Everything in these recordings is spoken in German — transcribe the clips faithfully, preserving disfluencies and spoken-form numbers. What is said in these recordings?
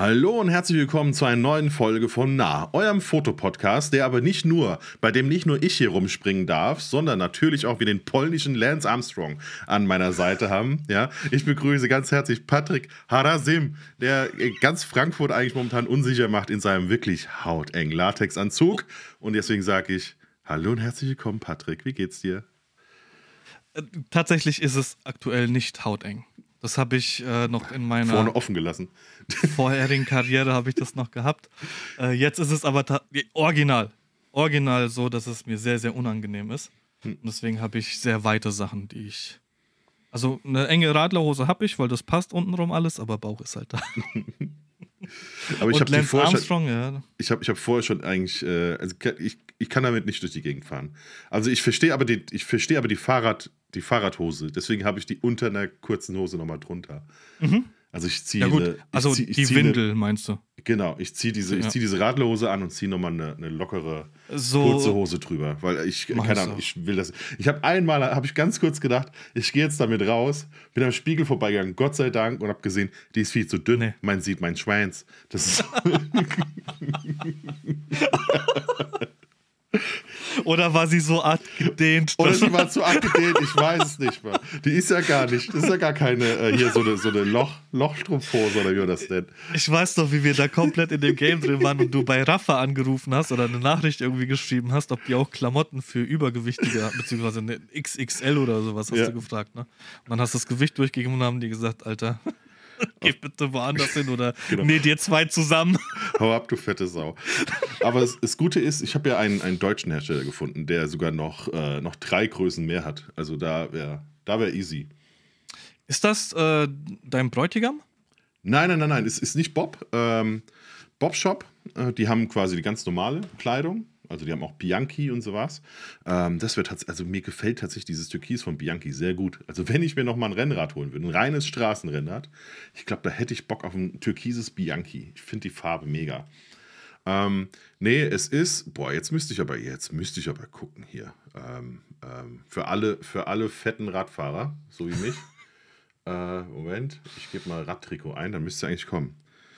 Hallo und herzlich willkommen zu einer neuen Folge von Nah, eurem Fotopodcast, der aber nicht nur, bei dem nicht nur ich hier rumspringen darf, sondern natürlich auch wir den polnischen Lance Armstrong an meiner Seite haben. Ja, ich begrüße ganz herzlich Patrick Harasim, der ganz Frankfurt eigentlich momentan unsicher macht in seinem wirklich hautengen Latexanzug. Und deswegen sage ich Hallo und herzlich willkommen, Patrick. Wie geht's dir? Tatsächlich ist es aktuell nicht hauteng. Das habe ich äh, noch in meiner vorne offen gelassen. vorherigen Karriere habe ich das noch gehabt. Äh, jetzt ist es aber ta- original. Original so, dass es mir sehr, sehr unangenehm ist. Und deswegen habe ich sehr weite Sachen, die ich... Also eine enge Radlerhose habe ich, weil das passt untenrum alles, aber Bauch ist halt da. Aber ich habe Lance Armstrong, schon, ja. Ich habe ich hab vorher schon eigentlich, äh, also ich, ich kann damit nicht durch die Gegend fahren. Also ich verstehe aber die, ich verstehe aber die Fahrrad, die Fahrradhose. Deswegen habe ich die unter einer kurzen Hose nochmal drunter. Mhm. Also ich ziehe ja gut, eine, also zieh, die Windel eine, meinst du? Genau, ich ziehe diese, ja. ich zieh diese Radlerhose an und ziehe nochmal eine, eine lockere, so kurze Hose drüber. Weil ich, keine Ahnung, ich will das. Ich habe einmal, habe ich ganz kurz gedacht, ich gehe jetzt damit raus, bin am Spiegel vorbeigegangen, Gott sei Dank, und habe gesehen, die ist viel zu dünn. Nee. Man sieht mein Schweins. Das ist. Oder war sie so abgedehnt? Oder sie war zu abgedehnt, ich weiß es nicht mal. Die ist ja gar nicht, das ist ja gar keine, äh, hier so eine, so eine Loch, Lochstrumpfhose oder wie man das nennt. Ich weiß doch, wie wir da komplett in dem Game drin waren und du bei Rafa angerufen hast oder eine Nachricht irgendwie geschrieben hast, ob die auch Klamotten für Übergewichtige, beziehungsweise eine X X L oder sowas hast ja. du gefragt, ne? Und dann hast du das Gewicht durchgegeben und haben die gesagt, Alter, geh bitte woanders hin oder genau. näht ihr zwei zusammen. Hau ab, du fette Sau. Aber das, das Gute ist, ich habe ja einen, einen deutschen Hersteller gefunden, der sogar noch, äh, noch drei Größen mehr hat. Also da wäre da wär easy. Ist das äh, dein Bräutigam? Nein, nein, nein, nein. Es ist nicht Bob. Ähm, Bob Shop, äh, die haben quasi die ganz normale Kleidung. Also die haben auch Bianchi und sowas. Ähm, das wird also mir gefällt tatsächlich dieses Türkis von Bianchi sehr gut. Also wenn ich mir nochmal ein Rennrad holen würde, ein reines Straßenrennrad, ich glaube, da hätte ich Bock auf ein türkises Bianchi. Ich finde die Farbe mega. Ähm, nee, es ist, boah, jetzt müsste ich aber, jetzt müsste ich aber gucken hier. Ähm, ähm, für alle, für alle fetten Radfahrer, so wie mich. äh, Moment, ich gebe mal Radtrikot ein, dann müsste es eigentlich kommen.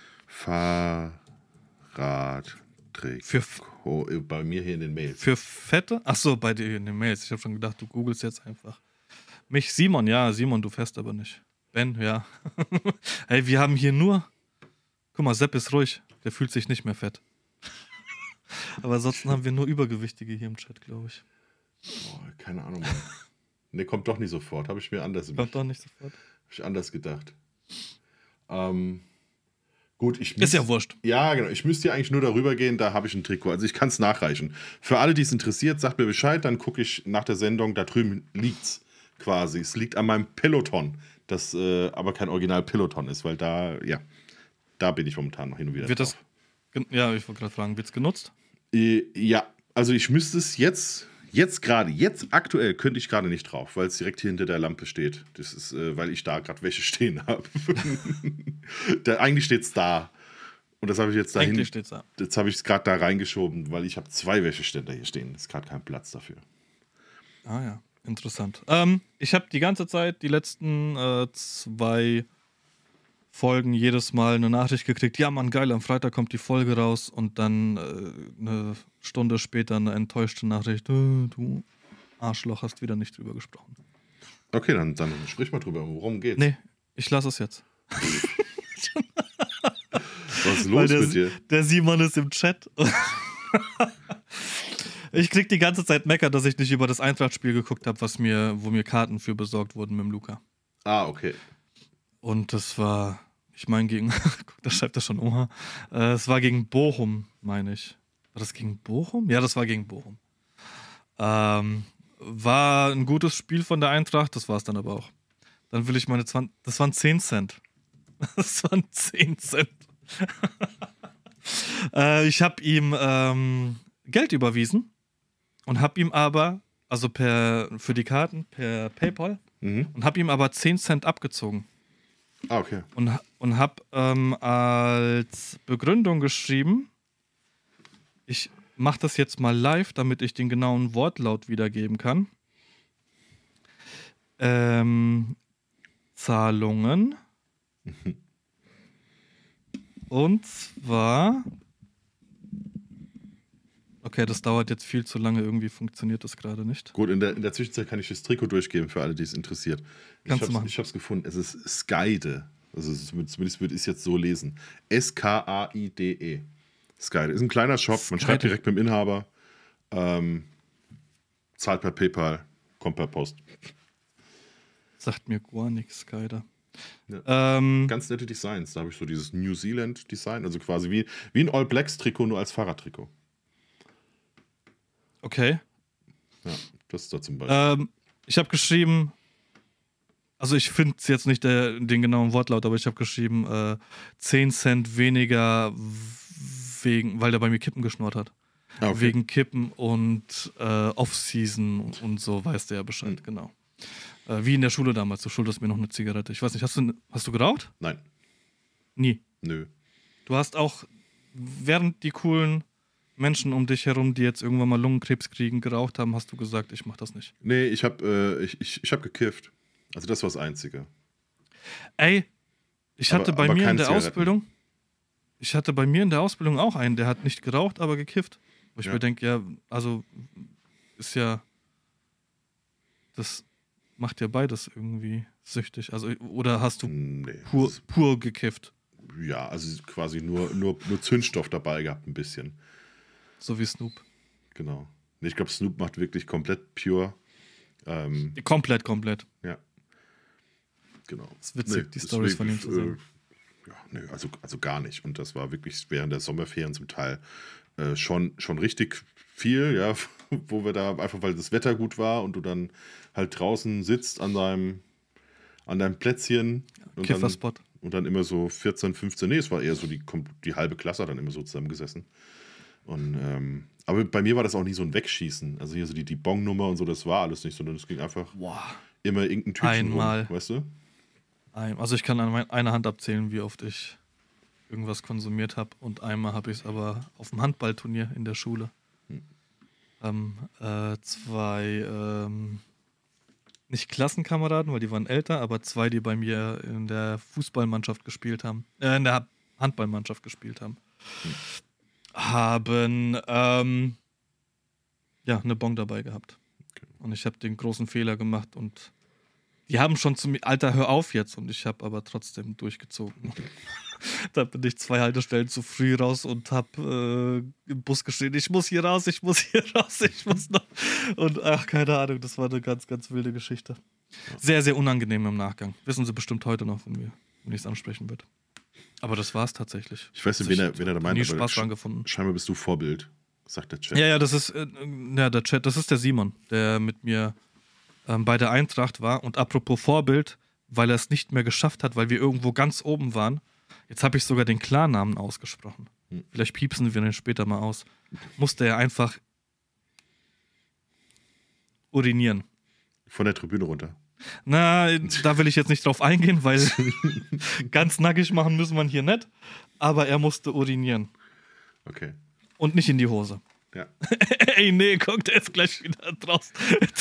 Fahrrad. Für oh, bei mir hier in den Mails. Für Fette? Achso, bei dir in den Mails. Ich habe schon gedacht, du googelst jetzt einfach. Mich, Simon, ja, Simon, du fährst aber nicht. Ben, ja. Hey, wir haben hier nur. Guck mal, Sepp ist ruhig. Der fühlt sich nicht mehr fett. Aber ansonsten haben wir nur Übergewichtige hier im Chat, glaube ich. Oh, keine Ahnung. Ne, kommt doch nicht sofort. Habe ich mir anders Kommt mich, doch nicht sofort. Habe ich anders gedacht. Ähm. Gut, ich müsst, ist ja wurscht. Ja, genau. Ich müsste ja eigentlich nur darüber gehen, da habe ich ein Trikot. Also ich kann es nachreichen. Für alle, die es interessiert, sagt mir Bescheid, dann gucke ich nach der Sendung, da drüben liegt's quasi. Es liegt an meinem Peloton, das äh, aber kein Original-Peloton ist, weil da, ja, da bin ich momentan noch hin und wieder Wird drauf. Das, ja, ich wollte gerade fragen, wird es genutzt? Äh, ja, also ich müsste es jetzt, jetzt gerade, jetzt aktuell könnte ich gerade nicht drauf, weil es direkt hier hinter der Lampe steht. Das ist, äh, weil ich da gerade Wäsche stehen habe. Eigentlich steht es da. Und das habe ich jetzt dahin. Eigentlich steht's da. Jetzt habe ich es gerade da reingeschoben, weil ich habe zwei Wäscheständer hier stehen. Es ist gerade kein Platz dafür. Ah ja, interessant. Ähm, ich habe die ganze Zeit, die letzten äh, zwei Folgen, jedes Mal eine Nachricht gekriegt. Ja, Mann, geil, am Freitag kommt die Folge raus. Und dann äh, eine Stunde später eine enttäuschte Nachricht. Äh, du Arschloch, hast wieder nicht drüber gesprochen. Okay, dann, dann sprich mal drüber. Worum geht's? Nee, ich lasse es jetzt. Was ist los der, mit dir? Der Simon ist im Chat. Ich krieg die ganze Zeit Mecker, dass ich nicht über das Eintracht-Spiel geguckt habe, was mir, wo mir Karten für besorgt wurden mit dem Luca. Ah, okay. Und das war, ich meine, gegen, guck, da schreibt er schon Oha. Äh, es war gegen Bochum, meine ich. War das gegen Bochum? Ja, das war gegen Bochum. Ähm, war ein gutes Spiel von der Eintracht, das war es dann aber auch. Dann will ich meine zwanzig, das waren zehn Cent. Das waren zehn Cent. äh, ich habe ihm ähm, Geld überwiesen und habe ihm aber, also per für die Karten, per PayPal, mhm. und habe ihm aber zehn Cent abgezogen. Ah, okay. Und, und habe ähm, als Begründung geschrieben, ich mache das jetzt mal live, damit ich den genauen Wortlaut wiedergeben kann. Ähm, Zahlungen Und zwar. Okay, das dauert jetzt viel zu lange. Irgendwie funktioniert das gerade nicht. Gut, in der, in der Zwischenzeit kann ich das Trikot durchgeben für alle, die es interessiert. Kannst ich du machen. Ich habe es gefunden. Es ist Skyde. Also zumindest würde ich es jetzt so lesen. S K A I D E. Skyde. Ist ein kleiner Shop. Man Skyde. schreibt direkt mit dem Inhaber. Ähm, zahlt per PayPal. Kommt per Post. Sagt mir gar nichts, Skyder. Ja. Ähm, Ganz nette Designs. Da habe ich so dieses New Zealand Design. Also quasi wie, wie ein All Blacks Trikot, nur als Fahrradtrikot. okay. Ja, das ist da zum Beispiel. Ähm, ich habe geschrieben, also ich finde es jetzt nicht der, den genauen Wortlaut, aber ich habe geschrieben, äh, zehn Cent weniger, wegen, weil der bei mir Kippen geschnurrt hat. Ah, okay. Wegen Kippen und äh, Off-Season und so, weiß der ja Bescheid, Mhm. genau. Äh, wie in der Schule damals, du schuldest mir noch eine Zigarette. Ich weiß nicht, hast du, hast du geraucht? Nein. Nie. Nö. Du hast auch, während die coolen Menschen um dich herum, die jetzt irgendwann mal Lungenkrebs kriegen, geraucht haben, hast du gesagt, ich mach das nicht. Nee, ich habe äh, ich, ich, ich hab gekifft. Also das war das Einzige. Ey, ich hatte Aber- bei aber mir in keine der Zigaretten. Ausbildung, ich hatte bei mir in der Ausbildung auch einen, der hat nicht geraucht, aber gekifft. Wo ich Ja. mir denke, ja, also ist ja, das macht ja beides irgendwie süchtig. Also, oder hast du Nee. pur, das ist- pur gekifft, Ja, also quasi nur, nur, nur Zündstoff dabei gehabt, ein bisschen. so wie Snoop. Genau. Nee, ich glaube, Snoop macht wirklich komplett pure. Ähm, Komplett, komplett. ja. Genau. Das ist witzig, die Storys von ihm zu sehen. Äh, ja, nee, also, also gar nicht. Und das war wirklich während der Sommerferien zum Teil äh, schon, schon richtig viel, ja, wo wir da einfach, weil das Wetter gut war und du dann halt draußen sitzt an deinem, an deinem Plätzchen und dann, Kifferspot. und dann immer so vierzehn, fünfzehn, nee, es war eher so die, kom- die halbe Klasse dann immer so zusammengesessen. Und, ähm, aber bei mir war das auch nie so ein Wegschießen. Also hier so die, die Bong-Nummer und so, das war alles nicht, sondern es ging einfach Boah. immer irgendein Tütchen Einmal. rum, weißt du? Ein, also ich kann an mein, einer Hand abzählen, wie oft ich irgendwas konsumiert habe. Und einmal habe ich es aber auf dem Handballturnier in der Schule. Hm. Ähm, äh, zwei, ähm, nicht Klassenkameraden, weil die waren älter, aber zwei, die bei mir in der Fußballmannschaft gespielt haben, äh, in der Handballmannschaft gespielt haben, Hm. haben ähm, ja eine Bon dabei gehabt. Okay. Und ich habe den großen Fehler gemacht und die haben schon zu mir, Alter, hör auf jetzt. Und ich habe aber trotzdem durchgezogen. Da bin ich zwei Haltestellen zu früh raus und habe äh, im Bus geschrien, ich muss hier raus, ich muss hier raus, ich muss noch. Und ach, keine Ahnung, das war eine ganz, ganz wilde Geschichte. Sehr, sehr unangenehm im Nachgang. Wissen Sie bestimmt heute noch von mir, wenn ich es ansprechen würde. Aber das war es tatsächlich. Ich weiß nicht, Also wen ich er, wen er da hab meint, nie aber Spaß sch- dran gefunden. scheinbar bist du Vorbild, sagt der Chat. Ja, ja, das ist äh, ja, der Chat, das ist der Simon, der mit mir ähm, bei der Eintracht war. Und apropos Vorbild, weil er es nicht mehr geschafft hat, weil wir irgendwo ganz oben waren. Jetzt habe ich sogar den Klarnamen ausgesprochen. Hm. Vielleicht piepsen wir den später mal aus. Musste er einfach urinieren. Von der Tribüne runter. Na, da will ich jetzt nicht drauf eingehen, weil ganz nackig machen müssen wir hier nicht. Aber er musste urinieren. Okay. Und nicht in die Hose. Ja. Ey, nee, guck, der ist gleich wieder draußen.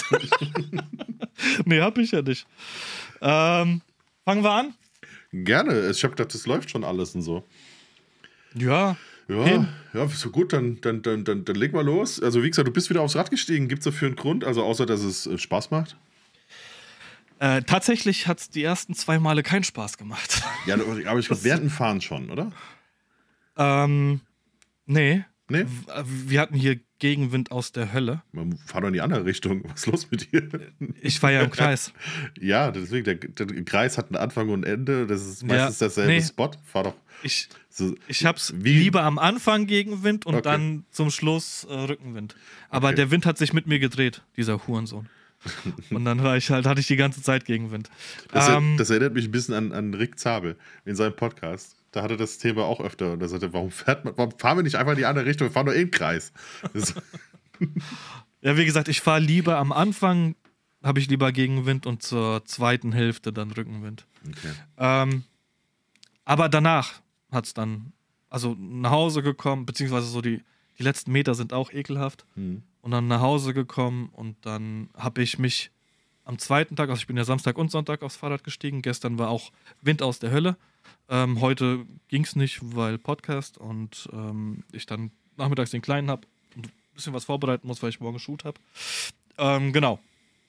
Nee, hab ich ja nicht. Ähm, fangen wir an? Gerne. Ich habe gedacht, das läuft schon alles und so. Ja. Ja, Hin. ja, so gut, dann, dann, dann, dann, dann leg mal los. Also, wie gesagt, du bist wieder aufs Rad gestiegen. Gibt es dafür einen Grund? Also, außer, dass es äh, Spaß macht? Äh, tatsächlich hat es die ersten zwei Male keinen Spaß gemacht. Ja, aber ich glaube, während dem Fahren schon, oder? ähm, nee. Nee? W- Wir hatten hier Gegenwind aus der Hölle. Man fahr doch in die andere Richtung. Was ist los mit dir? Ich war ja im Kreis. Ja, deswegen, der, der Kreis hat einen Anfang und ein Ende. Das ist meistens Ja, derselbe nee. Spot. Fahr doch Ich, so. ich hab's Wie- lieber am Anfang Gegenwind und Okay. dann zum Schluss äh, Rückenwind. Aber Okay. der Wind hat sich mit mir gedreht, dieser Hurensohn. Und dann war ich halt, hatte ich die ganze Zeit Gegenwind. Das, Ähm, das erinnert mich ein bisschen an, an Rick Zabel in seinem Podcast. Da hatte das Thema auch öfter. Und er sagte, warum, fährt man, warum fahren wir nicht einfach in die andere Richtung? Wir fahren nur in den Kreis. Das, Ja, wie gesagt, ich fahre lieber am Anfang, habe ich lieber Gegenwind und zur zweiten Hälfte dann Rückenwind. okay. Ähm, aber danach hat es dann, also nach Hause gekommen, beziehungsweise so die, die letzten Meter sind auch ekelhaft. Hm. Und dann nach Hause gekommen und dann habe ich mich am zweiten Tag, also ich bin ja Samstag und Sonntag aufs Fahrrad gestiegen, gestern war auch Wind aus der Hölle. Ähm, heute ging es nicht, weil Podcast und ähm, ich dann nachmittags den Kleinen habe und ein bisschen was vorbereiten muss, weil ich morgen Shoot habe. Ähm, genau.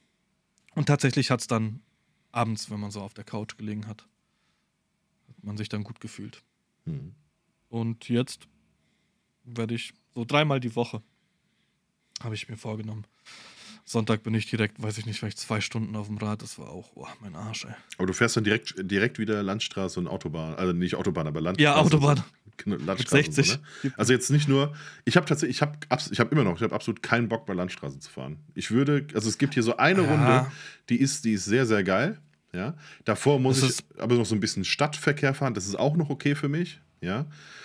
Und tatsächlich hat es dann abends, wenn man so auf der Couch gelegen hat, hat man sich dann gut gefühlt. Hm. Und jetzt werde ich so dreimal die Woche, habe ich mir vorgenommen. Sonntag bin ich direkt, weiß ich nicht, vielleicht zwei Stunden auf dem Rad. Das war auch, oh, mein Arsch, ey. Aber du fährst dann direkt, direkt wieder Landstraße und Autobahn. Also nicht Autobahn, aber Landstraße. Ja, Autobahn. So. Landstraße Mit sechzig. Und so, ne? Also jetzt nicht nur, ich habe tatsächlich, ich habe ich hab immer noch, ich habe absolut keinen Bock bei Landstraße zu fahren. Ich würde, also es gibt hier so eine Ja. Runde, die ist, die ist sehr, sehr geil. Ja. Davor muss Das ich ist- aber noch so ein bisschen Stadtverkehr fahren. Das ist auch noch okay für mich. Ja.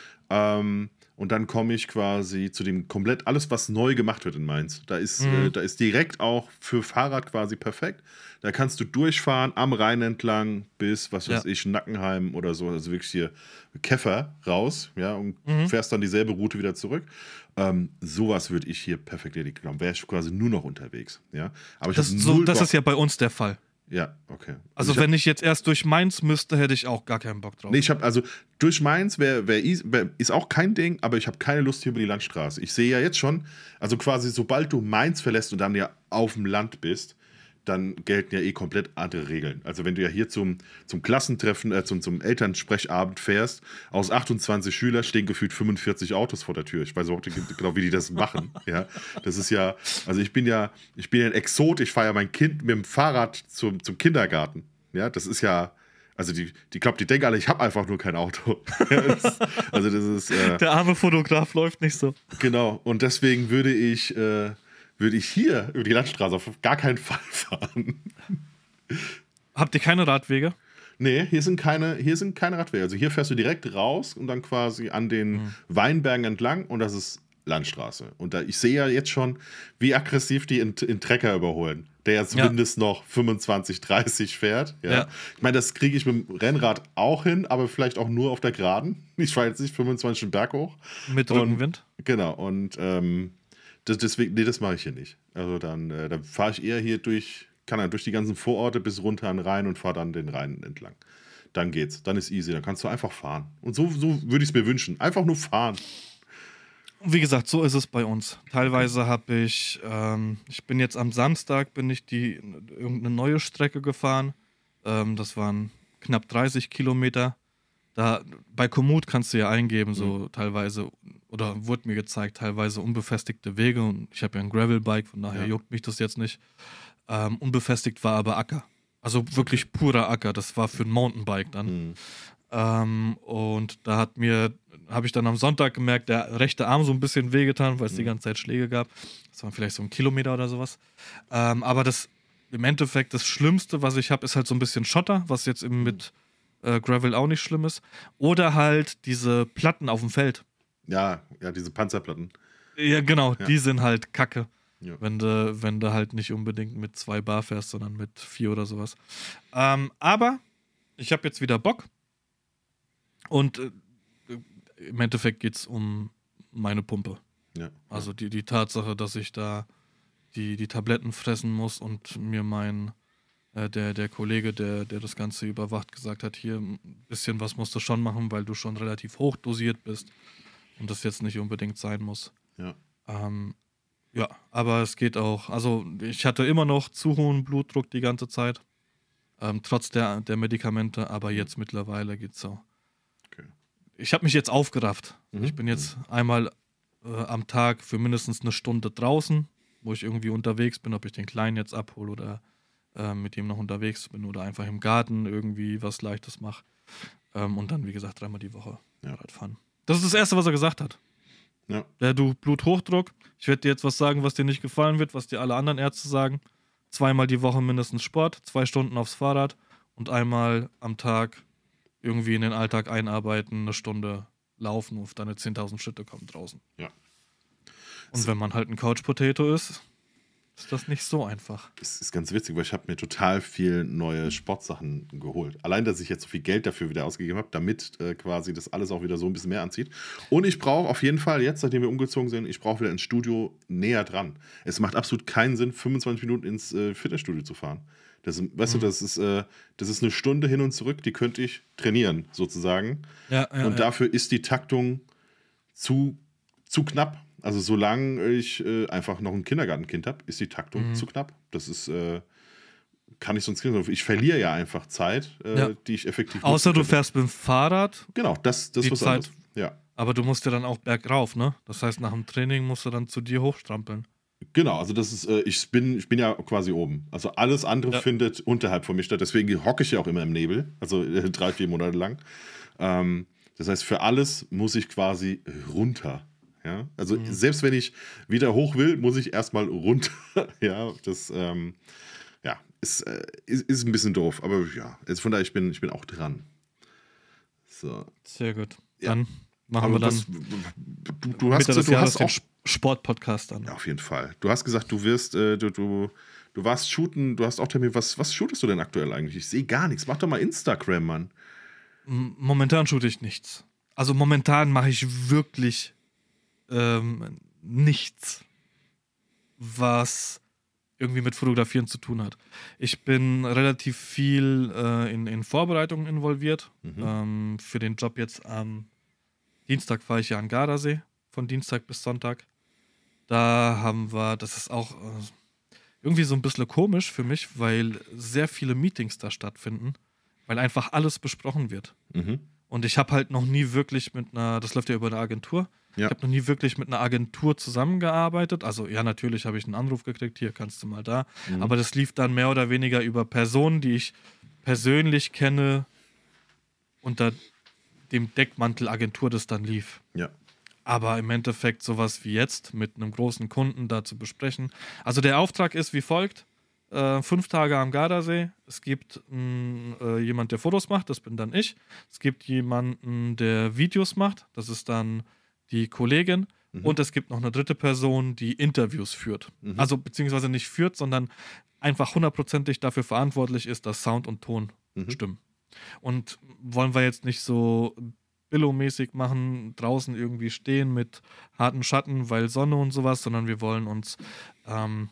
Ähm, und dann komme ich quasi zu dem komplett, alles was neu gemacht wird in Mainz. Da ist, Mhm. äh, da ist direkt auch für Fahrrad quasi perfekt. Da kannst du durchfahren am Rhein entlang bis, was weiß Ja. ich, Nackenheim oder so. Also wirklich hier Käfer raus, ja, und Mhm. fährst dann dieselbe Route wieder zurück. Ähm, sowas würde ich hier perfekt erledigen. Dann wäre ich quasi nur noch unterwegs. Ja. Aber ich Das, habe so, null das Bock. ist ja bei uns der Fall. Ja, okay. Also, ich hab- wenn ich jetzt erst durch Mainz müsste, hätte ich auch gar keinen Bock drauf. Nee, ich habe also durch Mainz wär, wär, easy- wär, ist auch kein Ding, aber ich habe keine Lust hier über die Landstraße. Ich sehe ja jetzt schon, also quasi sobald du Mainz verlässt und dann ja auf dem Land bist, dann gelten ja eh komplett andere Regeln. Also wenn du ja hier zum, zum Klassentreffen, äh, zum, zum Elternsprechabend fährst, aus achtundzwanzig Schülern stehen gefühlt fünfundvierzig Autos vor der Tür. Ich weiß überhaupt nicht genau, wie die das machen. Ja, das ist ja, also ich bin ja, ich bin ja ein Exot, ich fahre ja mein Kind mit dem Fahrrad zum, zum Kindergarten. Ja, das ist ja, also die, die glaubt, die denken alle, ich habe einfach nur kein Auto. Das- also das ist, äh, Der arme Fotograf läuft nicht so. genau. Und deswegen würde ich, äh, würde ich hier über die Landstraße auf gar keinen Fall fahren. Habt ihr keine Radwege? Nee, hier sind keine, hier sind keine Radwege. Also hier fährst du direkt raus und dann quasi an den Weinbergen entlang und das ist Landstraße. Und da, ich sehe ja jetzt schon, wie aggressiv die in, in Trecker überholen, der ja zumindest noch fünfundzwanzig, dreißig fährt. Ja. Ja. Ich meine, das kriege ich mit dem Rennrad auch hin, aber vielleicht auch nur auf der Geraden. Ich fahre jetzt nicht fünfundzwanzig den Berg hoch. Mit Und- Rückenwind? Genau, und ähm, das, deswegen, nee, das mache ich hier nicht. Also dann, äh, dann fahre ich eher hier durch, kann er durch die ganzen Vororte bis runter an den Rhein und fahre dann den Rhein entlang. Dann geht's, dann ist easy, dann kannst du einfach fahren. Und so, so würde ich es mir wünschen. Einfach nur fahren. Wie gesagt, so ist es bei uns. Teilweise habe ich, ähm, ich bin jetzt am Samstag, bin ich die irgendeine neue Strecke gefahren. Ähm, das waren knapp dreißig Kilometer. Da, bei Komoot kannst du ja eingeben, so teilweise, oder wurde mir gezeigt, teilweise unbefestigte Wege. Und ich habe ja ein Gravelbike, von daher Ja. juckt mich das jetzt nicht. Ähm, unbefestigt war aber Acker. Also wirklich purer Acker. Das war für ein Mountainbike dann. Mhm. Ähm, und da hat mir, habe ich dann am Sonntag gemerkt, der rechte Arm so ein bisschen wehgetan, weil es die ganze Zeit Schläge gab. Das waren vielleicht so ein Kilometer oder sowas. Ähm, aber das im Endeffekt das Schlimmste, was ich habe, ist halt so ein bisschen Schotter, was jetzt eben mit äh, Gravel auch nicht schlimm ist. Oder halt diese Platten auf dem Feld. Ja, ja, diese Panzerplatten. Ja, genau, Ja. die sind halt kacke. Ja. Wenn du, wenn du halt nicht unbedingt mit zwei Bar fährst, sondern mit vier oder sowas. Ähm, aber ich habe jetzt wieder Bock. Und äh, im Endeffekt geht es um meine Pumpe. Ja. Also die, die Tatsache, dass ich da die, die Tabletten fressen muss und mir mein, äh, der, der Kollege, der, der das Ganze überwacht, gesagt hat, hier ein bisschen was musst du schon machen, weil du schon relativ hoch dosiert bist und das jetzt nicht unbedingt sein muss. Ja. Ähm, ja, aber es geht auch, also ich hatte immer noch zu hohen Blutdruck die ganze Zeit, ähm, trotz der, der Medikamente, aber jetzt mittlerweile geht's so. Okay. Ich habe mich jetzt aufgerafft. Mhm. Ich bin jetzt einmal äh, am Tag für mindestens eine Stunde draußen, wo ich irgendwie unterwegs bin, ob ich den Kleinen jetzt abhole oder äh, mit ihm noch unterwegs bin oder einfach im Garten irgendwie was Leichtes mache. Ähm, und dann, wie gesagt, dreimal die Woche Ja. Radfahren. Das ist das Erste, was er gesagt hat. Ja. Ja, du Bluthochdruck. Ich werde dir jetzt was sagen, was dir nicht gefallen wird, was dir alle anderen Ärzte sagen. Zweimal die Woche mindestens Sport, zwei Stunden aufs Fahrrad und einmal am Tag irgendwie in den Alltag einarbeiten, eine Stunde laufen, auf deine zehntausend Schritte kommen draußen. Ja. Und wenn man halt ein Couch Potato ist, ist das nicht so einfach. Es ist ganz witzig, weil ich habe mir total viel neue Sportsachen geholt. Allein, dass ich jetzt so viel Geld dafür wieder ausgegeben habe, damit äh, quasi das alles auch wieder so ein bisschen mehr anzieht. Und ich brauche auf jeden Fall, jetzt, nachdem wir umgezogen sind, ich brauche wieder ein Studio näher dran. Es macht absolut keinen Sinn, fünfundzwanzig Minuten ins äh, Fitnessstudio zu fahren. Das, weißt Mhm. du, das ist, äh, das ist eine Stunde hin und zurück, die könnte ich trainieren, sozusagen. Ja, ja, Und ja. dafür ist die Taktung zu, zu knapp. Also solange ich äh, einfach noch ein Kindergartenkind habe, ist die Taktung Mhm. zu knapp. Das ist, äh, kann ich sonst nicht. Ich verliere ja einfach Zeit, Ja. äh, die ich effektiv Außer nutzen du könnte. fährst mit dem Fahrrad, Genau, das, das die ist was Zeit, anderes. Ja, aber du musst ja dann auch bergauf, ne? Das heißt, nach dem Training musst du dann zu dir hochstrampeln. genau. Also das ist, äh, ich bin, ich bin ja quasi oben. Also alles andere Ja. findet unterhalb von mir statt. Deswegen hocke ich ja auch immer im Nebel, also äh, drei, vier Monate lang. Ähm, das heißt, für alles muss ich quasi runter. Ja, also Mhm. selbst wenn ich wieder hoch will, muss ich erstmal runter. Ja, das ähm, ja, ist, äh, ist, ist ein bisschen doof, aber ja, also von daher, ich bin, ich bin auch dran. So, Sehr gut. ja. Dann machen wir Aber dann was, du, du hast Mitte gesagt, des du Jahres hast den auch, Sp- Sportpodcast an. ja, auf jeden Fall. Du hast gesagt, du wirst, äh, du, du, du warst shooten, du hast auch Termin. Was, was shootest du denn aktuell eigentlich? Ich sehe gar nichts. Mach doch mal Instagram, Mann. M- Momentan shoote ich nichts. Also momentan mache ich wirklich ähm, nichts, was irgendwie mit Fotografieren zu tun hat. Ich bin relativ viel äh, in, in Vorbereitungen involviert. Mhm. Ähm, für den Job jetzt am Dienstag fahre ich ja an Gardasee, von Dienstag bis Sonntag. Da haben wir, das ist auch äh, irgendwie so ein bisschen komisch für mich, weil sehr viele Meetings da stattfinden, weil einfach alles besprochen wird. Mhm. Und ich habe halt noch nie wirklich mit einer, das läuft ja über eine Agentur, Ja. ich habe noch nie wirklich mit einer Agentur zusammengearbeitet. Also ja, natürlich habe ich einen Anruf gekriegt, hier kannst du mal da. Mhm. Aber das lief dann mehr oder weniger über Personen, die ich persönlich kenne, unter dem Deckmantel Agentur das dann lief. Ja. Aber im Endeffekt sowas wie jetzt mit einem großen Kunden da zu besprechen. Also der Auftrag ist wie folgt. Äh, fünf Tage am Gardasee. Es gibt mh, äh, jemand, der Fotos macht, das bin dann ich. Es gibt jemanden, der Videos macht, das ist dann die Kollegin. Mhm. Und es gibt noch eine dritte Person, die Interviews führt. Mhm. Also beziehungsweise nicht führt, sondern einfach hundertprozentig dafür verantwortlich ist, dass Sound und Ton Mhm. stimmen. Und wollen wir jetzt nicht so Billo-mäßig machen, draußen irgendwie stehen mit harten Schatten, weil Sonne und sowas, sondern wir wollen uns ähm,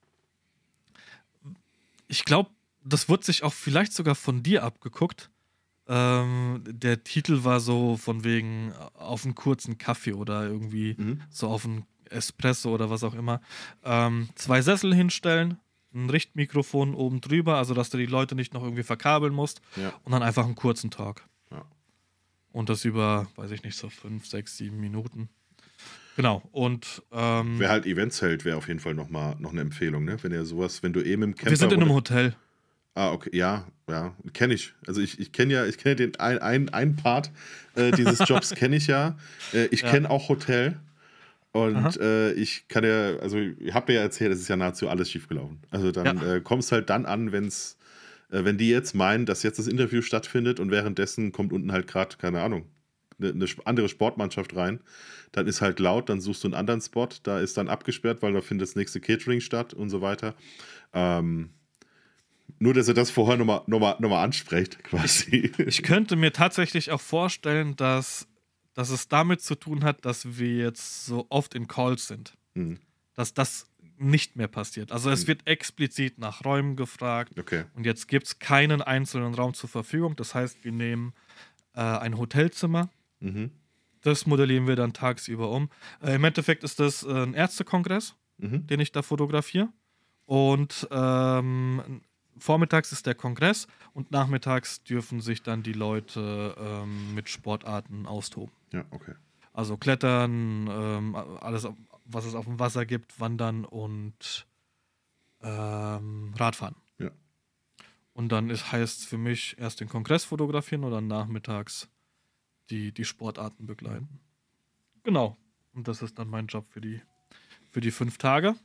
ich glaube, das wurde sich auch vielleicht sogar von dir abgeguckt. Ähm, der Titel war so von wegen auf einen kurzen Kaffee oder irgendwie Mhm. so auf einen Espresso oder was auch immer. Ähm, zwei Sessel hinstellen, ein Richtmikrofon oben drüber, also dass du die Leute nicht noch irgendwie verkabeln musst Ja. und dann einfach einen kurzen Talk. Ja. Und das über, weiß ich nicht, so fünf, sechs, sieben Minuten. Genau. Und ähm, Wer halt Events hält, wäre auf jeden Fall noch mal noch eine Empfehlung, ne? Wenn ihr sowas, wenn du eben im Camper wir sind in einem oder- Hotel. Ah, okay, ja, ja, kenne ich. Also ich, ich kenne ja, ich kenne den ein, ein, ein Part äh, dieses Jobs kenne ich ja. Äh, ich Ja. kenne auch Hotel und Aha. äh, ich kann ja, also ich habe dir ja erzählt, es ist ja nahezu alles schiefgelaufen. Also dann Ja. äh, kommst halt dann an, wenn's, äh, wenn die jetzt meinen, dass jetzt das Interview stattfindet und währenddessen kommt unten halt gerade, keine Ahnung, eine, eine andere Sportmannschaft rein, dann ist halt laut, dann suchst du einen anderen Spot, da ist dann abgesperrt, weil da findet das nächste Catering statt und so weiter. Ähm, Nur, dass er das vorher nochmal noch mal, noch mal anspricht, quasi. Ich könnte mir tatsächlich auch vorstellen, dass, dass es damit zu tun hat, dass wir jetzt so oft in Calls sind. Hm, Dass das nicht mehr passiert. Also es Hm. wird explizit nach Räumen gefragt okay. und jetzt gibt es keinen einzelnen Raum zur Verfügung. Das heißt, wir nehmen äh, ein Hotelzimmer. Mhm. Das modellieren wir dann tagsüber um. Äh, Im Endeffekt ist das äh, ein Ärztekongress, Mhm. den ich da fotografiere. Und ähm, vormittags ist der Kongress und nachmittags dürfen sich dann die Leute ähm, mit Sportarten austoben. Ja, okay. Also Klettern, ähm, alles, was es auf dem Wasser gibt, Wandern und ähm, Radfahren. Ja. Und dann ist, heißt für mich erst den Kongress fotografieren oder nachmittags die, die Sportarten begleiten. Genau. Und das ist dann mein Job für die, für die fünf Tage.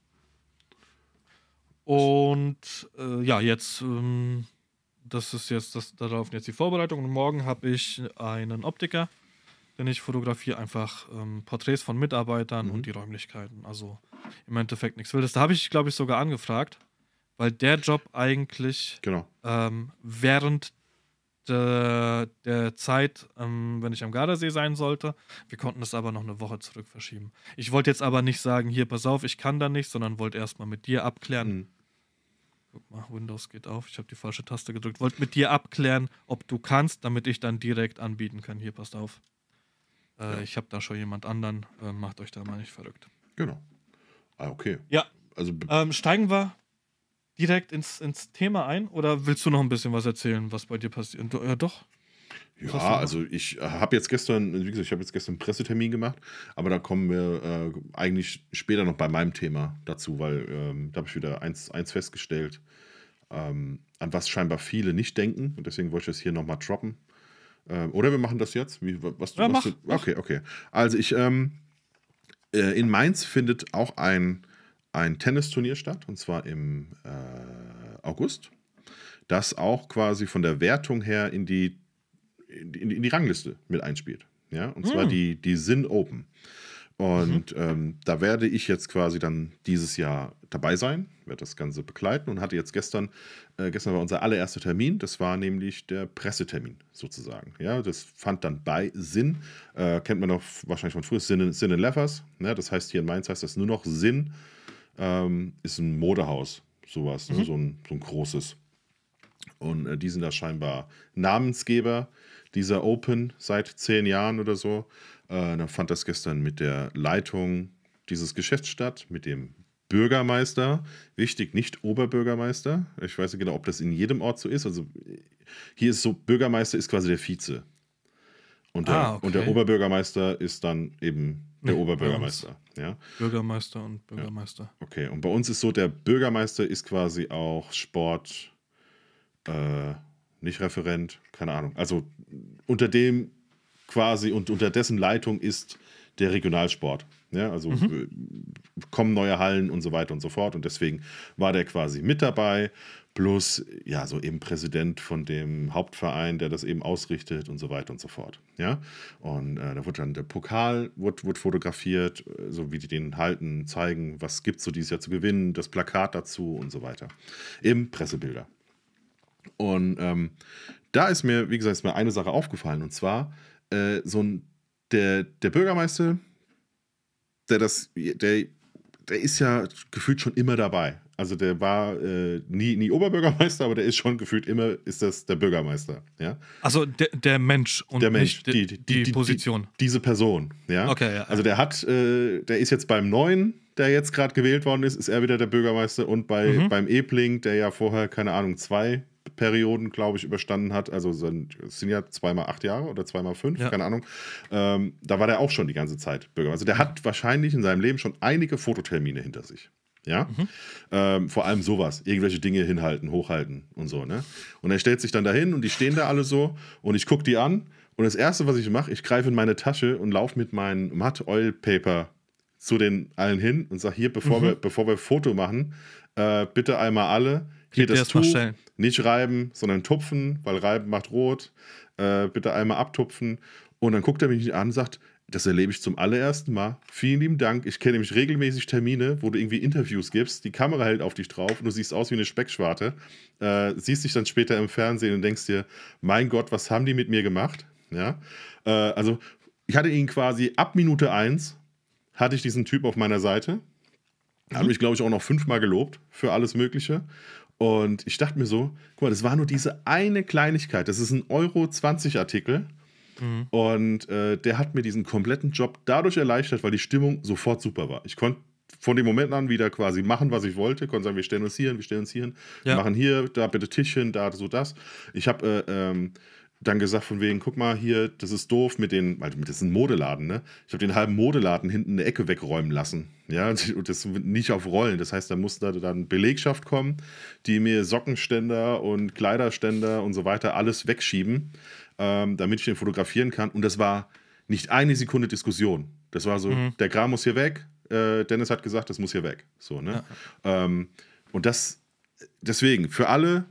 Und äh, ja, jetzt, ähm, das ist jetzt, das, da laufen jetzt die Vorbereitungen. Und morgen habe ich einen Optiker, den ich fotografiere, einfach ähm, Porträts von Mitarbeitern Mhm. und die Räumlichkeiten. Also im Endeffekt nichts Wildes. Da habe ich, glaube ich, sogar angefragt, weil der Job eigentlich Genau. ähm, während der, der Zeit, ähm, wenn ich am Gardasee sein sollte, wir konnten es aber noch eine Woche zurück verschieben. Ich wollte jetzt aber nicht sagen, hier, pass auf, ich kann da nicht, sondern wollte erstmal mit dir abklären, Mhm. Guck mal, Windows geht auf. Ich habe die falsche Taste gedrückt. Wollte mit dir abklären, ob du kannst, damit ich dann direkt anbieten kann. Hier, passt auf. Äh, Ja. Ich habe da schon jemand anderen. Äh, macht euch da mal nicht verrückt. Genau. Ah, okay. Ja. Also, Ähm, steigen wir direkt ins, ins Thema ein oder willst du noch ein bisschen was erzählen, was bei dir passiert? Ja, doch. ja, hast du noch? also ich habe jetzt gestern, wie gesagt, ich habe jetzt gestern einen Pressetermin gemacht, aber da kommen wir äh, eigentlich später noch bei meinem Thema dazu, weil ähm, da habe ich wieder eins, eins festgestellt, ähm, an was scheinbar viele nicht denken und deswegen wollte ich das hier nochmal droppen. Ähm, oder wir machen das jetzt? Wie, was, Ja, was mach, du, mach. okay, okay. Also ich, ähm, äh, in Mainz findet auch ein, ein Tennisturnier statt, und zwar im äh, August, das auch quasi von der Wertung her in die, in, die- in die Rangliste mit einspielt. Ja, und zwar Hm. die, die Sinn Open. Und ähm, da werde ich jetzt quasi dann dieses Jahr dabei sein, werde das Ganze begleiten und hatte jetzt gestern, äh, gestern war unser allererster Termin, das war nämlich der Pressetermin sozusagen. Ja, das fand dann bei Sinn, äh, kennt man noch wahrscheinlich von früher, Sinn, Sinn Leffers. Ne? Das heißt, hier in Mainz heißt das nur noch Sinn, ähm, ist ein Modehaus, sowas, ne? Mhm. so, ein, so ein großes. Und äh, die sind da scheinbar Namensgeber dieser Open seit zehn Jahren oder so. Äh, da fand das gestern mit der Leitung dieses Geschäfts statt, mit dem Bürgermeister. Wichtig, nicht Oberbürgermeister. Ich weiß nicht genau, ob das in jedem Ort so ist. Also hier ist so, Bürgermeister ist quasi der Vize. Und der, Ah, und der okay. Oberbürgermeister ist dann eben der Nee, bei uns Oberbürgermeister. Ja? Bürgermeister und Bürgermeister. Okay, und bei uns ist so, der Bürgermeister ist quasi auch Sport, äh, nicht Referent, keine Ahnung. Also unter dem quasi und unter dessen Leitung ist der Regionalsport. Ja, also Mhm. äh, kommen neue Hallen und so weiter und so fort. Und deswegen war der quasi mit dabei, plus ja, so eben Präsident von dem Hauptverein, der das eben ausrichtet und so weiter und so fort. Ja, und äh, da wurde dann der Pokal wurde, wurde fotografiert, äh, so wie die den halten, zeigen, was gibt es so dieses Jahr zu gewinnen, das Plakat dazu und so weiter. Eben Pressebilder. Und ähm, da ist mir, wie gesagt, ist mir eine Sache aufgefallen. Und zwar, äh, so ein, der, der Bürgermeister, der das, der, der ist ja gefühlt schon immer dabei. Also der war äh, nie, nie Oberbürgermeister, aber der ist schon gefühlt immer, ist das der Bürgermeister. Ja? Also der, der Mensch und Der Mensch, nicht die, die, die, die die, Position. Die, diese Person. Ja? Okay, ja. Also der hat, äh, der ist jetzt beim Neuen, der jetzt gerade gewählt worden ist, ist er wieder der Bürgermeister. Und bei, Mhm. beim Ebling, der ja vorher, keine Ahnung, zwei Perioden, glaube ich, überstanden hat, also sind, es sind ja zweimal acht Jahre oder zweimal fünf, Ja. keine Ahnung, ähm, da war der auch schon die ganze Zeit Bürgermeister. Also der hat wahrscheinlich in seinem Leben schon einige Fototermine hinter sich. Ja, Mhm. ähm, vor allem sowas, irgendwelche Dinge hinhalten, hochhalten und so, ne? Und er stellt sich dann dahin und die stehen da alle so und ich gucke die an und das Erste, was ich mache, ich greife in meine Tasche und laufe mit meinem Matt Oil Paper zu den allen hin und sage, hier, bevor, Mhm. wir, bevor wir Foto machen, äh, bitte einmal alle, hier Gib dir das erst mal Tuch, Stellen. nicht reiben, sondern tupfen, weil reiben macht rot, äh, bitte einmal abtupfen. Und dann guckt er mich an und sagt, das erlebe ich zum allerersten Mal. Vielen lieben Dank. Ich kenne nämlich regelmäßig Termine, wo du irgendwie Interviews gibst, die Kamera hält auf dich drauf und du siehst aus wie eine Speckschwarte. Äh, siehst dich dann später im Fernsehen und denkst dir, mein Gott, was haben die mit mir gemacht? Ja? Äh, also ich hatte ihn quasi ab Minute eins, hatte ich diesen Typ auf meiner Seite. Er hat Mhm. mich, glaube ich, auch noch fünfmal gelobt für alles Mögliche. Und ich dachte mir so, guck mal, das war nur diese eine Kleinigkeit. Das ist ein Euro zwanzig Artikel. Mhm. Und äh, der hat mir diesen kompletten Job dadurch erleichtert, weil die Stimmung sofort super war. Ich konnte von dem Moment an wieder quasi machen, was ich wollte. Konnte sagen, wir stellen uns hier hin, wir stellen uns hier hin. Wir Ja. machen hier, da bitte Tischchen, da so das. Ich habe äh, ähm, dann gesagt von wegen, guck mal hier, das ist doof mit den, weil das ist ein Modeladen, ne? Ich habe den halben Modeladen hinten eine Ecke wegräumen lassen. Ja, und das nicht auf Rollen. Das heißt, da musste dann Belegschaft kommen, die mir Sockenständer und Kleiderständer und so weiter alles wegschieben, ähm, damit ich den fotografieren kann. Und das war nicht eine Sekunde Diskussion. Das war so, Mhm. der Kram muss hier weg. Äh, Dennis hat gesagt, das muss hier weg. So, ne? Ja. Ähm, und das, deswegen, für alle,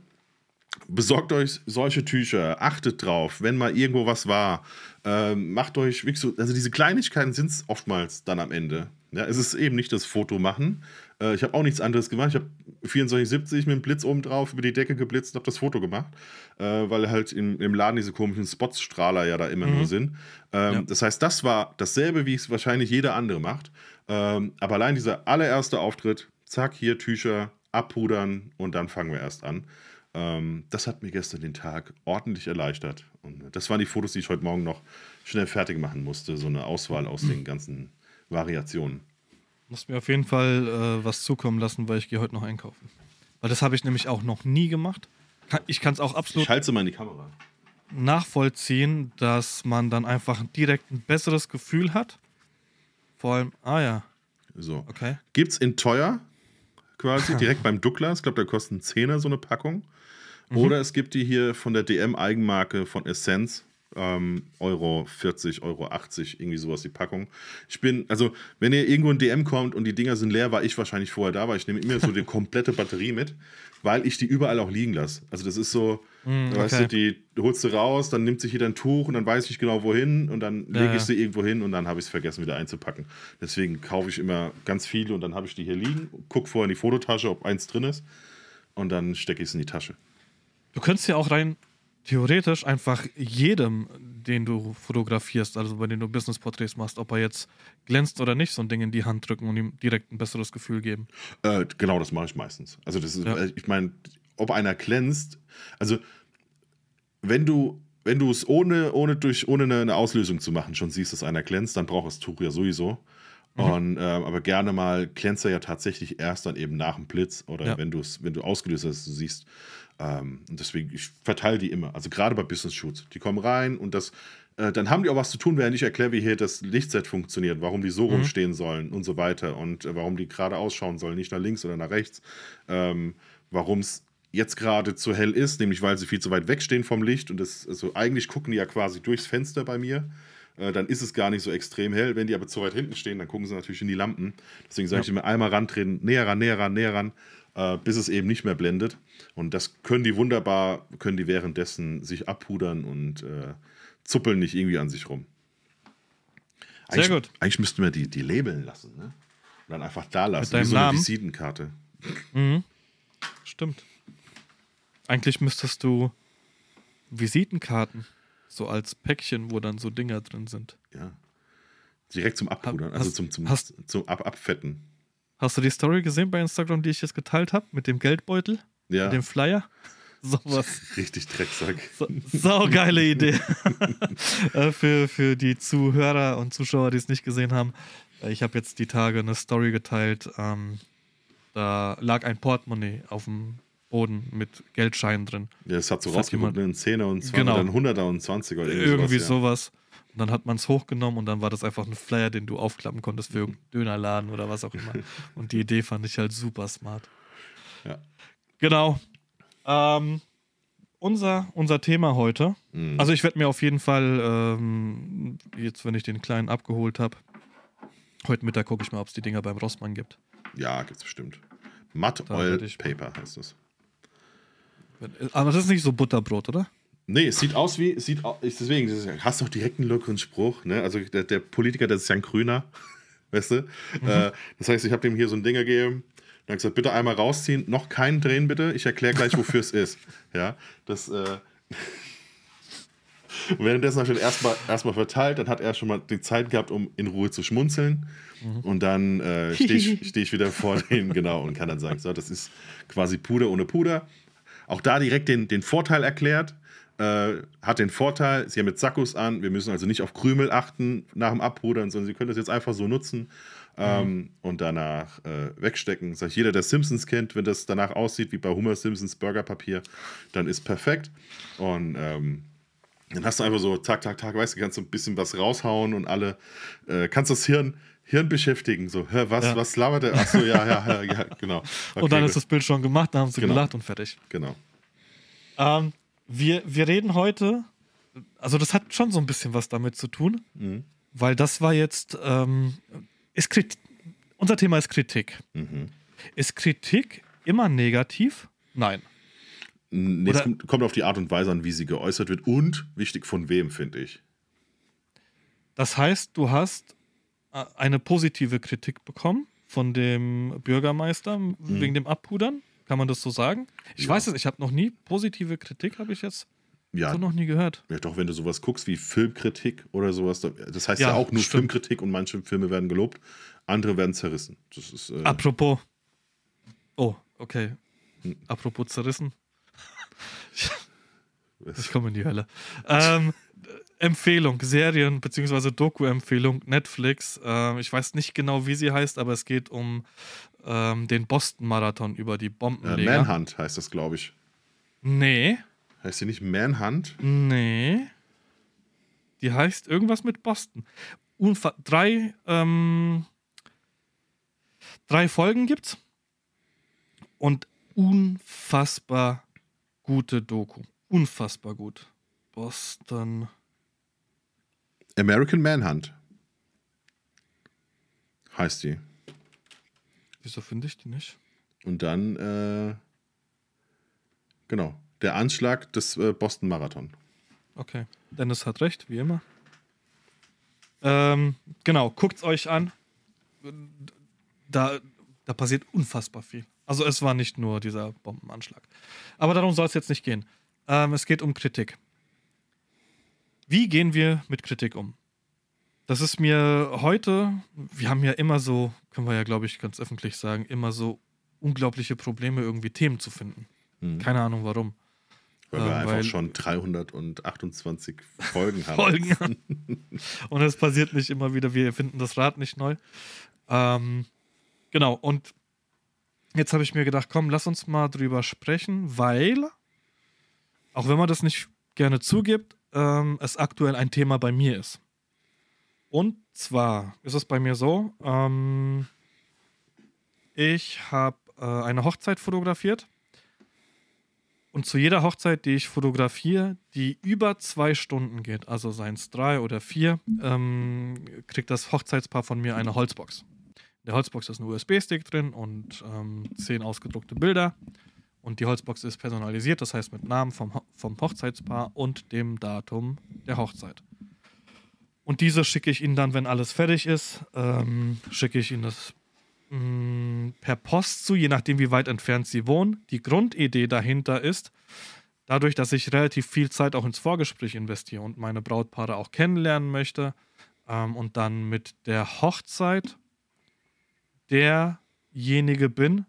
besorgt euch solche Tücher, achtet drauf, wenn mal irgendwo was war. Ähm, macht euch, wirklich so, also diese Kleinigkeiten sind es oftmals dann am Ende. Ja, es ist eben nicht das Foto machen. Äh, ich habe auch nichts anderes gemacht. Ich habe vierundzwanzig siebzig mit dem Blitz oben drauf über die Decke geblitzt und habe das Foto gemacht, äh, weil halt im, im Laden diese komischen Spotsstrahler ja da immer Mhm. nur sind. Ähm, Ja. Das heißt, das war dasselbe, wie es wahrscheinlich jeder andere macht. Ähm, aber allein dieser allererste Auftritt, zack, hier Tücher, abpudern und dann fangen wir erst an. Ähm, das hat mir gestern den Tag ordentlich erleichtert. Und das waren die Fotos, die ich heute Morgen noch schnell fertig machen musste. So eine Auswahl aus den ganzen Variationen. Muss mir auf jeden Fall äh, was zukommen lassen, weil ich gehe heute noch einkaufen. Weil das habe ich nämlich auch noch nie gemacht. Ich kann es auch absolut Ich halte sie mal in die Kamera. nachvollziehen, dass man dann einfach direkt ein besseres Gefühl hat. Vor allem, ah ja, So. okay. Gibt's in teuer, quasi, direkt beim Douglas. Ich glaube, da kosten Zehner so eine Packung. Mhm. Oder es gibt die hier von der D M-Eigenmarke von Essence. Ähm, Euro vierzig, Euro achtzig, irgendwie sowas die Packung. Ich bin, also, wenn ihr irgendwo in D M kommt und die Dinger sind leer, war ich wahrscheinlich vorher da, weil ich nehme immer so die komplette Batterie mit, weil ich die überall auch liegen lasse. Also, das ist so, Mm, weißt okay. du, die holst du raus, dann nimmt sich jeder ein Tuch und dann weiß ich nicht genau wohin und dann Ja, lege ich ja. sie irgendwo hin und dann habe ich es vergessen wieder einzupacken. Deswegen kaufe ich immer ganz viele und dann habe ich die hier liegen, gucke vorher in die Fototasche, ob eins drin ist und dann stecke ich es in die Tasche. Du könntest ja auch rein theoretisch einfach jedem, den du fotografierst, also bei dem du Business-Porträts machst, ob er jetzt glänzt oder nicht, so ein Ding in die Hand drücken und ihm direkt ein besseres Gefühl geben. Äh, genau, das mache ich meistens. Also das ist, Ja. äh, ich meine, ob einer glänzt, also wenn du, wenn du es ohne, ohne, durch, ohne eine, eine Auslösung zu machen schon siehst, dass einer glänzt, dann braucht das Tuch ja sowieso. Mhm. Und, äh, aber gerne mal glänzt er ja tatsächlich erst dann eben nach dem Blitz oder Ja. wenn, du's, wenn du ausgelöst hast, du siehst. Ähm, und deswegen, ich verteile die immer. Also gerade bei Business Shoots. Die kommen rein und das, äh, dann haben die auch was zu tun, während ich erkläre, wie hier das Lichtset funktioniert, warum die so Mhm. rumstehen sollen und so weiter und äh, warum die gerade ausschauen sollen, nicht nach links oder nach rechts. Ähm, warum es jetzt gerade zu hell ist, nämlich weil sie viel zu weit wegstehen vom Licht und das, also eigentlich gucken die ja quasi durchs Fenster bei mir. Äh, dann ist es gar nicht so extrem hell. Wenn die aber zu weit hinten stehen, dann gucken sie natürlich in die Lampen. Deswegen sage Ja. ich immer einmal rantreten, näher ran, näher ran, näher ran, äh, bis es eben nicht mehr blendet. Und das können die wunderbar, können die währenddessen sich abpudern und äh, zuppeln nicht irgendwie an sich rum. Sehr Eigentlich, gut. eigentlich müssten wir die, die labeln lassen, ne? Und dann einfach da lassen, wie deinem so eine Namen? Visitenkarte. Mhm. Stimmt. Eigentlich müsstest du Visitenkarten, so als Päckchen, wo dann so Dinger drin sind. Ja. Direkt zum Abpudern, also hast- zum, zum, hast- zum Ab Abfetten. Hast du die Story gesehen bei Instagram, die ich jetzt geteilt habe, mit dem Geldbeutel, Ja, mit dem Flyer? Sowas. richtig Drecksack. So, saugeile Idee. Äh, für, für die Zuhörer und Zuschauer, die es nicht gesehen haben. Äh, Ich habe jetzt die Tage eine Story geteilt. Ähm, da lag ein Portemonnaie auf dem Boden mit Geldscheinen drin. Ja, es hat so Das hat rausgeguckt, jemand- ne? Ein Zehner und zwei Genau. oder ein Hunderter und zwanziger oder irgendwie, Irgendwie sowas. sowas. Und dann hat man es hochgenommen und dann war das einfach ein Flyer, den du aufklappen konntest für irgendeinen Dönerladen oder was auch immer. Und die Idee fand ich halt super smart. Ja. Genau. Ähm, unser, unser Thema heute. Ja. Mhm. Also ich werde mir auf jeden Fall, ähm, jetzt wenn ich den Kleinen abgeholt habe, heute Mittag gucke ich mal, ob es die Dinger beim Rossmann gibt. Ja, gibt's bestimmt. Matt Da Oil werd ich- Paper heißt das. Aber das ist nicht so Butterbrot, oder? Nee, es sieht aus wie, es sieht au- ich- deswegen, das ist, hast doch direkt einen lockeren Spruch, ne? Also der, der Politiker, das ist ja ein Grüner, weißt du? Äh, das heißt, ich habe dem hier so ein Ding gegeben, dann gesagt, bitte einmal rausziehen, noch keinen drehen bitte, ich erkläre gleich, wofür es ist. Ja, das, äh Und währenddessen habe ich dann erstmal erstmal verteilt, dann hat er schon mal die Zeit gehabt, um in Ruhe zu schmunzeln. Und dann äh, stehe ich, steh ich wieder vor denen, genau, und kann dann sagen, so, das ist quasi Puder ohne Puder. Auch da direkt den, den Vorteil erklärt. Äh, hat den Vorteil, sie haben jetzt Sakkos an, wir müssen also nicht auf Krümel achten nach dem Abpudern, sondern sie können das jetzt einfach so nutzen ähm, und danach äh, wegstecken. Sag ich, jeder, der Simpsons kennt, wenn das danach aussieht wie bei Homer Simpsons Burgerpapier, dann ist perfekt. Und ähm, dann hast du einfach so, tak, tak, tak, weißt du, kannst du ein bisschen was raushauen und alle, äh, kannst das Hirn, Hirn beschäftigen. So, hör, was, Ja. was labert der? Achso, ja, ja, ja, ja, genau. Okay, Und dann gut. ist das Bild schon gemacht, dann haben sie Genau. gelacht und fertig. Genau. Ähm, wir, wir reden heute, also das hat schon so ein bisschen was damit zu tun, Mhm. weil das war jetzt, ähm, ist Krit unser Thema ist Kritik. Mhm. Ist Kritik immer negativ? Nein. Nee, es Oder- kommt, kommt auf die Art und Weise an, wie sie geäußert wird und wichtig von wem, finde ich. Das heißt, du hast äh, eine positive Kritik bekommen von dem Bürgermeister wegen dem Abpudern. Kann man das so sagen? Ich Ja. weiß es, ich habe noch nie positive Kritik, habe ich jetzt Ja, so noch nie gehört. ja, doch, wenn du sowas guckst wie Filmkritik oder sowas, da- das heißt ja, Ja, auch nur stimmt. Filmkritik und manche Filme werden gelobt, andere werden zerrissen. Das ist, äh, Apropos, Oh, okay. Hm. Apropos zerrissen. Was? Ich komme in die Hölle. Ähm, Empfehlung, Serien- bzw. Doku-Empfehlung, Netflix. Ähm, ich weiß nicht genau, wie sie heißt, aber es geht um ähm, den Boston-Marathon über die Äh, Bombenleger. Manhunt heißt das, glaube ich. Nee, Heißt die nicht Manhunt? nee. Die heißt irgendwas mit Boston. Unfa drei, ähm, drei Folgen gibt's. Und unfassbar gute Doku. Unfassbar gut. Boston. American Manhunt heißt die. Wieso finde ich die nicht? Und dann, äh, genau, der Anschlag des äh, Boston Marathon. Okay. Dennis hat recht, wie immer. Ähm, genau, guckt's euch an. Da, da passiert unfassbar viel. Also es war nicht nur dieser Bombenanschlag. Aber darum soll es jetzt nicht gehen. Ähm, es geht um Kritik. Wie gehen wir mit Kritik um? Das ist mir heute, wir haben ja immer so, können wir ja, glaube ich, ganz öffentlich sagen, immer so unglaubliche Probleme, irgendwie Themen zu finden. Hm. Keine Ahnung warum. Weil wir Ähm, einfach weil- schon dreihundertachtundzwanzig Folgen haben. Folgen haben. Und es passiert nicht immer wieder, wir finden das Rad nicht neu. Ähm, genau, und jetzt habe ich mir gedacht, komm, lass uns mal drüber sprechen, weil, auch wenn man das nicht gerne zugibt, ähm, es aktuell ein Thema bei mir ist. Und zwar ist es bei mir so, ähm, ich habe äh, eine Hochzeit fotografiert. Und zu jeder Hochzeit, die ich fotografiere, die über zwei Stunden geht, also seien es drei oder vier, ähm, kriegt das Hochzeitspaar von mir eine Holzbox. In der Holzbox ist ein U S B-Stick drin und ähm, zehn ausgedruckte Bilder. Und die Holzbox ist personalisiert, das heißt mit Namen vom, Ho vom Hochzeitspaar und dem Datum der Hochzeit. Und diese schicke ich Ihnen dann, wenn alles fertig ist, ähm, schicke ich Ihnen das mh, per Post zu, je nachdem, wie weit entfernt Sie wohnen. Die Grundidee dahinter ist, dadurch, dass ich relativ viel Zeit auch ins Vorgespräch investiere und meine Brautpaare auch kennenlernen möchte ähm, und dann mit der Hochzeit derjenige bin,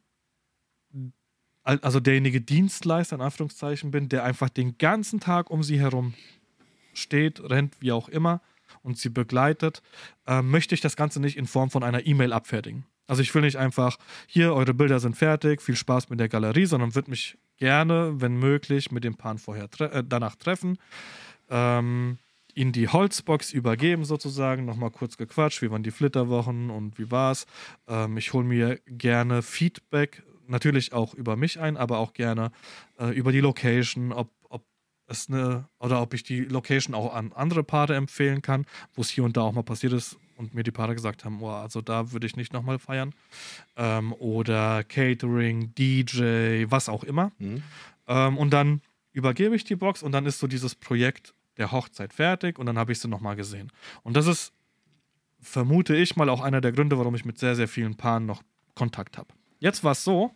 also derjenige Dienstleister in Anführungszeichen bin, der einfach den ganzen Tag um sie herum steht, rennt, wie auch immer und sie begleitet, äh, möchte ich das Ganze nicht in Form von einer E-Mail abfertigen. Also ich will nicht einfach, hier, eure Bilder sind fertig, viel Spaß mit der Galerie, sondern würde mich gerne, wenn möglich, mit den Paaren vorher tre äh, danach treffen, ähm, ihnen die Holzbox übergeben sozusagen, nochmal kurz gequatscht, wie waren die Flitterwochen und wie war's. Ähm, ich hole mir gerne Feedback, natürlich auch über mich ein, aber auch gerne äh, über die Location, ob, ob es eine, oder ob ich die Location auch an andere Paare empfehlen kann, wo es hier und da auch mal passiert ist und mir die Paare gesagt haben, oh, also da würde ich nicht nochmal feiern. Ähm, oder Catering, D J, was auch immer. Mhm. Ähm, und dann übergebe ich die Box und dann ist so dieses Projekt der Hochzeit fertig und dann habe ich sie nochmal gesehen. Und das ist, vermute ich mal, auch einer der Gründe, warum ich mit sehr, sehr vielen Paaren noch Kontakt habe. Jetzt war es so,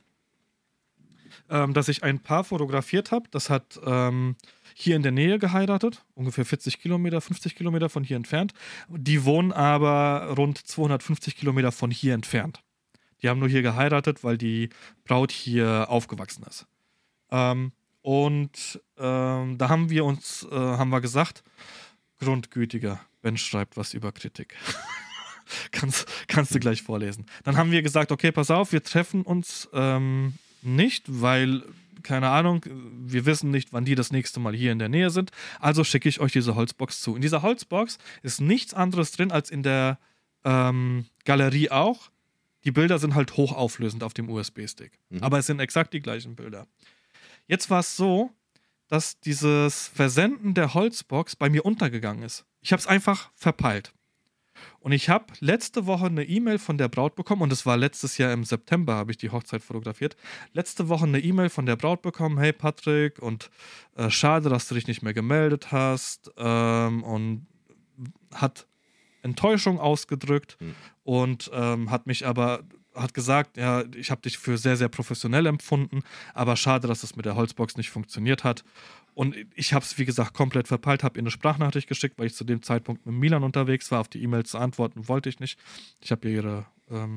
ähm, dass ich ein Paar fotografiert habe, das hat ähm, hier in der Nähe geheiratet, ungefähr vierzig Kilometer, fünfzig Kilometer von hier entfernt. Die wohnen aber rund zweihundertfünfzig Kilometer von hier entfernt. Die haben nur hier geheiratet, weil die Braut hier aufgewachsen ist. Ähm, und ähm, da haben wir uns, äh, haben wir gesagt, grundgütiger, Ben schreibt was über Kritik. kannst, kannst du gleich vorlesen. Dann haben wir gesagt, okay, pass auf, wir treffen uns ähm, nicht, weil, keine Ahnung, wir wissen nicht, wann die das nächste Mal hier in der Nähe sind. Also schicke ich euch diese Holzbox zu. In dieser Holzbox ist nichts anderes drin als in der ähm, Galerie auch. Die Bilder sind halt hochauflösend auf dem U S B-Stick. Mhm. Aber es sind exakt die gleichen Bilder. Jetzt war es so, dass dieses Versenden der Holzbox bei mir untergegangen ist. Ich habe es einfach verpeilt. Und ich habe letzte Woche eine E-Mail von der Braut bekommen, und es war letztes Jahr im September, habe ich die Hochzeit fotografiert. Letzte Woche eine E-Mail von der Braut bekommen, hey Patrick, und äh, schade, dass du dich nicht mehr gemeldet hast, ähm, und hat Enttäuschung ausgedrückt Mhm. und ähm, hat mich aber, hat gesagt, ja, ich habe dich für sehr, sehr professionell empfunden, aber schade, dass es mit der Holzbox nicht funktioniert hat. Und ich habe es, wie gesagt, komplett verpeilt, habe ihr eine Sprachnachricht geschickt, weil ich zu dem Zeitpunkt mit Milan unterwegs war. Auf die E-Mail zu antworten wollte ich nicht. Ich habe ihr ihre, ähm,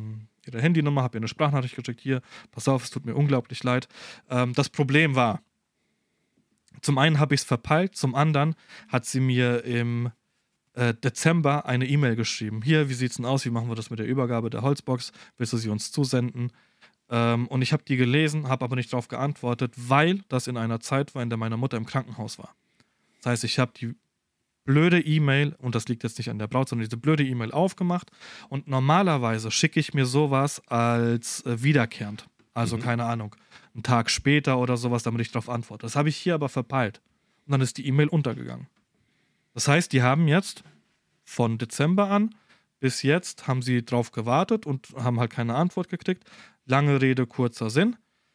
ihre Handynummer, habe ihr eine Sprachnachricht geschickt, hier, pass auf, es tut mir unglaublich leid. Ähm, das Problem war, zum einen habe ich es verpeilt, zum anderen hat sie mir im äh, Dezember eine E-Mail geschrieben. Hier, wie sieht's denn aus, wie machen wir das mit der Übergabe der Holzbox, willst du sie uns zusenden? Ähm, und ich habe die gelesen, habe aber nicht darauf geantwortet, weil das in einer Zeit war, in der meine Mutter im Krankenhaus war. Das heißt, ich habe die blöde E-Mail, und das liegt jetzt nicht an der Braut, sondern diese blöde E-Mail aufgemacht und normalerweise schicke ich mir sowas als äh, wiederkehrend. Also Mhm. keine Ahnung, einen Tag später oder sowas, damit ich darauf antworte. Das habe ich hier aber verpeilt. Und dann ist die E-Mail untergegangen. Das heißt, die haben jetzt von Dezember an bis jetzt haben sie drauf gewartet und haben halt keine Antwort gekriegt. Lange Rede, kurzer Sinn.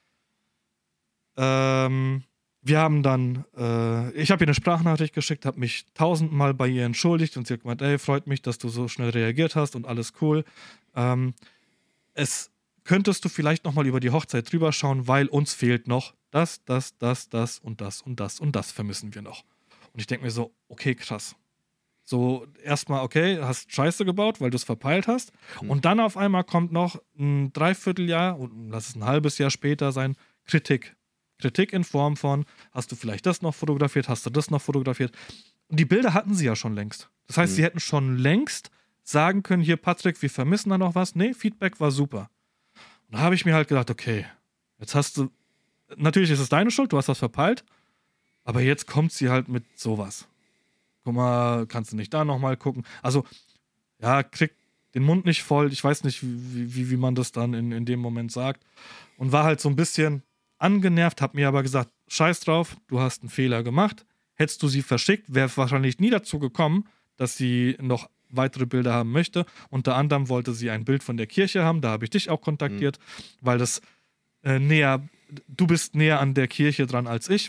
Ähm, wir haben dann, äh, ich habe ihr eine Sprachnachricht geschickt, habe mich tausendmal bei ihr entschuldigt und sie hat gemeint, ey, freut mich, dass du so schnell reagiert hast und alles cool. Ähm, es könntest du vielleicht nochmal über die Hochzeit drüber schauen, weil uns fehlt noch das, das, das, das und das und das und das vermissen wir noch. Und ich denke mir so, okay, krass. So, erstmal, okay, hast Scheiße gebaut, weil du es verpeilt hast. Mhm. Und dann auf einmal kommt noch ein Dreivierteljahr, und lass es ein halbes Jahr später sein, Kritik. Kritik in Form von, hast du vielleicht das noch fotografiert, hast du das noch fotografiert? Und die Bilder hatten sie ja schon längst. Das heißt, Mhm. sie hätten schon längst sagen können, hier Patrick, wir vermissen da noch was. Nee, Feedback war super. Und da habe ich mir halt gedacht, okay, jetzt hast du, natürlich ist es deine Schuld, du hast das verpeilt, aber jetzt kommt sie halt mit sowas. Guck mal, kannst du nicht da nochmal gucken? Also, ja, kriegt den Mund nicht voll. Ich weiß nicht, wie, wie, wie man das dann in, in dem Moment sagt. Und war halt so ein bisschen angenervt, hab mir aber gesagt, scheiß drauf, du hast einen Fehler gemacht. Hättest du sie verschickt, wäre wahrscheinlich nie dazu gekommen, dass sie noch weitere Bilder haben möchte. Unter anderem wollte sie ein Bild von der Kirche haben. Da habe ich dich auch kontaktiert, mhm. weil das äh, näher, du bist näher an der Kirche dran als ich.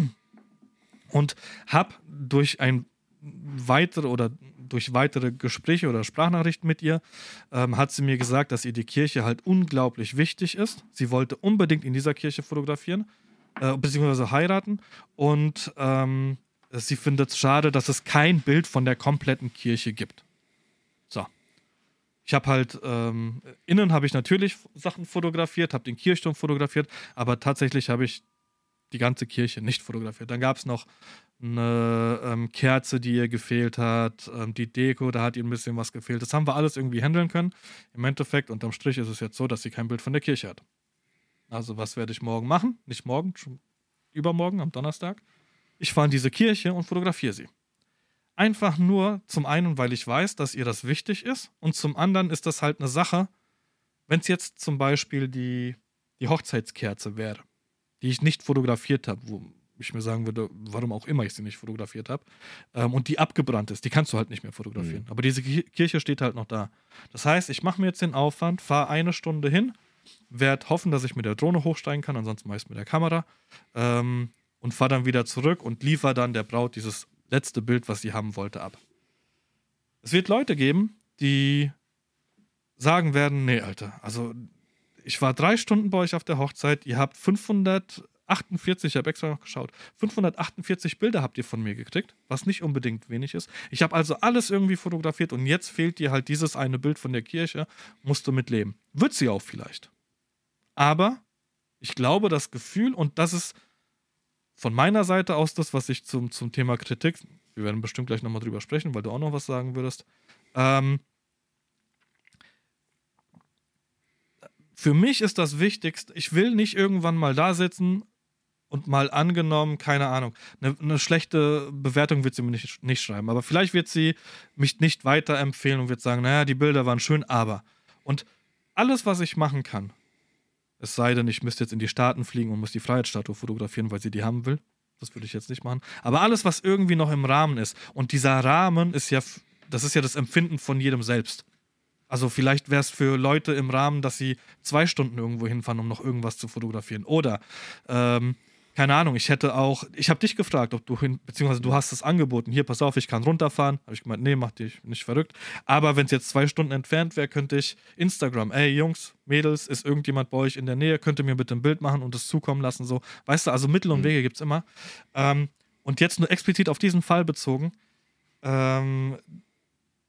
Und hab durch ein weitere oder durch weitere Gespräche oder Sprachnachrichten mit ihr, ähm, hat sie mir gesagt, dass ihr die Kirche halt unglaublich wichtig ist. Sie wollte unbedingt in dieser Kirche fotografieren, äh, beziehungsweise heiraten. Und ähm, sie findet es schade, dass es kein Bild von der kompletten Kirche gibt. So. Ich habe halt, ähm, innen habe ich natürlich Sachen fotografiert, habe den Kirchturm fotografiert, aber tatsächlich habe ich die ganze Kirche nicht fotografiert. Dann gab es noch eine ähm, Kerze, die ihr gefehlt hat, ähm, die Deko, da hat ihr ein bisschen was gefehlt. Das haben wir alles irgendwie handeln können. Im Endeffekt, unterm Strich ist es jetzt so, dass sie kein Bild von der Kirche hat. Also was werde ich morgen machen? Nicht morgen, schon übermorgen, am Donnerstag. Ich fahre in diese Kirche und fotografiere sie. Einfach nur zum einen, weil ich weiß, dass ihr das wichtig ist, und zum anderen ist das halt eine Sache, wenn es jetzt zum Beispiel die, die Hochzeitskerze wäre, die ich nicht fotografiert habe, wo ich mir sagen würde, warum auch immer ich sie nicht fotografiert habe, ähm, und die abgebrannt ist, die kannst du halt nicht mehr fotografieren. Mhm. Aber diese Kirche steht halt noch da. Das heißt, ich mache mir jetzt den Aufwand, fahre eine Stunde hin, werde hoffen, dass ich mit der Drohne hochsteigen kann, ansonsten meist mit der Kamera, ähm, und fahre dann wieder zurück und liefere dann der Braut dieses letzte Bild, was sie haben wollte, ab. Es wird Leute geben, die sagen werden, nee, Alter, also ich war drei Stunden bei euch auf der Hochzeit, ihr habt fünfhundertachtundvierzig, ich habe extra noch geschaut, fünfhundertachtundvierzig Bilder habt ihr von mir gekriegt, was nicht unbedingt wenig ist. Ich habe also alles irgendwie fotografiert und jetzt fehlt dir halt dieses eine Bild von der Kirche, musst du mitleben. Wird sie auch vielleicht. Aber ich glaube, das Gefühl, und das ist von meiner Seite aus das, was ich zum, zum Thema Kritik, wir werden bestimmt gleich nochmal drüber sprechen, weil du auch noch was sagen würdest, ähm, für mich ist das Wichtigste, ich will nicht irgendwann mal da sitzen und mal angenommen, keine Ahnung, eine, eine schlechte Bewertung wird sie mir nicht, nicht schreiben, aber vielleicht wird sie mich nicht weiterempfehlen und wird sagen, naja, die Bilder waren schön, aber. Und alles, was ich machen kann, es sei denn, ich müsste jetzt in die Staaten fliegen und muss die Freiheitsstatue fotografieren, weil sie die haben will, das würde ich jetzt nicht machen, aber alles, was irgendwie noch im Rahmen ist, und dieser Rahmen ist ja, das ist ja das Empfinden von jedem selbst. Also vielleicht wäre es für Leute im Rahmen, dass sie zwei Stunden irgendwo hinfahren, um noch irgendwas zu fotografieren. Oder, ähm, keine Ahnung, ich hätte auch, ich habe dich gefragt, ob du hin, beziehungsweise du hast es angeboten, hier, pass auf, ich kann runterfahren. Habe ich gemeint, nee, mach dich nicht verrückt. Aber wenn es jetzt zwei Stunden entfernt wäre, könnte ich Instagram, ey Jungs, Mädels, ist irgendjemand bei euch in der Nähe, könnt ihr mir bitte ein Bild machen und es zukommen lassen, so. Weißt du, also Mittel und Wege gibt es immer. Ähm, und jetzt nur explizit auf diesen Fall bezogen, ähm,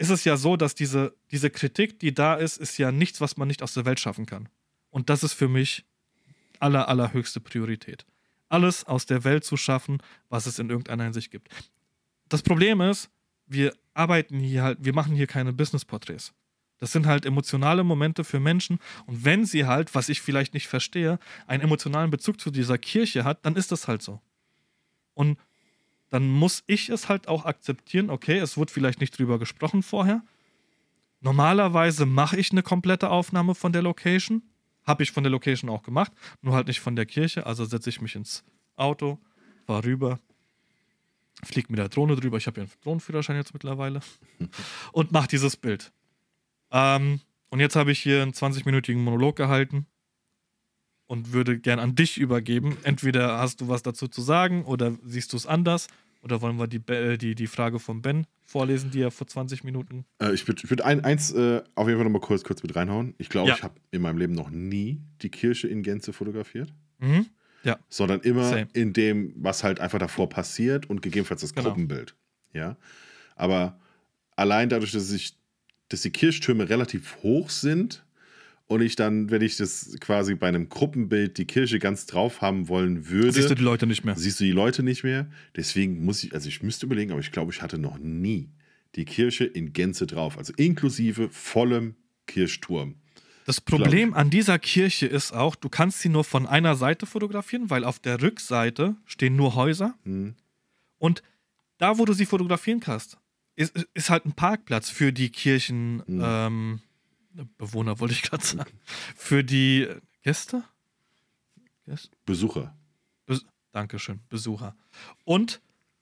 ist es ja so, dass diese, diese Kritik, die da ist, ist ja nichts, was man nicht aus der Welt schaffen kann. Und das ist für mich aller, allerhöchste Priorität. Alles aus der Welt zu schaffen, was es in irgendeiner Hinsicht gibt. Das Problem ist, wir arbeiten hier halt, wir machen hier keine Business-Porträts. Das sind halt emotionale Momente für Menschen. Und wenn sie halt, was ich vielleicht nicht verstehe, einen emotionalen Bezug zu dieser Kirche hat, dann ist das halt so. Und dann muss ich es halt auch akzeptieren, okay, es wurde vielleicht nicht drüber gesprochen vorher. Normalerweise mache ich eine komplette Aufnahme von der Location. Habe ich von der Location auch gemacht, nur halt nicht von der Kirche. Also setze ich mich ins Auto, fahre rüber, fliege mit der Drohne drüber. Ich habe ja einen Drohnenführerschein jetzt mittlerweile. Und mache dieses Bild. Ähm, und jetzt habe ich hier einen zwanzigminütigen Monolog gehalten und würde gern an dich übergeben. Entweder hast du was dazu zu sagen oder siehst du es anders. Oder wollen wir die, die, die Frage von Ben vorlesen, die er vor zwanzig Minuten... Äh, ich würde würd ein, eins äh, auf jeden Fall nochmal kurz, kurz mit reinhauen. Ich glaube, Ja. ich habe in meinem Leben noch nie die Kirche in Gänze fotografiert. Mhm. Ja. Sondern immer Same. in dem, was halt einfach davor passiert und gegebenenfalls das Genau. Gruppenbild. Ja. Aber allein dadurch, dass, ich, dass die Kirchtürme relativ hoch sind und ich dann, wenn ich das quasi bei einem Gruppenbild die Kirche ganz drauf haben wollen würde, Siehst du die Leute nicht mehr. siehst du die Leute nicht mehr. Deswegen muss ich, also ich müsste überlegen, aber ich glaube, ich hatte noch nie die Kirche in Gänze drauf. Also inklusive vollem Kirchturm. Das Problem an dieser Kirche ist auch, du kannst sie nur von einer Seite fotografieren, weil auf der Rückseite stehen nur Häuser. Hm. Und da, wo du sie fotografieren kannst, ist, ist halt ein Parkplatz für die Kirchen, Hm. ähm, Bewohner wollte ich gerade sagen, für die Gäste? Gäste? Besucher. Bes- Dankeschön, Besucher. Und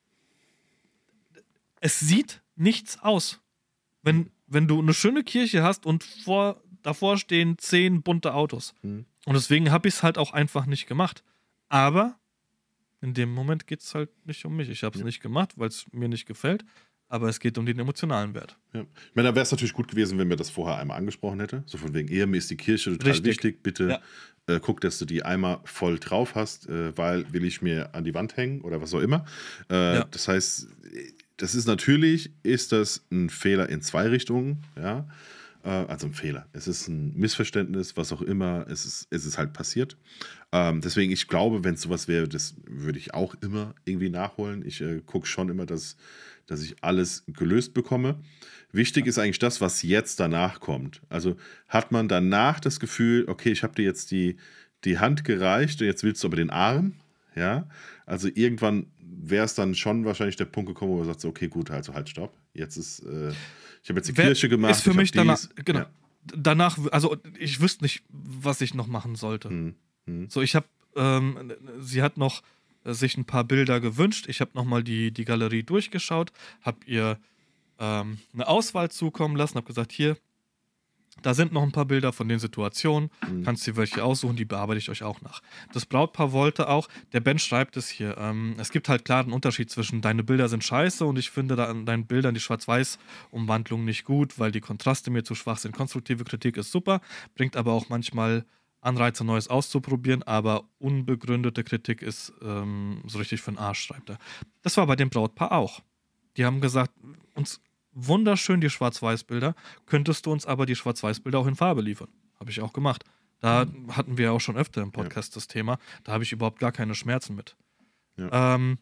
es sieht nichts aus. Wenn, wenn du eine schöne Kirche hast und vor, davor stehen zehn bunte Autos. Hm. Und deswegen habe ich es halt auch einfach nicht gemacht. Aber in dem Moment geht es halt nicht um mich. Ich habe es Ja. nicht gemacht, weil es mir nicht gefällt. Aber es geht um den emotionalen Wert. Ja. Ich meine, da wäre es natürlich gut gewesen, wenn mir das vorher einmal angesprochen hätte. So von wegen, eher mir ist die Kirche total Richtig. wichtig. Bitte Ja. äh, guck, dass du die einmal voll drauf hast, äh, weil will ich mir an die Wand hängen oder was auch immer. Äh, Ja. Das heißt, das ist natürlich, ist das ein Fehler in zwei Richtungen. Ja. Äh, also ein Fehler. Es ist ein Missverständnis, was auch immer. Es ist, es ist halt passiert. Ähm, deswegen, ich glaube, wenn es sowas wäre, das würde ich auch immer irgendwie nachholen. Ich äh, gucke schon immer, dass dass ich alles gelöst bekomme. Wichtig ist eigentlich das, was jetzt danach kommt. Also hat man danach das Gefühl, okay, ich habe dir jetzt die, die Hand gereicht und jetzt willst du aber den Arm. Ja, also irgendwann wäre es dann schon wahrscheinlich der Punkt gekommen, wo man sagt, so, okay, gut, also halt, stopp. Jetzt ist, äh, ich habe jetzt die Wer- Kirche gemacht. Ist für ich hab mich danach, dies. genau. Ja. Danach, also ich wüsste nicht, was ich noch machen sollte. Hm, hm. So, ich habe, ähm, sie hat noch äh, sich ein paar Bilder gewünscht. Ich habe nochmal die, die Galerie durchgeschaut, habe ihr ähm, eine Auswahl zukommen lassen, habe gesagt, hier, da sind noch ein paar Bilder von den Situationen, Mhm. kannst dir welche aussuchen, die bearbeite ich euch auch nach. Das Brautpaar wollte auch, der Ben schreibt es hier, ähm, es gibt halt klar einen Unterschied zwischen deine Bilder sind scheiße und ich finde da an deinen Bildern die Schwarz-Weiß-Umwandlung nicht gut, weil die Kontraste mir zu schwach sind. Konstruktive Kritik ist super, bringt aber auch manchmal Anreize, Neues auszuprobieren, aber unbegründete Kritik ist ähm, so richtig für den Arsch, schreibt er. Das war bei dem Brautpaar auch. Die haben gesagt, uns wunderschön die Schwarz-Weiß-Bilder, könntest du uns aber die Schwarz-Weiß-Bilder auch in Farbe liefern. Habe ich auch gemacht. Da hatten wir auch schon öfter im Podcast das Thema. Da habe ich überhaupt gar keine Schmerzen mit. Ja. Ähm,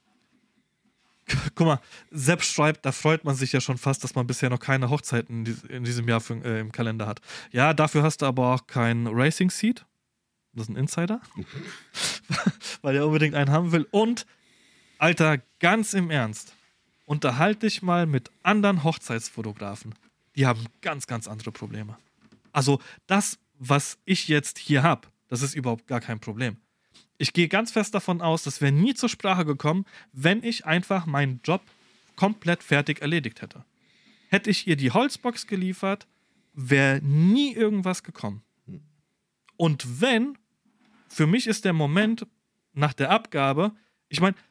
guck mal, Sepp schreibt, da freut man sich ja schon fast, dass man bisher noch keine Hochzeiten in, dies, in diesem Jahr für, äh, im Kalender hat. Ja, dafür hast du aber auch kein Racing Seat. Das ist ein Insider. Weil er unbedingt einen haben will. Und, Alter, ganz im Ernst, unterhalte dich mal mit anderen Hochzeitsfotografen. Die haben ganz, ganz andere Probleme. Also das, was ich jetzt hier habe, das ist überhaupt gar kein Problem. Ich gehe ganz fest davon aus, das wäre nie zur Sprache gekommen, wenn ich einfach meinen Job komplett fertig erledigt hätte. Hätte ich ihr die Holzbox geliefert, wäre nie irgendwas gekommen. Und wenn, für mich ist der Moment nach der Abgabe, ich meine,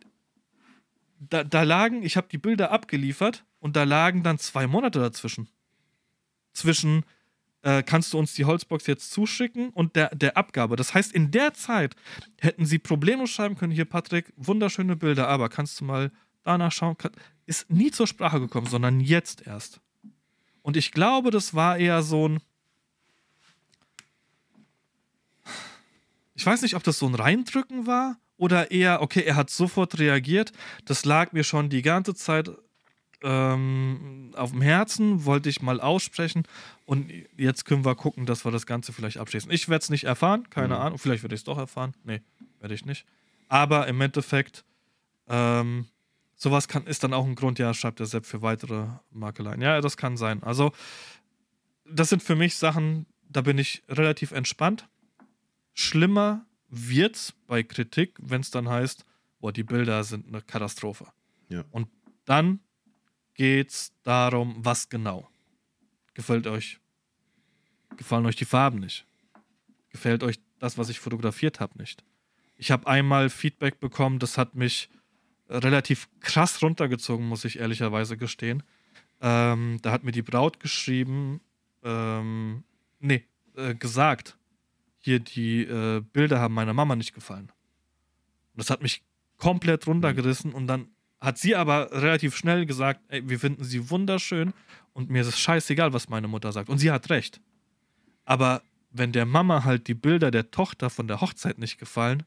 da, da lagen, ich habe die Bilder abgeliefert und da lagen dann zwei Monate dazwischen. Zwischen, äh, kannst du uns die Holzbox jetzt zuschicken und der, der Abgabe. Das heißt, in der Zeit hätten sie problemlos schreiben können, hier Patrick, wunderschöne Bilder, aber kannst du mal danach schauen? Kann, ist nie zur Sprache gekommen, sondern jetzt erst. Und ich glaube, das war eher so ein, ich weiß nicht, ob das so ein Reindrücken war oder eher, okay, er hat sofort reagiert. Das lag mir schon die ganze Zeit ähm, auf dem Herzen, wollte ich mal aussprechen und jetzt können wir gucken, dass wir das Ganze vielleicht abschließen. Ich werde es nicht erfahren, keine Mhm. Ahnung. Vielleicht werde ich es doch erfahren. Nee, werde ich nicht. Aber im Endeffekt, ähm, sowas kann, ist dann auch ein Grund, ja, schreibt er selbst für weitere Makeleien. Ja, das kann sein. Also, das sind für mich Sachen, da bin ich relativ entspannt. Schlimmer wird's bei Kritik, wenn es dann heißt, boah, die Bilder sind eine Katastrophe. Ja. Und dann geht's darum, was genau. Gefällt euch, gefallen euch die Farben nicht? Gefällt euch das, was ich fotografiert habe, nicht? Ich habe einmal Feedback bekommen, das hat mich relativ krass runtergezogen, muss ich ehrlicherweise gestehen. Ähm, da hat mir die Braut geschrieben, ähm, nee, äh, gesagt, hier die äh, Bilder haben meiner Mama nicht gefallen. Und das hat mich komplett runtergerissen und dann hat sie aber relativ schnell gesagt, ey, wir finden sie wunderschön und mir ist es scheißegal, was meine Mutter sagt. Und sie hat recht. Aber wenn der Mama halt die Bilder der Tochter von der Hochzeit nicht gefallen,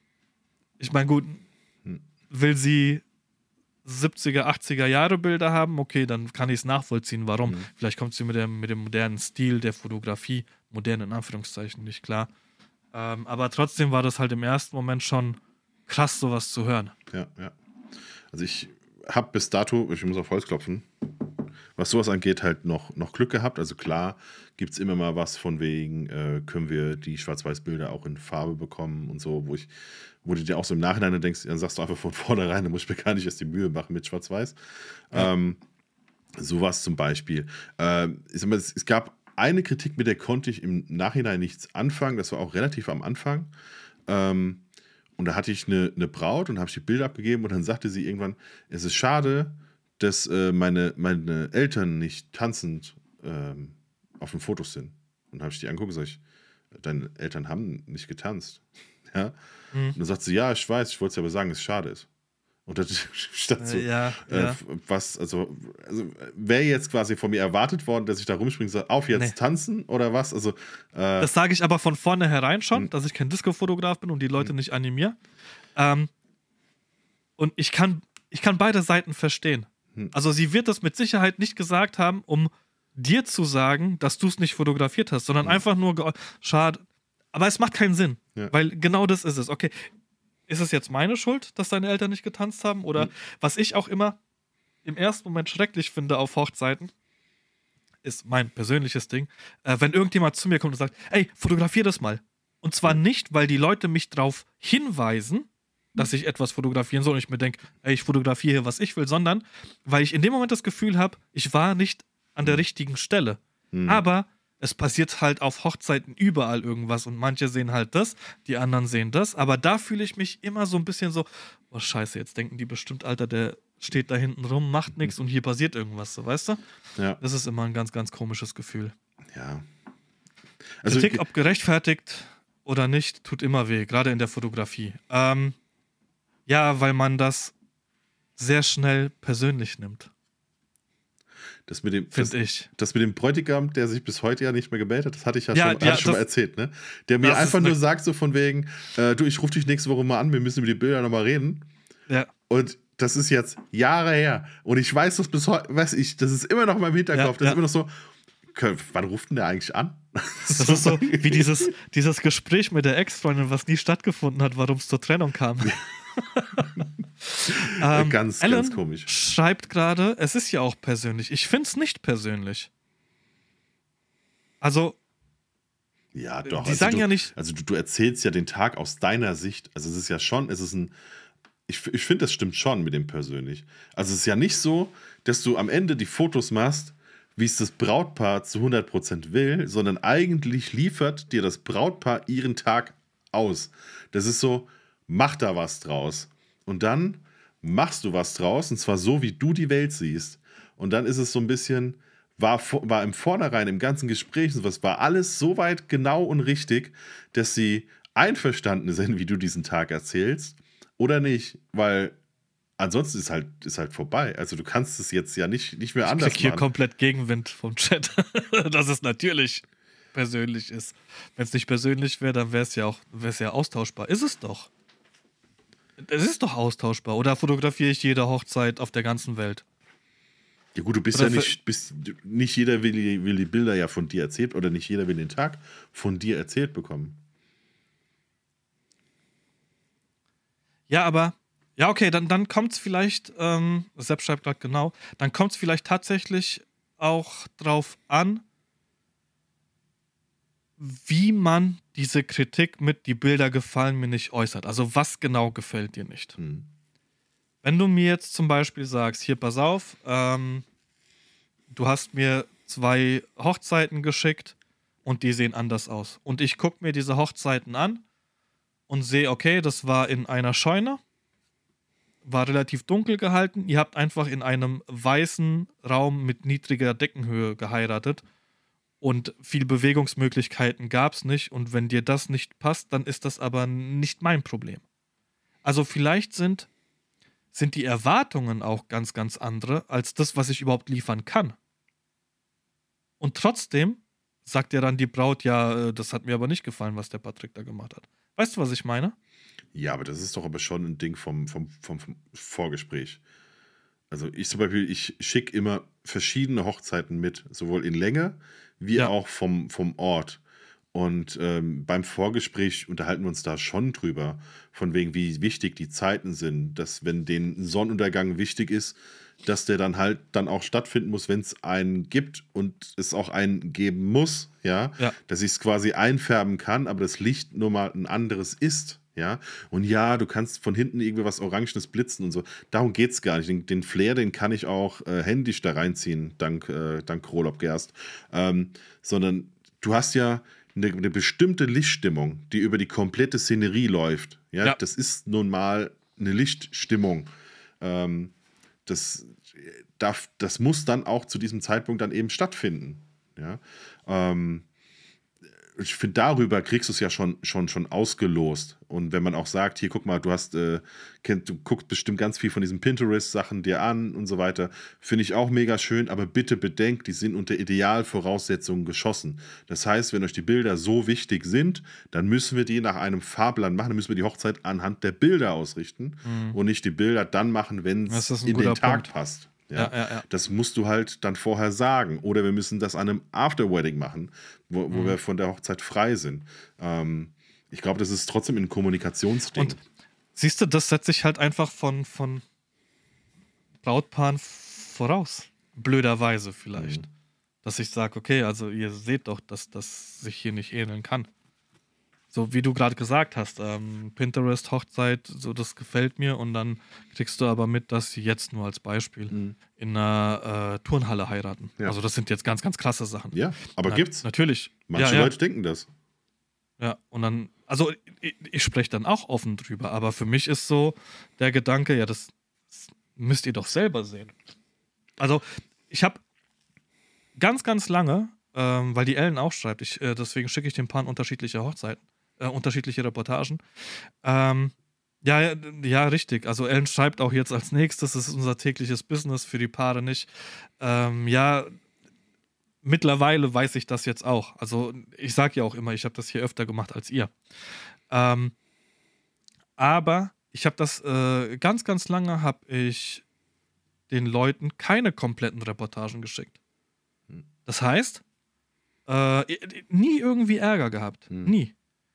ich meine, gut, Hm. will sie siebziger, achtziger Jahre Bilder haben, okay, dann kann ich es nachvollziehen, warum. Mhm. Vielleicht kommt sie mit dem, mit dem modernen Stil der Fotografie, modern in Anführungszeichen, nicht klar. Ähm, aber trotzdem war das halt im ersten Moment schon krass, sowas zu hören. Ja, ja. Also ich habe bis dato, ich muss auf Holz klopfen, was sowas angeht, halt noch, noch Glück gehabt. Also klar gibt es immer mal was von wegen, äh, können wir die Schwarz-Weiß-Bilder auch in Farbe bekommen und so, wo ich, wo du dir auch so im Nachhinein dann denkst, dann sagst du einfach von vornherein, dann muss ich mir gar nicht erst die Mühe machen mit Schwarz-Weiß. Ja. Ähm, sowas zum Beispiel. Ähm, ich sag mal, es, es gab eine Kritik, mit der konnte ich im Nachhinein nichts anfangen. Das war auch relativ am Anfang. Ähm, und da hatte ich eine, eine Braut und habe ich die Bilder abgegeben und dann sagte sie irgendwann, es ist schade, dass äh, meine, meine Eltern nicht tanzend ähm, auf den Fotos sind. Und dann habe ich die angeguckt und sage ich, deine Eltern haben nicht getanzt. Ja? Mhm. Und dann sagt sie, ja, ich weiß, ich wollte es aber sagen, dass es schade ist. Und dann stand so, Äh, ja, äh, ja. was, also, also wäre jetzt quasi von mir erwartet worden, dass ich da rumspringe und sage, auf jetzt Nee. tanzen oder was? Also, äh, Das sage ich aber von vornherein schon, Hm. dass ich kein Disco-Fotograf bin und die Leute nicht animiere. Ähm, und ich kann, ich kann beide Seiten verstehen. Hm. Also sie wird das mit Sicherheit nicht gesagt haben, um dir zu sagen, dass du es nicht fotografiert hast, sondern Hm. einfach nur, ge- schade. Aber es macht keinen Sinn, Ja. weil genau das ist es. Okay, ist es jetzt meine Schuld, dass deine Eltern nicht getanzt haben? Oder Hm. was ich auch immer im ersten Moment schrecklich finde auf Hochzeiten, ist mein persönliches Ding, äh, wenn irgendjemand zu mir kommt und sagt, ey, fotografier das mal. Und zwar nicht, weil die Leute mich darauf hinweisen, dass ich etwas fotografieren soll und ich mir denke, ey, ich fotografiere hier, was ich will, sondern weil ich in dem Moment das Gefühl habe, ich war nicht an der richtigen Stelle. Hm. Aber es passiert halt auf Hochzeiten überall irgendwas und manche sehen halt das, die anderen sehen das. Aber da fühle ich mich immer so ein bisschen so, oh scheiße, jetzt denken die bestimmt, Alter, der steht da hinten rum, macht nichts und hier passiert irgendwas, so, weißt du? Ja, Das ist immer ein ganz, ganz komisches Gefühl. ja. Also, Kritik, ob gerechtfertigt oder nicht, tut immer weh, gerade in der Fotografie. Ähm, ja, weil man das sehr schnell persönlich nimmt, das mit dem, das, finde ich. das mit dem Bräutigam, der sich bis heute ja nicht mehr gemeldet hat, das hatte ich ja, Ja, schon, ja, hatte ich schon mal das- erzählt, ne? Der mir das ist einfach nur eine- sagt, so von wegen, äh, du, ich rufe dich nächste Woche mal an, wir müssen über die Bilder nochmal reden. Ja, Und das ist jetzt Jahre her. Und ich weiß das bis heute, weiß ich, das ist immer noch in meinem Hinterkopf. Ja, das ja. ist immer noch so, Kö- wann ruft denn der eigentlich an? das ist so wie dieses, dieses Gespräch mit der Ex-Freundin, was nie stattgefunden hat, warum es zur Trennung kam. ähm, ganz, Alan ganz komisch. schreibt gerade, es ist ja auch persönlich. Ich finde es nicht persönlich. Also, Ja, doch. die also sagen du, ja nicht, Also du, du erzählst ja den Tag aus deiner Sicht. Also es ist ja schon, es ist ein. Ich, ich finde, das stimmt schon mit dem persönlich. Also es ist ja nicht so, dass du am Ende die Fotos machst, wie es das Brautpaar zu hundert Prozent will, sondern eigentlich liefert dir das Brautpaar ihren Tag aus. Das ist so, mach da was draus. Und dann machst du was draus, und zwar so, wie du die Welt siehst. Und dann ist es so ein bisschen, war, vor- war im Vornherein, im ganzen Gespräch, und was war alles so weit genau und richtig, dass sie einverstanden sind, wie du diesen Tag erzählst, oder nicht. Weil ansonsten ist halt, ist halt vorbei. Also du kannst es jetzt ja nicht, nicht mehr Ich anders krieg hier machen. komplett Gegenwind vom Chat, dass es natürlich persönlich ist. Wenn es nicht persönlich wäre, dann wäre es ja auch wär's ja austauschbar. Ist es doch. Es ist doch austauschbar. Oder fotografiere ich jede Hochzeit auf der ganzen Welt? Ja gut, du bist Oder ja für- nicht, bist, nicht jeder will die, will die Bilder ja von dir erzählt oder nicht jeder will den Tag von dir erzählt bekommen. Ja, aber, ja, okay, dann, dann kommt es vielleicht, ähm, Sepp schreibt gerade genau, dann kommt es vielleicht tatsächlich auch drauf an, wie man diese Kritik mit die Bilder gefallen mir nicht äußert. Also was genau gefällt dir nicht? Hm. Wenn du mir jetzt zum Beispiel sagst, hier, pass auf, ähm, du hast mir zwei Hochzeiten geschickt und die sehen anders aus. Und ich gucke mir diese Hochzeiten an und sehe, okay, das war in einer Scheune, war relativ dunkel gehalten. Ihr habt einfach in einem weißen Raum mit niedriger Deckenhöhe geheiratet und viel Bewegungsmöglichkeiten gab es nicht. Und wenn dir das nicht passt, dann ist das aber nicht mein Problem. Also vielleicht sind, sind die Erwartungen auch ganz, ganz andere als das, was ich überhaupt liefern kann. Und trotzdem sagt ja dann die Braut, ja, äh, das hat mir aber nicht gefallen, was der Patrick da gemacht hat. Weißt du, was ich meine? Ja, aber das ist doch aber schon ein Ding vom, vom, vom, vom Vorgespräch. Also ich zum Beispiel, ich schicke immer verschiedene Hochzeiten mit, sowohl in Länge wie Ja. auch vom, vom Ort. Und ähm, beim Vorgespräch unterhalten wir uns da schon drüber, von wegen, wie wichtig die Zeiten sind, dass wenn den Sonnenuntergang wichtig ist, dass der dann halt dann auch stattfinden muss, wenn es einen gibt und es auch einen geben muss, ja, Ja. dass ich es quasi einfärben kann, aber das Licht nur mal ein anderes ist. Ja, und ja, du kannst von hinten irgendwie was Orangenes blitzen und so. Darum geht es gar nicht. Den, den Flair, den kann ich auch äh, händisch da reinziehen, dank, äh, dank Krolop Gerst. Ähm, sondern du hast ja eine, eine bestimmte Lichtstimmung, die über die komplette Szenerie läuft. Ja, Ja. das ist nun mal eine Lichtstimmung. Ähm, das, darf, das muss dann auch zu diesem Zeitpunkt dann eben stattfinden. Ja, ähm, ich finde, darüber kriegst du es ja schon, schon, schon ausgelost. Und wenn man auch sagt, hier, guck mal, du hast, äh, kennt, du guckst bestimmt ganz viel von diesen Pinterest-Sachen dir an und so weiter, finde ich auch mega schön, aber bitte bedenkt, die sind unter Idealvoraussetzungen geschossen. Das heißt, wenn euch die Bilder so wichtig sind, dann müssen wir die nach einem Fahrplan machen, dann müssen wir die Hochzeit anhand der Bilder ausrichten Mhm. und nicht die Bilder dann machen, wenn Das es ist ein in den guter Tag Punkt. passt. Ja, Ja, ja, ja. das musst du halt dann vorher sagen. Oder wir müssen das an einem Afterwedding machen, wo, wo Mhm. wir von der Hochzeit frei sind. Ähm, ich glaube, das ist trotzdem ein Kommunikationsding. Und siehst du, das setze ich halt einfach von, von Brautpaaren voraus. Blöderweise vielleicht. Mhm. Dass ich sage, okay, also ihr seht doch, dass das sich hier nicht ähneln kann. So wie du gerade gesagt hast, ähm, Pinterest-Hochzeit, so das gefällt mir und dann kriegst du aber mit, dass sie jetzt nur als Beispiel Mhm. in einer äh, Turnhalle heiraten. Ja. Also das sind jetzt ganz, ganz krasse Sachen. Ja, aber Na, gibt's. Natürlich. Manche ja, ja. Leute denken das. Ja, und dann, also ich, ich spreche dann auch offen drüber, aber für mich ist so der Gedanke, ja, das, das müsst ihr doch selber sehen. Also ich habe ganz, ganz lange, ähm, weil die Ellen auch schreibt, ich, äh, deswegen schicke ich den Paaren unterschiedliche Hochzeiten, äh, unterschiedliche Reportagen. Ähm, ja, ja, ja, richtig. Also Ellen schreibt auch jetzt als nächstes, das ist unser tägliches Business für die Paare nicht. Ähm, ja, mittlerweile weiß ich das jetzt auch. Also ich sage ja auch immer, ich habe das hier öfter gemacht als ihr. Ähm, aber ich habe das äh, ganz, ganz lange habe ich den Leuten keine kompletten Reportagen geschickt. Hm. Das heißt, äh, nie irgendwie Ärger gehabt. Hm. Nie.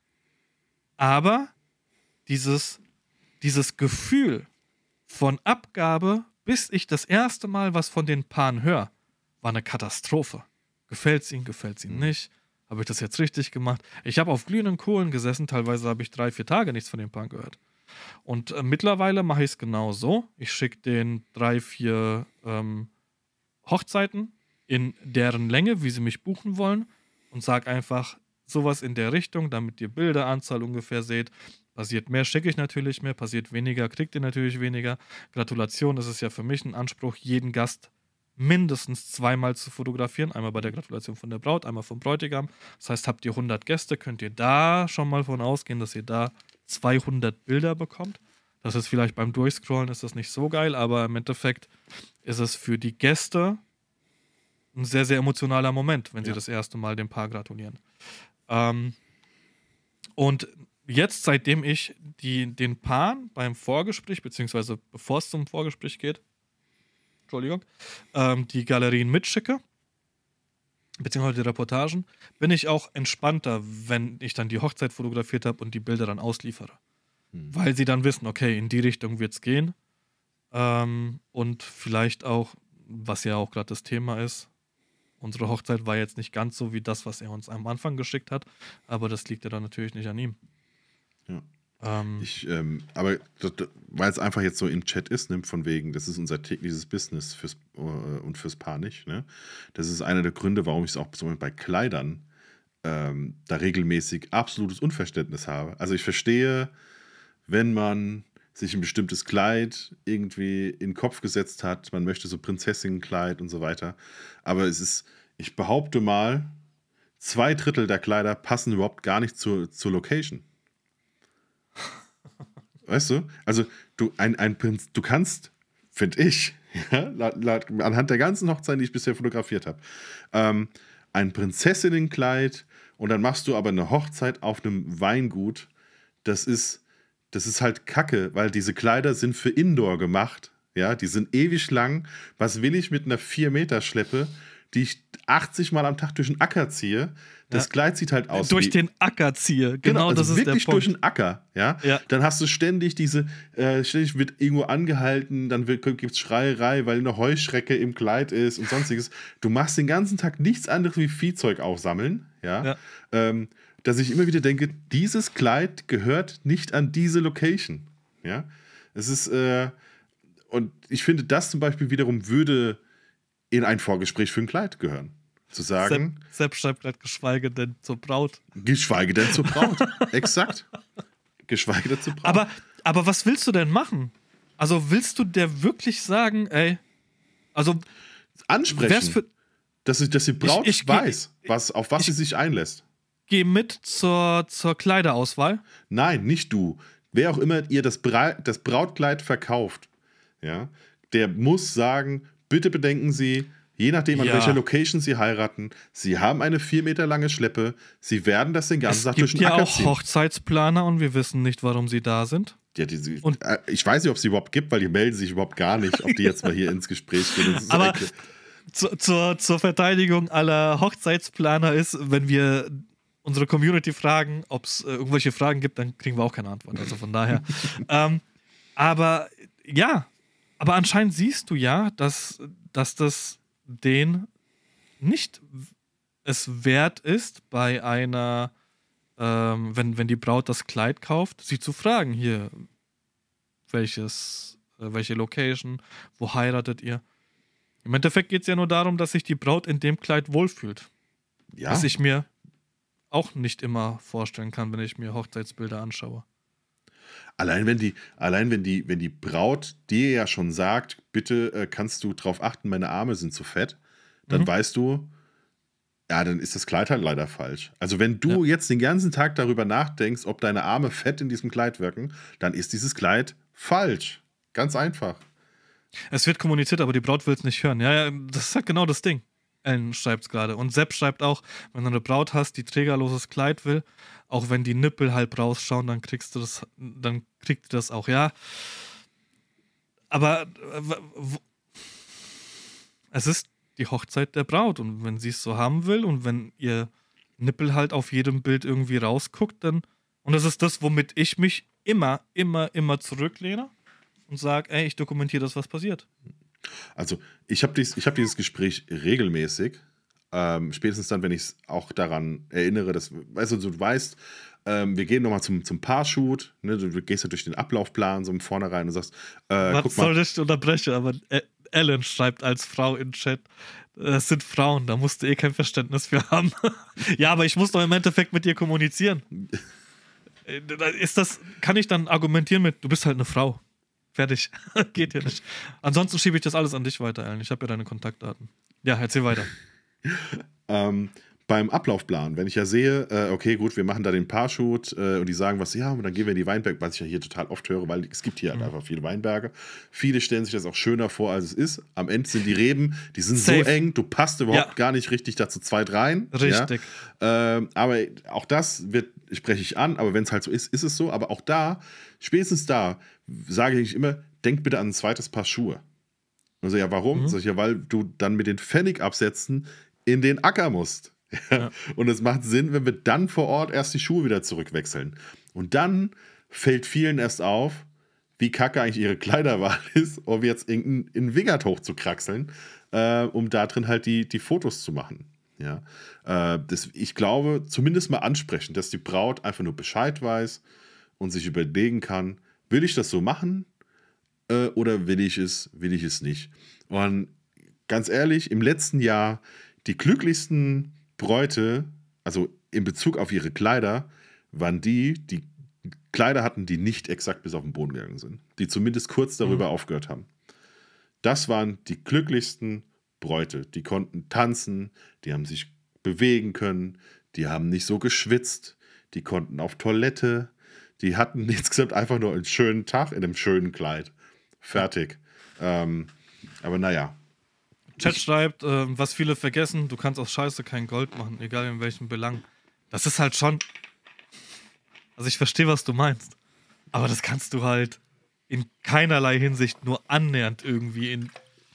Aber dieses, dieses Gefühl von Abgabe, bis ich das erste Mal was von den Paaren höre, war eine Katastrophe. Gefällt es ihnen, gefällt es ihnen nicht? Habe ich das jetzt richtig gemacht? Ich habe auf glühenden Kohlen gesessen, teilweise habe ich drei, vier Tage nichts von den Paaren gehört. Und äh, mittlerweile mache ich es genau so. Ich schicke den drei, vier ähm, Hochzeiten in deren Länge, wie sie mich buchen wollen und sage einfach sowas in der Richtung, damit ihr Bilderanzahl ungefähr seht. Passiert mehr, schicke ich natürlich mehr, passiert weniger, kriegt ihr natürlich weniger. Gratulation, das ist ja für mich ein Anspruch, jeden Gast mindestens zweimal zu fotografieren. Einmal bei der Gratulation von der Braut, einmal vom Bräutigam. Das heißt, habt ihr hundert Gäste, könnt ihr da schon mal von ausgehen, dass ihr da zweihundert Bilder bekommt. Das ist vielleicht beim Durchscrollen ist das nicht so geil, aber im Endeffekt ist es für die Gäste ein sehr, sehr emotionaler Moment, wenn sie Ja. das erste Mal dem Paar gratulieren. Ähm, und jetzt, seitdem ich die, den Paaren beim Vorgespräch, beziehungsweise bevor es zum Vorgespräch geht, Entschuldigung, ähm, die Galerien mitschicke, beziehungsweise die Reportagen, bin ich auch entspannter, wenn ich dann die Hochzeit fotografiert habe und die Bilder dann ausliefere. Hm. Weil sie dann wissen, okay, in die Richtung wird es gehen. Ähm, und vielleicht auch, was ja auch gerade das Thema ist, unsere Hochzeit war jetzt nicht ganz so wie das, was er uns am Anfang geschickt hat, aber das liegt ja dann natürlich nicht an ihm. Ja. Ähm, Ich, ähm, aber weil es einfach jetzt so im Chat ist, ne, von wegen, das ist unser tägliches Business fürs, äh, und fürs Paar nicht. Ne? Das ist einer der Gründe, warum ich es auch zum Beispiel bei Kleidern ähm, da regelmäßig absolutes Unverständnis habe. Also ich verstehe, wenn man sich ein bestimmtes Kleid irgendwie in den Kopf gesetzt hat, man möchte so Prinzessinnenkleid und so weiter. Aber es ist, ich behaupte mal, zwei Drittel der Kleider passen überhaupt gar nicht zur, zur Location. Weißt du? Also du, ein, ein Prinz, du kannst, finde ich, ja, laut, laut, anhand der ganzen Hochzeiten, die ich bisher fotografiert habe, ähm, ein Prinzessinnenkleid und dann machst du aber eine Hochzeit auf einem Weingut. Das ist, das ist halt Kacke, weil diese Kleider sind für Indoor gemacht. Ja, die sind ewig lang. Was will ich mit einer vier Meter Schleppe, die ich achtzig Mal am Tag durch den Acker ziehe? Das Ja. Kleid sieht halt aus durch wie... den Acker ziehe. Genau, Genau, also das ist der wirklich Punkt. durch den Acker, ja? Ja. Dann hast du ständig diese, äh, ständig wird irgendwo angehalten, dann gibt es Schreierei, weil eine Heuschrecke im Kleid ist und sonstiges. Du machst den ganzen Tag nichts anderes wie Viehzeug aufsammeln, ja? Ja. Ähm, dass ich immer wieder denke, dieses Kleid gehört nicht an diese Location, ja? Es ist, äh, und ich finde, das zum Beispiel wiederum würde in ein Vorgespräch für ein Kleid gehören. Zu sagen, Sepp, Sepp schreibt gerade, geschweige denn zur Braut. geschweige denn zur Braut. Exakt. Geschweige denn zur Braut. Aber, aber was willst du denn machen? Also willst du der wirklich sagen, ey, also wär's ansprechen, für, dass, sie, dass die Braut Ich- ich geh- weiß, was, auf was sie sich einlässt. geh mit zur, zur Kleiderauswahl. Nein, nicht du. Wer auch immer ihr das, Bra das Brautkleid verkauft, ja, der muss sagen, bitte bedenken Sie, je nachdem, an Ja. welcher Location Sie heiraten, Sie haben eine vier Meter lange Schleppe, Sie werden das den ganzen Es Tag durch gibt den ja Acker auch ziehen. Hochzeitsplaner und wir wissen nicht, warum sie da sind. Ja, die, die, Und- äh, ich weiß nicht, ob es sie überhaupt gibt, weil die melden sich überhaupt gar nicht, ob die jetzt mal hier ins Gespräch gehen. Das ist Aber eigentlich- zu, zur, zur Verteidigung aller Hochzeitsplaner ist, wenn wir unsere Community fragen, ob es äh, irgendwelche Fragen gibt, dann kriegen wir auch keine Antwort. Also von daher. ähm, aber ja, aber anscheinend siehst du ja, dass, dass das den nicht es wert ist, bei einer, ähm, wenn, wenn die Braut das Kleid kauft, sie zu fragen, hier, welches, äh, welche Location, wo heiratet ihr? Im Endeffekt geht es ja nur darum, dass sich die Braut in dem Kleid wohlfühlt. ja. Was ich mir auch nicht immer vorstellen kann, wenn ich mir Hochzeitsbilder anschaue. Allein wenn die, allein wenn die, wenn die Braut dir ja schon sagt, bitte äh, kannst du drauf achten, meine Arme sind zu fett, dann Mhm. weißt du, ja, dann ist das Kleid halt leider falsch. Also wenn du jetzt den ganzen Tag darüber nachdenkst, ob deine Arme fett in diesem Kleid wirken, dann ist dieses Kleid falsch. Ganz einfach. Es wird kommuniziert, aber die Braut will es nicht hören. Ja, ja, das ist halt genau das Ding. Ellen schreibt es gerade. Und Sepp schreibt auch, wenn du eine Braut hast, die trägerloses Kleid will, auch wenn die Nippel halb rausschauen, dann kriegst du das, dann kriegt die das auch, ja. Aber äh, w- w- es ist die Hochzeit der Braut und wenn sie es so haben will und wenn ihr Nippel halt auf jedem Bild irgendwie rausguckt, dann, und das ist das, womit ich mich immer, immer, immer zurücklehne und sage, ey, ich dokumentiere das, was passiert. Also ich habe dies, ich hab dieses Gespräch regelmäßig. Ähm, spätestens dann, wenn ich es auch daran erinnere, dass, weißt du, du weißt, ähm, wir gehen nochmal zum, zum Paarshoot, ne, du, du gehst ja durch den Ablaufplan so im Vornherein und sagst, äh, Was guck mal, soll ich unterbrechen, aber äh, Ellen schreibt als Frau in Chat, es sind Frauen, da musst du eh kein Verständnis für haben. Ja, aber ich muss doch im Endeffekt mit dir kommunizieren. Äh, da Ist das, kann ich dann argumentieren mit, du bist halt eine Frau. Fertig. Geht hier nicht. Ansonsten schiebe ich das alles an dich weiter, Ellen. Ich habe ja deine Kontaktdaten. Ja, erzähl weiter. Ähm, beim Ablaufplan, wenn ich ja sehe, äh, okay, gut, wir machen da den Paarshoot äh, und die sagen was, ja, und dann gehen wir in die Weinberge, was ich ja hier total oft höre, weil es gibt hier halt Mhm. einfach viele Weinberge. Viele stellen sich das auch schöner vor, als es ist. Am Ende sind die Reben, die sind Safe. so eng, du passt überhaupt Ja. gar nicht richtig dazu zweit rein. Richtig. Ja? Ähm, aber auch das wird, spreche ich an, aber wenn es halt so ist, ist es so. Aber auch da, spätestens da, sage ich immer, denk bitte an ein zweites Paar Schuhe. Also ja, warum? Mhm. Sag ich, ja, weil du dann mit den Pfennigabsätzen in den Acker musst. Ja. Und es macht Sinn, wenn wir dann vor Ort erst die Schuhe wieder zurückwechseln. Und dann fällt vielen erst auf, wie kacke eigentlich ihre Kleiderwahl ist, um jetzt irgendeinen in Wingert hochzukraxeln, äh, um da drin halt die, die Fotos zu machen. Ja? Äh, das, ich glaube, zumindest mal ansprechen, dass die Braut einfach nur Bescheid weiß und sich überlegen kann, will ich das so machen äh, oder will ich es, will ich es nicht? Und ganz ehrlich, im letzten Jahr die glücklichsten Bräute, also in Bezug auf ihre Kleider, waren die, die Kleider hatten, die nicht exakt bis auf den Boden gegangen sind. Die zumindest kurz darüber mhm. aufgehört haben. Das waren die glücklichsten Bräute. Die konnten tanzen, die haben sich bewegen können, die haben nicht so geschwitzt, die konnten auf Toilette, die hatten insgesamt einfach nur einen schönen Tag in einem schönen Kleid. Fertig. Ähm, aber naja. Chat schreibt, äh, was viele vergessen, du kannst aus Scheiße kein Gold machen, egal in welchem Belang. Das ist halt schon... Also ich verstehe, was du meinst. Aber das kannst du halt in keinerlei Hinsicht nur annähernd irgendwie in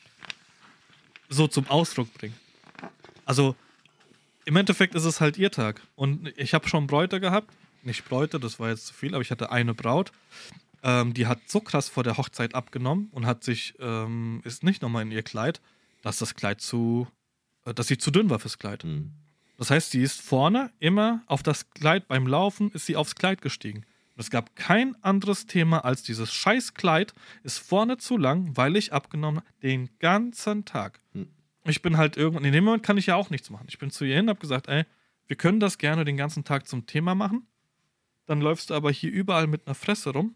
so zum Ausdruck bringen. Also im Endeffekt ist es halt ihr Tag. Und ich habe schon Bräute gehabt. Nicht Bräute, das war jetzt zu viel, aber ich hatte eine Braut. Ähm, die hat so krass vor der Hochzeit abgenommen und hat sich, ähm, ist nicht nochmal in ihr Kleid, dass das Kleid zu, äh, dass sie zu dünn war fürs Kleid. Mhm. Das heißt, sie ist vorne immer auf das Kleid, beim Laufen ist sie aufs Kleid gestiegen. Und es gab kein anderes Thema als dieses scheiß Kleid ist vorne zu lang, weil ich abgenommen habe, den ganzen Tag. Mhm. Ich bin halt irgendwann, in dem Moment kann ich ja auch nichts machen. Ich bin zu ihr hin und habe gesagt, ey, wir können das gerne den ganzen Tag zum Thema machen. Dann läufst du aber hier überall mit einer Fresse rum.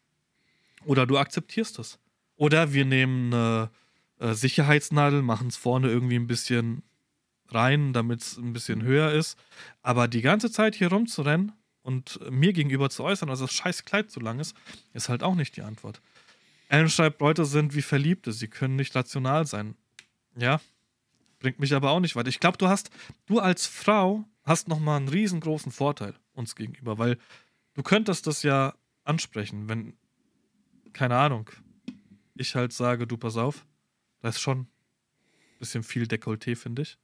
Oder du akzeptierst es. Oder wir nehmen eine äh, Sicherheitsnadel, machen es vorne irgendwie ein bisschen rein, damit es ein bisschen höher ist. Aber die ganze Zeit hier rumzurennen und mir gegenüber zu äußern, dass das scheiß Kleid zu lang ist, ist halt auch nicht die Antwort. Ellen schreibt, Leute sind wie Verliebte, sie können nicht rational sein. Ja, bringt mich aber auch nicht weiter. Ich glaube, du hast, du als Frau hast nochmal einen riesengroßen Vorteil uns gegenüber, weil du könntest das ja ansprechen, wenn, keine Ahnung, ich halt sage, du pass auf, da ist schon ein bisschen viel Dekolleté, finde ich.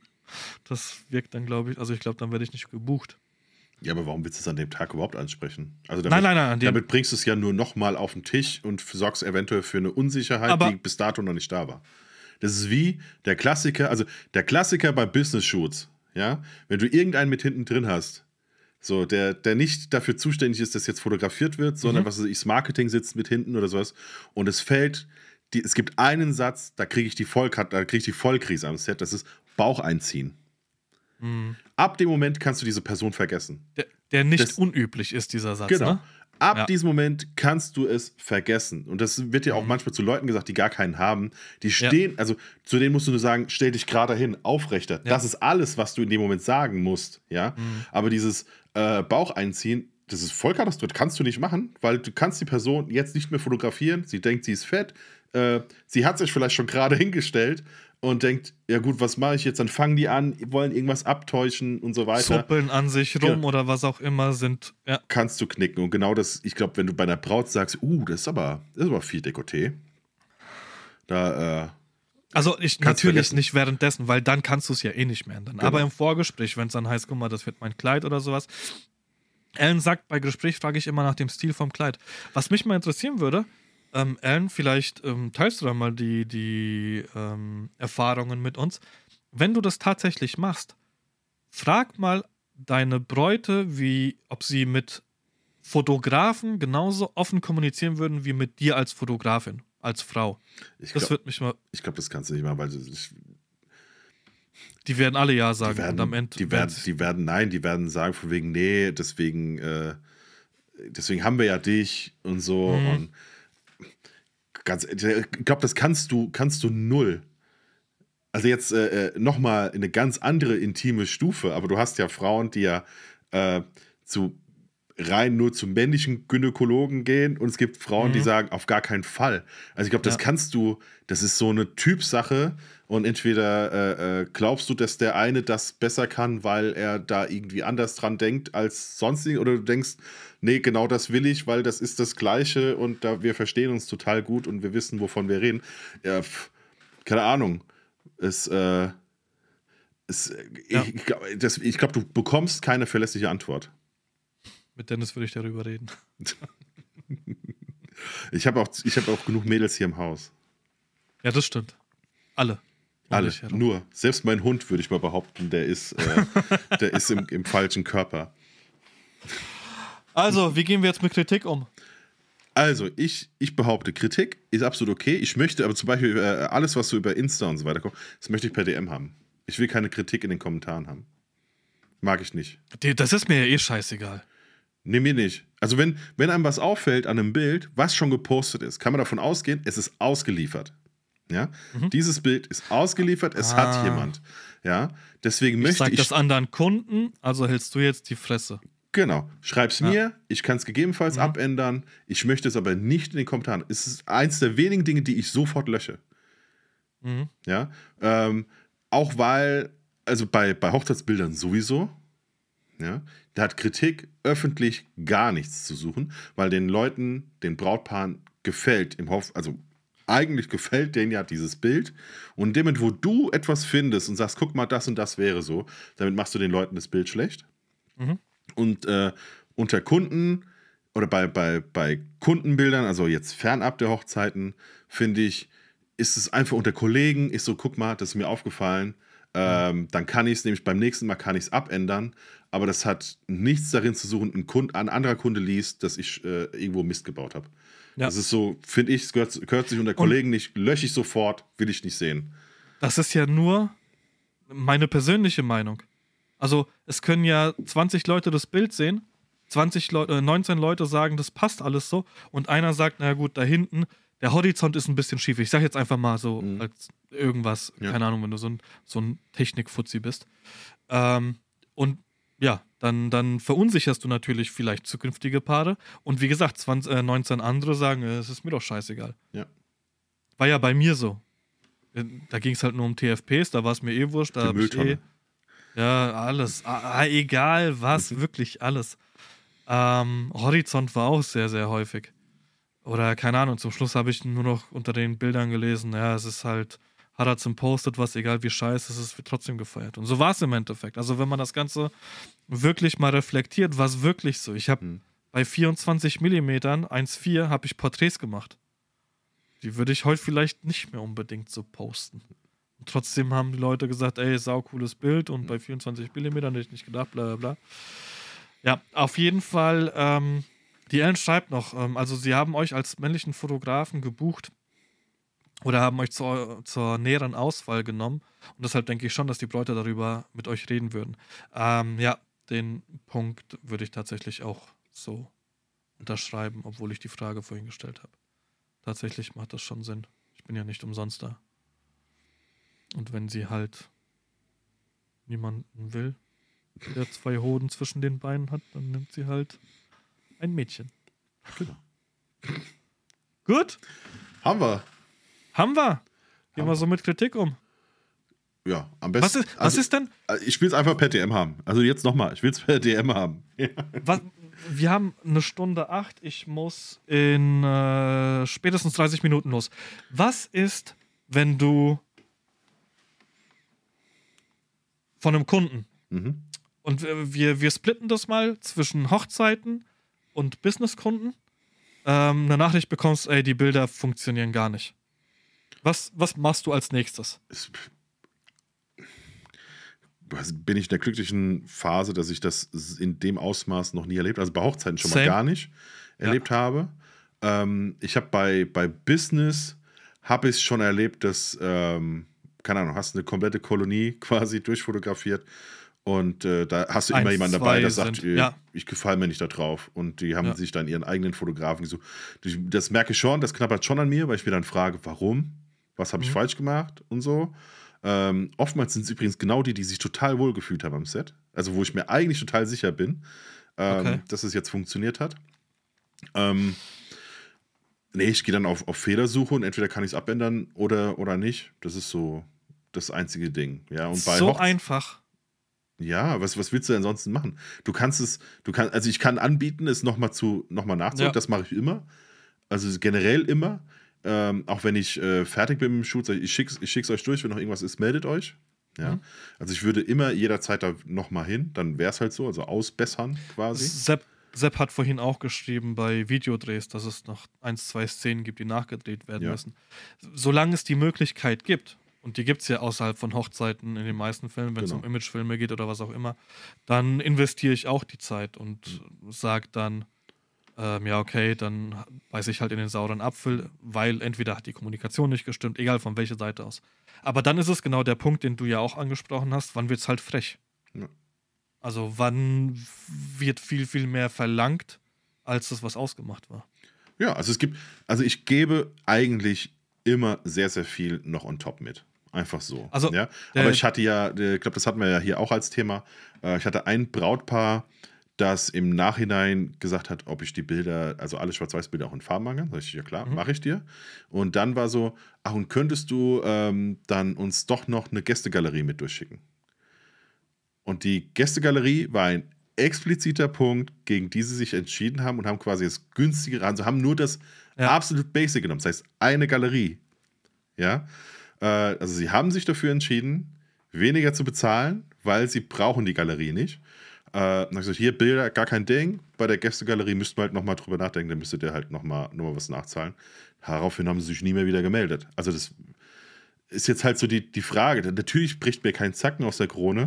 Das wirkt dann, glaube ich, also ich glaube, dann werde ich nicht gebucht. Ja, aber warum willst du es an dem Tag überhaupt ansprechen? Also damit, nein, nein, nein. An dem damit bringst du es ja nur nochmal auf den Tisch und sorgst eventuell für eine Unsicherheit, aber die bis dato noch nicht da war. Das ist wie der Klassiker, also der Klassiker bei Business-Shoots, ja, wenn du irgendeinen mit hinten drin hast, so, der, der nicht dafür zuständig ist, dass jetzt fotografiert wird, sondern, mhm. was weiß ich, das Marketing sitzt mit hinten oder sowas und es fällt, die, es gibt einen Satz, da kriege ich die Vollkat, da kriege ich die Vollkrise am Set, das ist Bauch einziehen. Mhm. Ab dem Moment kannst du diese Person vergessen. Der, der nicht das, unüblich ist, dieser Satz, genau. ne? Ab ja. diesem Moment kannst du es vergessen. Und das wird ja auch mhm. manchmal zu Leuten gesagt, die gar keinen haben. Die stehen, ja. also zu denen musst du nur sagen, stell dich gerade hin, aufrechter. Ja. Das ist alles, was du in dem Moment sagen musst. Ja? Mhm. Aber dieses äh, Bauch einziehen, das ist voll katastrophal. Das kannst du nicht machen, weil du kannst die Person jetzt nicht mehr fotografieren. Sie denkt, sie ist fett. Äh, sie hat sich vielleicht schon gerade hingestellt und denkt, ja gut, was mache ich jetzt? Dann fangen die an, wollen irgendwas abtäuschen und so weiter. Zuppeln an sich rum ja. oder was auch immer sind, ja. Kannst du knicken. Und genau das, ich glaube, wenn du bei einer Braut sagst, uh, das ist aber, das ist aber viel Dekolleté. Da, äh, Also ich natürlich nicht währenddessen, weil dann kannst du es ja eh nicht mehr ändern. Genau. Aber im Vorgespräch, wenn es dann heißt, guck mal, das wird mein Kleid oder sowas. Ellen sagt, bei Gespräch frage ich immer nach dem Stil vom Kleid. Was mich mal interessieren würde, Ähm, Ellen, vielleicht ähm, teilst du da mal die, die ähm, Erfahrungen mit uns. Wenn du das tatsächlich machst, frag mal deine Bräute, wie, ob sie mit Fotografen genauso offen kommunizieren würden wie mit dir als Fotografin, als Frau. Ich das glaub, wird mich mal. Ich glaube, das kannst du nicht mal, weil ich, die werden alle ja sagen. Die werden, und am Ende die werden, die werden, nein, die werden sagen von wegen, nee, deswegen, äh, deswegen haben wir ja dich und so mhm. und ganz, ich glaube, das kannst du, kannst du null. Also jetzt äh, nochmal eine ganz andere intime Stufe, aber du hast ja Frauen, die ja äh, zu rein nur zu männlichen Gynäkologen gehen und es gibt Frauen, die Mhm. sagen, auf gar keinen Fall. Also ich glaube, das Ja. kannst du, das ist so eine Typsache und entweder äh, äh, glaubst du, dass der eine das besser kann, weil er da irgendwie anders dran denkt als sonst, oder du denkst, nee, genau das will ich, weil das ist das Gleiche und da wir verstehen uns total gut und wir wissen, wovon wir reden. Ja, pf, keine Ahnung. Es, äh, es, Ja. ich, ich glaube, das- ich glaub, du bekommst keine verlässliche Antwort. Mit Dennis würde ich darüber reden. Ich habe auch, ich hab auch genug Mädels hier im Haus. Ja, das stimmt. Alle. Um Alle, dich herum. nur. Selbst mein Hund, würde ich mal behaupten, der ist, äh, der ist im, im falschen Körper. Also, wie gehen wir jetzt mit Kritik um? Also, ich, ich behaupte, Kritik ist absolut okay. Ich möchte aber zum Beispiel äh, alles, was so über Insta und so weiter kommt, das möchte ich per D M haben. Ich will keine Kritik in den Kommentaren haben. Mag ich nicht. Die- Das ist mir ja eh scheißegal. Nee, mir nicht. Also, wenn, wenn einem was auffällt an einem Bild, was schon gepostet ist, kann man davon ausgehen, es ist ausgeliefert. Ja? Mhm. Dieses Bild ist ausgeliefert, es Ah. hat jemand. Ja? Deswegen Ich möchte sag ich. das anderen Kunden, also hältst du jetzt die Fresse. Genau. Schreib's Ja. mir, ich kann es gegebenenfalls Mhm. abändern. Ich möchte es aber nicht in den Kommentaren. Es ist eins der wenigen Dinge, die ich sofort lösche. Mhm. Ja. Ähm, auch weil, also bei, bei Hochzeitsbildern sowieso, ja, da hat Kritik öffentlich gar nichts zu suchen, weil den Leuten, den Brautpaaren gefällt im Hof, also eigentlich gefällt denen ja dieses Bild. Und damit, wo du etwas findest und sagst, guck mal, das und das wäre so, damit machst du den Leuten das Bild schlecht. Mhm. Und äh, unter Kunden oder bei, bei, bei Kundenbildern, also jetzt fernab der Hochzeiten, finde ich, ist es einfach unter Kollegen, ist so, guck mal, das ist mir aufgefallen, ähm, dann kann ich es, nämlich beim nächsten Mal kann ich es abändern, aber das hat nichts darin zu suchen, ein, Kunde, ein anderer Kunde liest, dass ich äh, irgendwo Mist gebaut habe. Ja. Das ist so, finde ich, es gehört, gehört sich unter Kollegen nicht, lösche ich sofort, will ich nicht sehen. Das ist ja nur meine persönliche Meinung. Also, es können ja zwanzig Leute das Bild sehen, zwanzig Leute, äh, neunzehn Leute sagen, das passt alles so, und einer sagt, na gut, da hinten, der Horizont ist ein bisschen schief. Ich sag jetzt einfach mal so Mhm. als irgendwas, Ja. keine Ahnung, wenn du so ein, so ein Technikfuzzi bist. Ähm, und ja, dann, dann verunsicherst du natürlich vielleicht zukünftige Paare. Und wie gesagt, zwanzig, äh, neunzehn andere sagen, äh, es ist mir doch scheißegal. Ja. War ja bei mir so. Äh, Da ging es halt nur um T F Ps, da war es mir eh wurscht. Da Die hab ich eh, Mülltonne. ja, alles. Ah, ah, egal was, Mhm. wirklich alles. Ähm, Horizont war auch sehr, sehr häufig. Oder keine Ahnung, zum Schluss habe ich nur noch unter den Bildern gelesen, ja, es ist halt, hat er zum Postet was, egal wie scheiße es ist, wird trotzdem gefeiert. Und so war es im Endeffekt. Also wenn man das Ganze wirklich mal reflektiert, war es wirklich so. Ich habe Mhm. bei vierundzwanzig Millimeter eins Komma vier habe ich Porträts gemacht. Die würde ich heute vielleicht nicht mehr unbedingt so posten. Und trotzdem haben die Leute gesagt, ey, sau cooles Bild, und bei vierundzwanzig Millimeter hätte ich nicht gedacht, bla bla bla. Ja, auf jeden Fall, ähm, die Ellen schreibt noch, ähm, also sie haben euch als männlichen Fotografen gebucht oder haben euch zur, zur näheren Auswahl genommen, und deshalb denke ich schon, dass die Leute darüber mit euch reden würden. Ähm, ja, den Punkt würde ich tatsächlich auch so unterschreiben, obwohl ich die Frage vorhin gestellt habe. Tatsächlich macht das schon Sinn. Ich bin ja nicht umsonst da. Und wenn sie halt niemanden will, der zwei Hoden zwischen den Beinen hat, dann nimmt sie halt ein Mädchen. Genau. Gut, Haben wir. haben wir. Gehen Haben wir so mit Kritik um. Ja, am besten. Was ist, was also, ist denn? Ich will es einfach per D M haben. Also jetzt nochmal, ich will es per D M haben. Ja. Was, wir haben eine Stunde acht. Ich muss in äh, spätestens dreißig Minuten los. Was ist, wenn du von einem Kunden, Mhm. und äh, wir, wir splitten das mal zwischen Hochzeiten und Businesskunden, ähm, eine Nachricht bekommst, ey, die Bilder funktionieren gar nicht. Was, was machst du als nächstes? Es- bin ich in der glücklichen Phase, dass ich das in dem Ausmaß noch nie erlebt, also bei Hochzeiten schon Same. mal gar nicht erlebt habe. Ähm, ich habe bei, bei Business, habe ich schon erlebt, dass, ähm, keine Ahnung, hast eine komplette Kolonie quasi durchfotografiert und äh, da hast du immer Eins, jemanden dabei, zwei der sagt, sind- äh, ja. ich gefalle mir nicht da drauf, und die haben Ja. sich dann ihren eigenen Fotografen gesucht. Das merke ich schon, das knabbert schon an mir, weil ich mir dann frage, warum? Was habe ich Mhm. falsch gemacht und so. Ähm, oftmals sind es übrigens genau die, die sich total wohl gefühlt haben am Set. Also wo ich mir eigentlich total sicher bin, ähm, Okay. dass es jetzt funktioniert hat. Ähm, nee, ich gehe dann auf, auf Fehlersuche und entweder kann ich es abändern oder, oder nicht. Das ist so das einzige Ding. Ja, und bei So Hochz- einfach. Ja, was, was willst du denn ansonsten machen? Du kannst es, du kannst, also ich kann anbieten, es nochmal zu, noch mal nachzuholen. Ja. Das mache ich immer. Also generell immer. Ähm, auch wenn ich äh, fertig bin mit dem Shoot, sag ich, ich schick's, ich schick's euch durch, wenn noch irgendwas ist, meldet euch. Ja. Mhm. Also ich würde immer jederzeit da nochmal hin, dann wäre es halt so, also ausbessern quasi. Sepp, Sepp hat vorhin auch geschrieben bei Videodrehs, dass es noch ein, zwei Szenen gibt, die nachgedreht werden Ja. müssen. Solange es die Möglichkeit gibt, und die gibt es ja außerhalb von Hochzeiten in den meisten Fällen, wenn es Genau. um Imagefilme geht oder was auch immer, dann investiere ich auch die Zeit und sage dann, ähm, ja, okay, dann beiße ich halt in den sauren Apfel, weil entweder hat die Kommunikation nicht gestimmt, egal von welcher Seite aus. Aber dann ist es genau der Punkt, den du ja auch angesprochen hast, wann wird es halt frech? Ja. Also wann wird viel, viel mehr verlangt, als das, was ausgemacht war. Ja, also es gibt, also ich gebe eigentlich immer sehr, sehr viel noch on top mit. Einfach so. Also, ja? der- Aber ich hatte ja, ich glaube, das hatten wir ja hier auch als Thema. äh, Ich hatte ein Brautpaar, das im Nachhinein gesagt hat, ob ich die Bilder, also alle Schwarz-Weiß-Bilder auch in Farben machen kann. Sag ich, ja klar, Mhm. mache ich dir. Und dann war so, ach, und könntest du ähm, dann uns doch noch eine Gästegalerie mit durchschicken? Und die Gästegalerie war ein expliziter Punkt, gegen die sie sich entschieden haben und haben quasi das günstigere, also haben nur das Ja. absolut Basic genommen. Das heißt, eine Galerie. Ja. Äh, also sie haben sich dafür entschieden, weniger zu bezahlen, weil sie brauchen die Galerie nicht. Äh, dann habe ich gesagt, hier Bilder, gar kein Ding. Bei der Gästegalerie müssten wir halt nochmal drüber nachdenken, dann müsstet ihr halt nochmal noch mal was nachzahlen. Daraufhin haben sie sich nie mehr wieder gemeldet. Also das ist jetzt halt so die, die Frage. Natürlich bricht mir kein Zacken aus der Krone,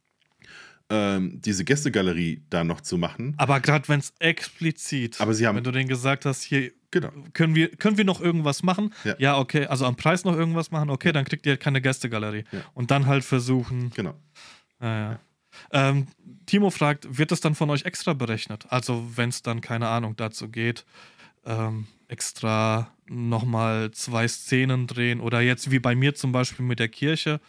ähm, diese Gästegalerie da noch zu machen. Aber gerade wenn es explizit, Aber sie haben- wenn du denen gesagt hast, hier Genau. können wir, können wir noch irgendwas machen? Ja. Okay, also am Preis noch irgendwas machen, okay, dann kriegt ihr halt keine Gästegalerie. Ja. Und dann halt versuchen, Genau. naja. Ähm, Timo fragt, wird das dann von euch extra berechnet? Also wenn es dann, keine Ahnung, dazu geht, ähm, extra nochmal zwei Szenen drehen oder jetzt wie bei mir zum Beispiel mit der Kirche,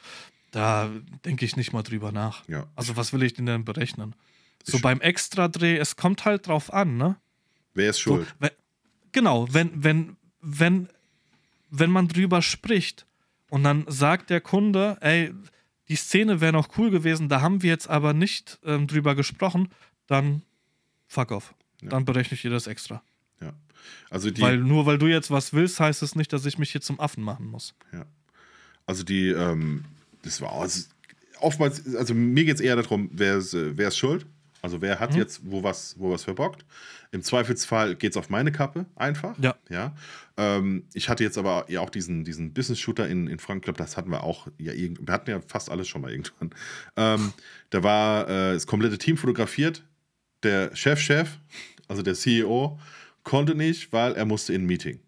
da denke ich nicht mal drüber nach. Ja. Also was will ich denn denn berechnen? So Ich- beim Extradreh, es kommt halt drauf an, ne? Wer ist So, schuld? wenn, genau, wenn, wenn, wenn, wenn man drüber spricht und dann sagt der Kunde, ey, die Szene wäre noch cool gewesen, da haben wir jetzt aber nicht ähm, drüber gesprochen, dann fuck off. Ja. Dann berechne ich dir das extra. Ja. Also die, Weil nur weil du jetzt was willst, heißt es nicht, dass ich mich hier zum Affen machen muss. ja. Also die, ähm, das war also oftmals, also mir geht es eher darum, wer ist, äh, wer ist schuld? Also wer hat Mhm. jetzt wo was, wo was verbockt? Im Zweifelsfall geht es auf meine Kappe einfach. Ja. ja? Ähm, ich hatte jetzt aber ja auch diesen, diesen Business-Shooter in, in Frankfurt, das hatten wir auch, ja, irgend, wir hatten ja fast alles schon mal irgendwann. Ähm, da war äh, das komplette Team fotografiert. Der Chef-Chef, also der C E O, konnte nicht, weil er musste in ein Meeting.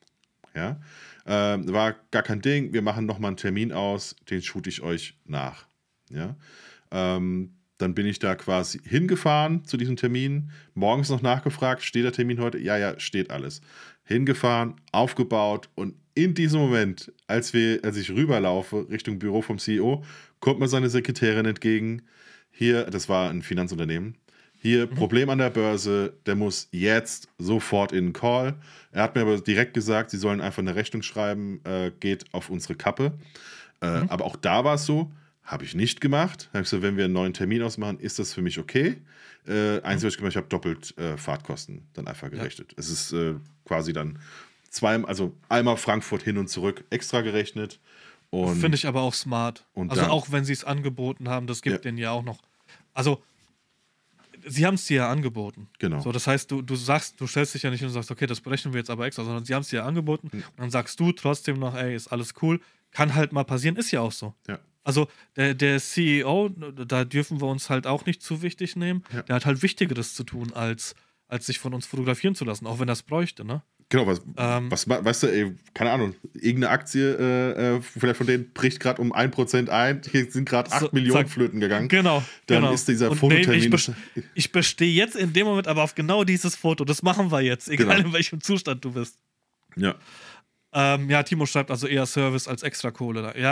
Ja, ähm, war gar kein Ding. Wir machen nochmal einen Termin aus, den shoote ich euch nach. Ja, ähm, dann bin ich da quasi hingefahren zu diesem Termin, morgens noch nachgefragt, steht der Termin heute? Ja, ja, steht alles. Hingefahren, aufgebaut und in diesem Moment, als, wir, als ich rüberlaufe Richtung Büro vom C E O, kommt mir seine Sekretärin entgegen. Hier, das war ein Finanzunternehmen. Hier, Problem an der Börse, der muss jetzt sofort in den Call. Er hat mir aber direkt gesagt, sie sollen einfach eine Rechnung schreiben, äh, geht auf unsere Kappe. Äh, Mhm. Aber auch da war es so, habe ich nicht gemacht. Da habe ich gesagt, wenn wir einen neuen Termin ausmachen, ist das für mich okay. Äh, einzig, was ich gemacht habe, ich habe doppelt äh, Fahrtkosten dann einfach gerechnet. Es ist äh, quasi dann zweimal, also einmal Frankfurt hin und zurück extra gerechnet. Und Finde ich aber auch smart. Und Also dann- auch wenn sie es angeboten haben, das gibt Ja. denen ja auch noch. Also, sie haben es dir ja angeboten. Genau. So, das heißt, du, du sagst, du stellst dich ja nicht hin und sagst, okay, das berechnen wir jetzt aber extra, sondern sie haben es dir ja angeboten Hm. und dann sagst du trotzdem noch, ey, ist alles cool. Kann halt mal passieren, ist ja auch so. Ja. Also der, der C E O, da dürfen wir uns halt auch nicht zu wichtig nehmen. Ja. Der hat halt Wichtigeres zu tun, als, als sich von uns fotografieren zu lassen, auch wenn das bräuchte, ne? Genau, was, Ähm, was weißt du, ey, keine Ahnung, irgendeine Aktie, äh, äh, vielleicht von denen bricht gerade um ein Prozent ein, hier sind gerade acht So, Millionen zack. flöten gegangen. Genau. Dann genau. ist dieser Und Fototermin- Nee, ich, best ich bestehe jetzt in dem Moment aber auf genau dieses Foto. Das machen wir jetzt, egal Genau. in welchem Zustand du bist. Ja, Ähm, ja, Timo schreibt also eher Service als Extrakohle. Ja,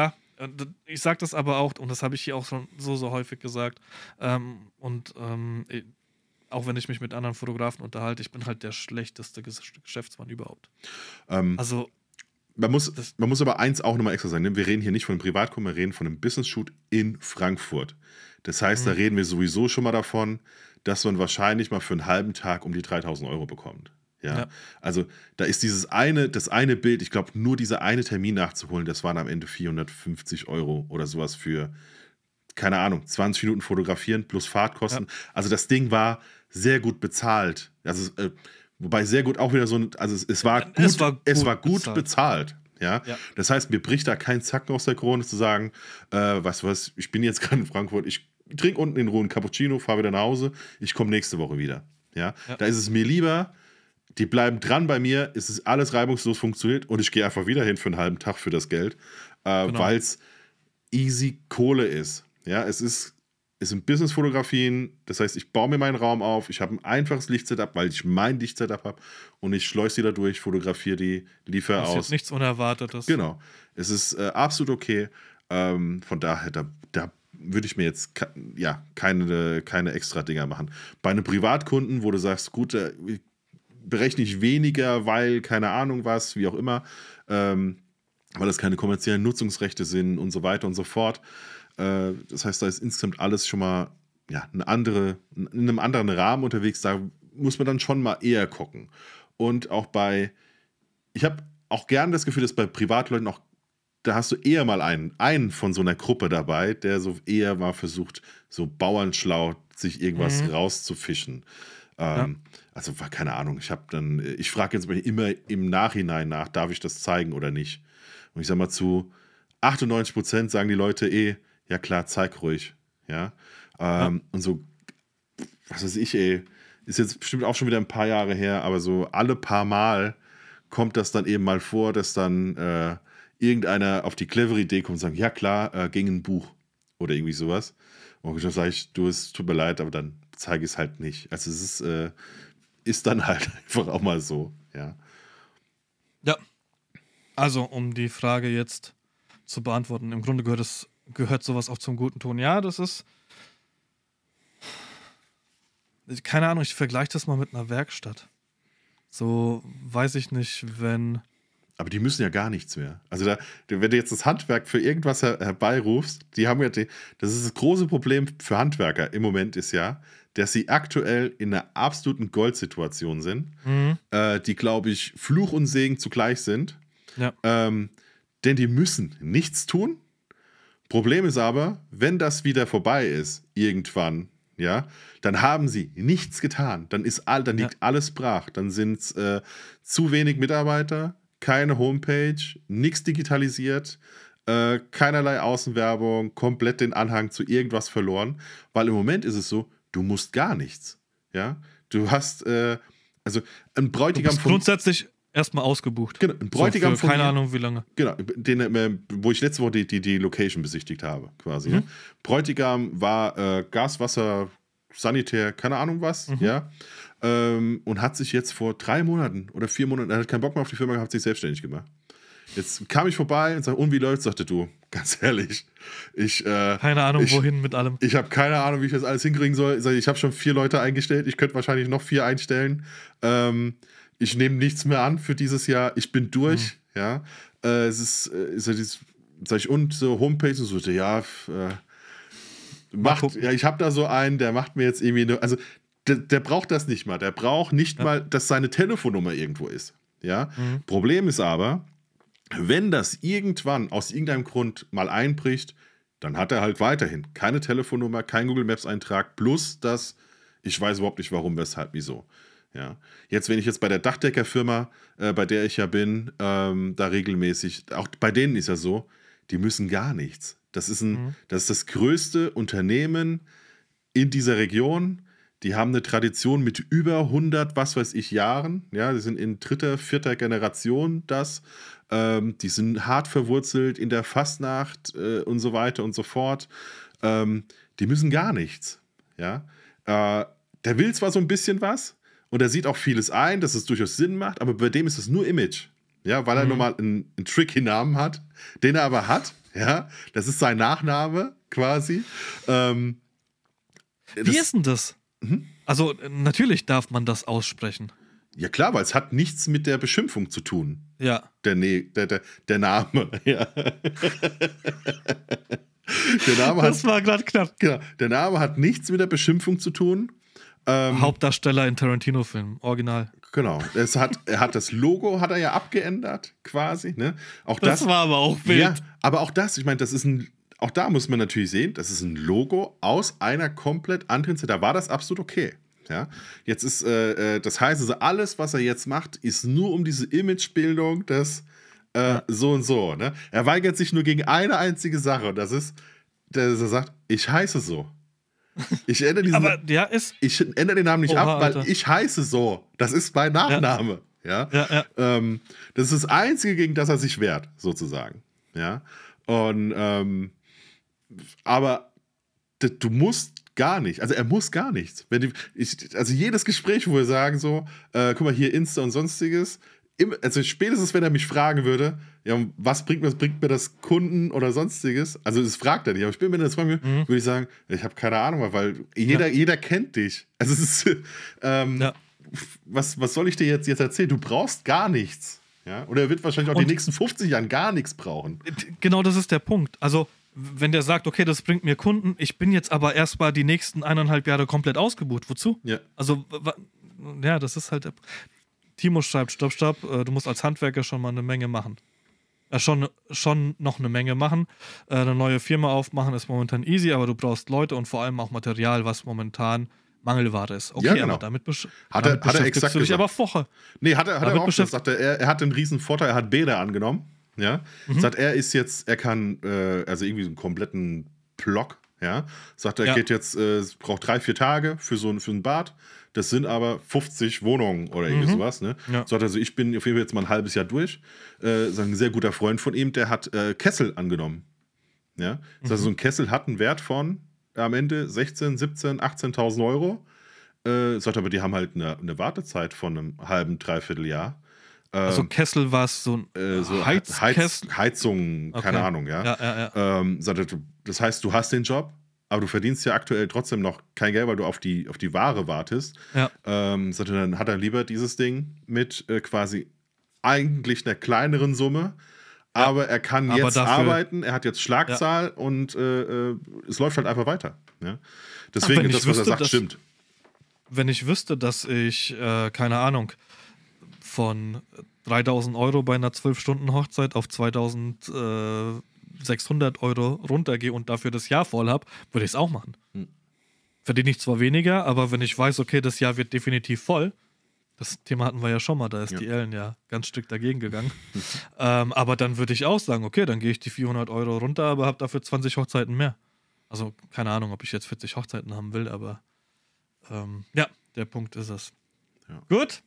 Ich sage das aber auch, und das habe ich hier auch schon so, so häufig gesagt, ähm, und ähm, auch wenn ich mich mit anderen Fotografen unterhalte, ich bin halt der schlechteste Geschäftsmann überhaupt. Ähm, also, man muss, man muss aber eins auch nochmal extra sagen, ne? Wir reden hier nicht von einem Privatkunden, wir reden von einem Business-Shoot in Frankfurt. Das heißt, mhm. da reden wir sowieso schon mal davon, dass man wahrscheinlich mal für einen halben Tag um die dreitausend Euro bekommt. Ja? ja. Also da ist dieses eine, das eine Bild, ich glaube, nur dieser eine Termin nachzuholen, das waren am Ende vierhundertfünfzig Euro oder sowas für, keine Ahnung, zwanzig Minuten fotografieren plus Fahrtkosten. Ja. Also das Ding war sehr gut bezahlt. Also äh, wobei sehr gut auch wieder so ein, also es, es, war, gut, es war gut, es war gut bezahlt. bezahlt. Ja? ja. Das heißt, mir bricht da kein Zacken aus der Krone zu sagen, äh, weißt du was, ich bin jetzt gerade in Frankfurt, ich trinke unten in Ruhe einen Cappuccino, fahre wieder nach Hause, ich komme nächste Woche wieder. Ja? ja? Da ist es mir lieber, die bleiben dran bei mir, es ist alles reibungslos funktioniert und ich gehe einfach wieder hin für einen halben Tag für das Geld, äh, genau. weil es easy Kohle ist. Ja, es ist, es sind Business-Fotografien, das heißt, ich baue mir meinen Raum auf, ich habe ein einfaches Lichtsetup, weil ich mein Lichtsetup habe und ich schleuse die da durch, fotografiere die, liefere aus. Das ist nichts Unerwartetes. Genau, es ist äh, absolut okay. Ähm, von daher, da, da würde ich mir jetzt ka- ja, keine, keine extra Dinger machen. Bei einem Privatkunden, wo du sagst, gut, äh, berechne ich weniger, weil keine Ahnung was, wie auch immer, ähm, weil das keine kommerziellen Nutzungsrechte sind und so weiter und so fort. Das heißt, da ist insgesamt alles schon mal ja, eine andere, in einem anderen Rahmen unterwegs. Da muss man dann schon mal eher gucken. Und auch bei, ich habe auch gern das Gefühl, dass bei Privatleuten auch, da hast du eher mal einen, einen von so einer Gruppe dabei, der so eher mal versucht, so bauernschlau sich irgendwas mhm. rauszufischen. Ähm, ja. Also, keine Ahnung, ich habe dann, ich frage jetzt immer im Nachhinein nach, darf ich das zeigen oder nicht? Und ich sag mal, zu achtundneunzig Prozent sagen die Leute eh, ja klar, zeig ruhig. Ja? Ähm, ja. Und so, was weiß ich, ey, ist jetzt bestimmt auch schon wieder ein paar Jahre her, aber so alle paar Mal kommt das dann eben mal vor, dass dann äh, irgendeiner auf die clevere Idee kommt und sagt, ja klar, äh, ging ein Buch oder irgendwie sowas. Und dann sage ich, du, es tut mir leid, aber dann zeige ich es halt nicht. Also es ist, äh, ist dann halt einfach auch mal so, ja. Ja, also um die Frage jetzt zu beantworten, im Grunde gehört es gehört sowas auch zum guten Ton. Ja, das ist, keine Ahnung, ich vergleiche das mal mit einer Werkstatt. So, weiß ich nicht, wenn... Aber die müssen ja gar nichts mehr. Also da, wenn du jetzt das Handwerk für irgendwas her- herbeirufst, die haben ja, die, das ist das große Problem für Handwerker im Moment ist ja, dass sie aktuell in einer absoluten Goldsituation sind, mhm. äh, die, glaube ich, Fluch und Segen zugleich sind. Ja. Ähm, denn die müssen nichts tun. Problem ist aber, wenn das wieder vorbei ist, irgendwann, ja, dann haben sie nichts getan. Dann ist all, dann liegt ja. alles brach. Dann sind es äh, zu wenig Mitarbeiter, keine Homepage, nichts digitalisiert, äh, keinerlei Außenwerbung, komplett den Anhang zu irgendwas verloren. Weil im Moment ist es so, du musst gar nichts. Ja, du hast, äh, also ein Bräutigam du bist von, grundsätzlich erstmal ausgebucht. Genau, ein Bräutigam so, für von keine mir, Ahnung wie lange. Genau, den, wo ich letzte Woche die, die, die Location besichtigt habe, quasi. Mhm. Ja. Bräutigam war äh, Gas, Wasser, Sanitär, keine Ahnung was, mhm. ja. Ähm, und hat sich jetzt vor drei Monaten oder vier Monaten, er hat keinen Bock mehr auf die Firma gehabt, sich selbstständig gemacht. Jetzt kam ich vorbei und sagte, und wie läuft's? Sagte du, ganz ehrlich, ich äh, keine Ahnung, ich, wohin mit allem. Ich habe keine Ahnung, wie ich das alles hinkriegen soll. Ich habe schon vier Leute eingestellt, ich könnte wahrscheinlich noch vier einstellen. Ähm, ich nehme nichts mehr an für dieses Jahr, ich bin durch, mhm. ja. Äh, es ist, äh, ist dieses, sag ich, und so Homepage und so, ja, äh, macht, ja, ich habe da so einen, der macht mir jetzt irgendwie, eine, also der, der braucht das nicht mal, der braucht nicht ja. mal, dass seine Telefonnummer irgendwo ist, ja. Mhm. Problem ist aber, wenn das irgendwann aus irgendeinem Grund mal einbricht, dann hat er halt weiterhin keine Telefonnummer, kein Google Maps Eintrag, plus das, ich weiß überhaupt nicht warum, weshalb, wieso. Ja. Jetzt, wenn ich jetzt bei der Dachdeckerfirma, äh, bei der ich ja bin, ähm, da regelmäßig, auch bei denen ist ja so, die müssen gar nichts. Das ist, ein, mhm. das ist das größte Unternehmen in dieser Region. Die haben eine Tradition mit über hundert, was weiß ich, Jahren. Ja, die sind in dritter, vierter Generation das. Ähm, die sind hart verwurzelt in der Fastnacht äh, und so weiter und so fort. Ähm, die müssen gar nichts. Ja, äh, der will zwar so ein bisschen was und er sieht auch vieles ein, dass es durchaus Sinn macht, aber bei dem ist es nur Image. Ja, weil er mhm. nochmal einen, einen tricky Namen hat, den er aber hat. Ja, das ist sein Nachname quasi. Ähm, Wie das, ist denn das? Mhm. Also, äh, natürlich darf man das aussprechen. Ja klar, weil es hat nichts mit der Beschimpfung zu tun. Ja. Der, ne der, der, der Name. Ja. Der Name Das hat, war gerade knapp. genau, der Name hat nichts mit der Beschimpfung zu tun. Ähm, Hauptdarsteller in Tarantino-Filmen, original. Genau. Es hat, er hat das Logo hat er ja abgeändert, quasi. Ne? Auch Das, das, war aber auch wild. Ja, aber auch das, ich meine, das ist ein, auch da muss man natürlich sehen, das ist ein Logo aus einer komplett anderen Zeit. Da war das absolut okay. Ja? Jetzt ist, äh, das heißt also, alles, was er jetzt macht, ist nur um diese Imagebildung des äh, Ja. so und so. Ne? Er weigert sich nur gegen eine einzige Sache und das ist, dass er sagt, ich heiße so. Ich ändere diesen, Aber der ist. ich ändere den Namen nicht Oha, ab, weil Alter. ich heiße so. Das ist mein Nachname. Ja. Ja, ja. Ähm, das ist das Einzige, gegen das er sich wehrt, sozusagen. Ja. Und ähm, aber d- du musst gar nicht, also er muss gar nichts. Wenn die, ich, also jedes Gespräch, wo wir sagen so, äh, guck mal hier Insta und sonstiges, im, also spätestens, wenn er mich fragen würde, ja, was bringt, was bringt mir das Kunden oder sonstiges? Also das fragt er nicht, aber später, wenn er das fragen würde, Mhm. würde ich sagen, ich habe keine Ahnung, weil jeder, Ja. jeder kennt dich. Also es ist, ähm, Ja. was, was soll ich dir jetzt, jetzt erzählen? Du brauchst gar nichts. Ja? Oder er wird wahrscheinlich auch Und- die nächsten fünfzig Jahren gar nichts brauchen. Genau das ist der Punkt. Also, wenn der sagt, okay, das bringt mir Kunden, ich bin jetzt aber erstmal die nächsten eineinhalb Jahre komplett ausgebucht. Wozu? Ja. Also, wa- ja, das ist halt. Der Timo schreibt: Stopp, stopp, äh, du musst als Handwerker schon mal eine Menge machen. Äh, schon, schon noch eine Menge machen. Äh, eine neue Firma aufmachen ist momentan easy, aber du brauchst Leute und vor allem auch Material, was momentan Mangelware ist. Okay, Ja, genau. aber damit, besch Hat er- damit hat er beschäftigst exakt du dich gesagt. aber vorher. Nee, hat er, hat er Damit auch beschäft- gesagt. Er, er hat einen riesen Vorteil, er hat Bäder angenommen. Ja. Mhm. Sagt, er ist jetzt, er kann, äh, also irgendwie so einen kompletten Block, ja. Sagt, er Ja. geht jetzt, äh, es braucht drei, vier Tage für so ein, für ein Bad. Das sind aber fünfzig Wohnungen oder irgendwie Mhm. sowas, ne? Ja. Sagt also, ich bin auf jeden Fall jetzt mal ein halbes Jahr durch. Äh, sagt ein sehr guter Freund von ihm, der hat äh, Kessel angenommen. Ja. Sagt also, so ein Kessel hat einen Wert von am Ende sechzehntausend, siebzehntausend, achtzehntausend Euro. Äh, sagt aber, die haben halt eine, eine Wartezeit von einem halben, dreiviertel Jahr. Also, Kessel war es so ein Äh, so Heizkessel. Heiz, Heizung, keine Okay. Ahnung, ja. Ja, ja, ja. Ähm, sagt er, du- das heißt, du hast den Job, aber du verdienst ja aktuell trotzdem noch kein Geld, weil du auf die, auf die Ware wartest. Ja. Ähm, sagt er, dann hat er lieber dieses Ding mit äh, quasi eigentlich einer kleineren Summe, Ja. aber er kann Aber jetzt dafür- arbeiten, er hat jetzt Schlagzahl und äh, äh, es läuft halt einfach weiter. Ja? Deswegen, wenn ich das, was er wüsste, sagt, dass- stimmt. Wenn ich wüsste, dass ich, äh, keine Ahnung, von dreitausend Euro bei einer zwölf-Stunden-Hochzeit auf zweitausendsechshundert Euro runtergehe und dafür das Jahr voll habe, würde ich es auch machen. Hm. Verdiene ich zwar weniger, aber wenn ich weiß, okay, das Jahr wird definitiv voll, das Thema hatten wir ja schon mal, da ist Ja. die Ellen ja ganz strikt dagegen gegangen. ähm, aber dann würde ich auch sagen, okay, dann gehe ich die vierhundert Euro runter, aber habe dafür zwanzig Hochzeiten mehr. Also keine Ahnung, ob ich jetzt vierzig Hochzeiten haben will, aber ähm, ja, der Punkt ist es. Ja. Gut.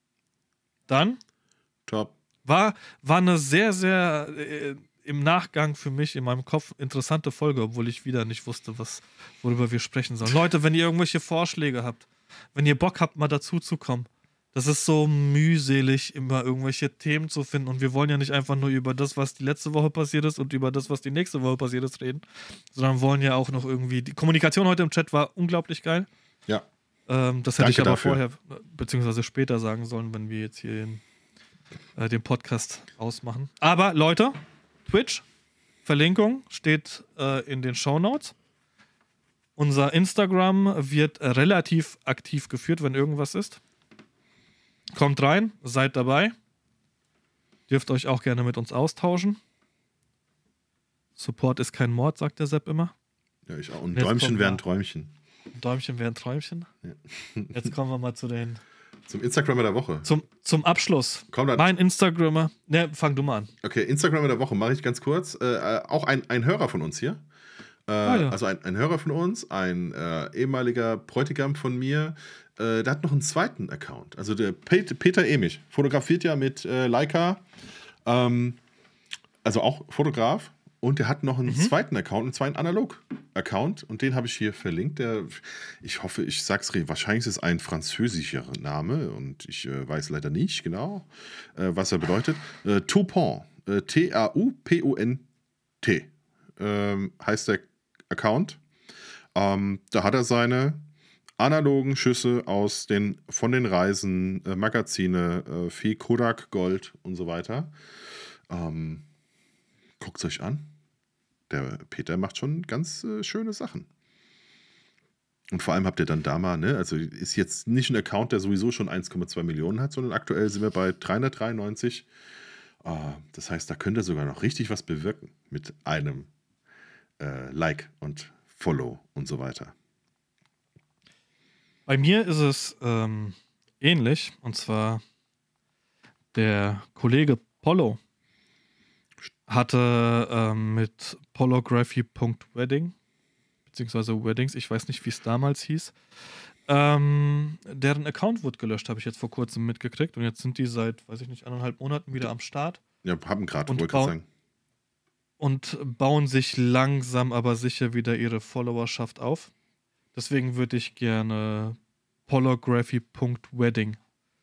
Dann Top. war, war eine sehr, sehr äh, im Nachgang für mich in meinem Kopf interessante Folge, obwohl ich wieder nicht wusste, was, worüber wir sprechen sollen. Leute, wenn ihr irgendwelche Vorschläge habt, wenn ihr Bock habt, mal dazu zu kommen, das ist so mühselig, immer irgendwelche Themen zu finden und wir wollen ja nicht einfach nur über das, was die letzte Woche passiert ist und über das, was die nächste Woche passiert ist, reden, sondern wollen ja auch noch irgendwie, die Kommunikation heute im Chat war unglaublich geil. Ja. Ähm, das hätte Danke ich aber dafür. vorher, beziehungsweise später sagen sollen, wenn wir jetzt hier den, äh, den Podcast ausmachen. Aber Leute, Twitch, Verlinkung steht äh, in den Shownotes. Unser Instagram wird äh, relativ aktiv geführt, wenn irgendwas ist. Kommt rein, seid dabei. Dürft euch auch gerne mit uns austauschen. Support ist kein Mord, sagt der Sepp immer. Ja, ich auch. Und Jetzt Däumchen kommt wären mal. Träumchen. Däumchen wären Träumchen. Ja. Jetzt kommen wir mal zu den Zum Instagrammer der Woche. Zum, zum Abschluss. Komm dann. Mein Instagrammer. Ne, fang du mal an. Okay, Instagrammer der Woche mache ich ganz kurz. Äh, äh, auch ein, ein Hörer von uns hier. Äh, Ah, ja. Also ein, ein Hörer von uns, ein äh, ehemaliger Bräutigam von mir, äh, der hat noch einen zweiten Account. Also der Pet Peter Emich fotografiert ja mit äh, Leica, ähm, also auch Fotograf. Und der hat noch einen Mhm. zweiten Account, und zwar einen Analog-Account. Und den habe ich hier verlinkt. Der, ich hoffe, ich sag's richtig. Wahrscheinlich ist es ein französischer Name. Und ich äh, weiß leider nicht genau, äh, was er bedeutet. Äh, Toupon. Äh, T A U P O N T. ähm, heißt der Account. Ähm, da hat er seine analogen Schüsse aus den, von den Reisen, äh, Magazine, äh, viel Kodak Gold und so weiter. Ähm, Guckt es euch an. Der Peter macht schon ganz äh, schöne Sachen. Und vor allem habt ihr dann da mal, ne, also ist jetzt nicht ein Account, der sowieso schon eins Komma zwei Millionen hat, sondern aktuell sind wir bei dreihundertdreiundneunzig. Äh, das heißt, da könnt ihr sogar noch richtig was bewirken mit einem äh, Like und Follow und so weiter. Bei mir ist es ähm, ähnlich, und zwar der Kollege Polo hatte ähm, mit polography.wedding, beziehungsweise Weddings, ich weiß nicht, wie es damals hieß, ähm, deren Account wurde gelöscht, habe ich jetzt vor kurzem mitgekriegt, und jetzt sind die seit, weiß ich nicht, anderthalb Monaten wieder am Start. Ja, haben gerade, Und wollte ich bau- sagen. und bauen sich langsam aber sicher wieder ihre Followerschaft auf. Deswegen würde ich gerne polography.wedding,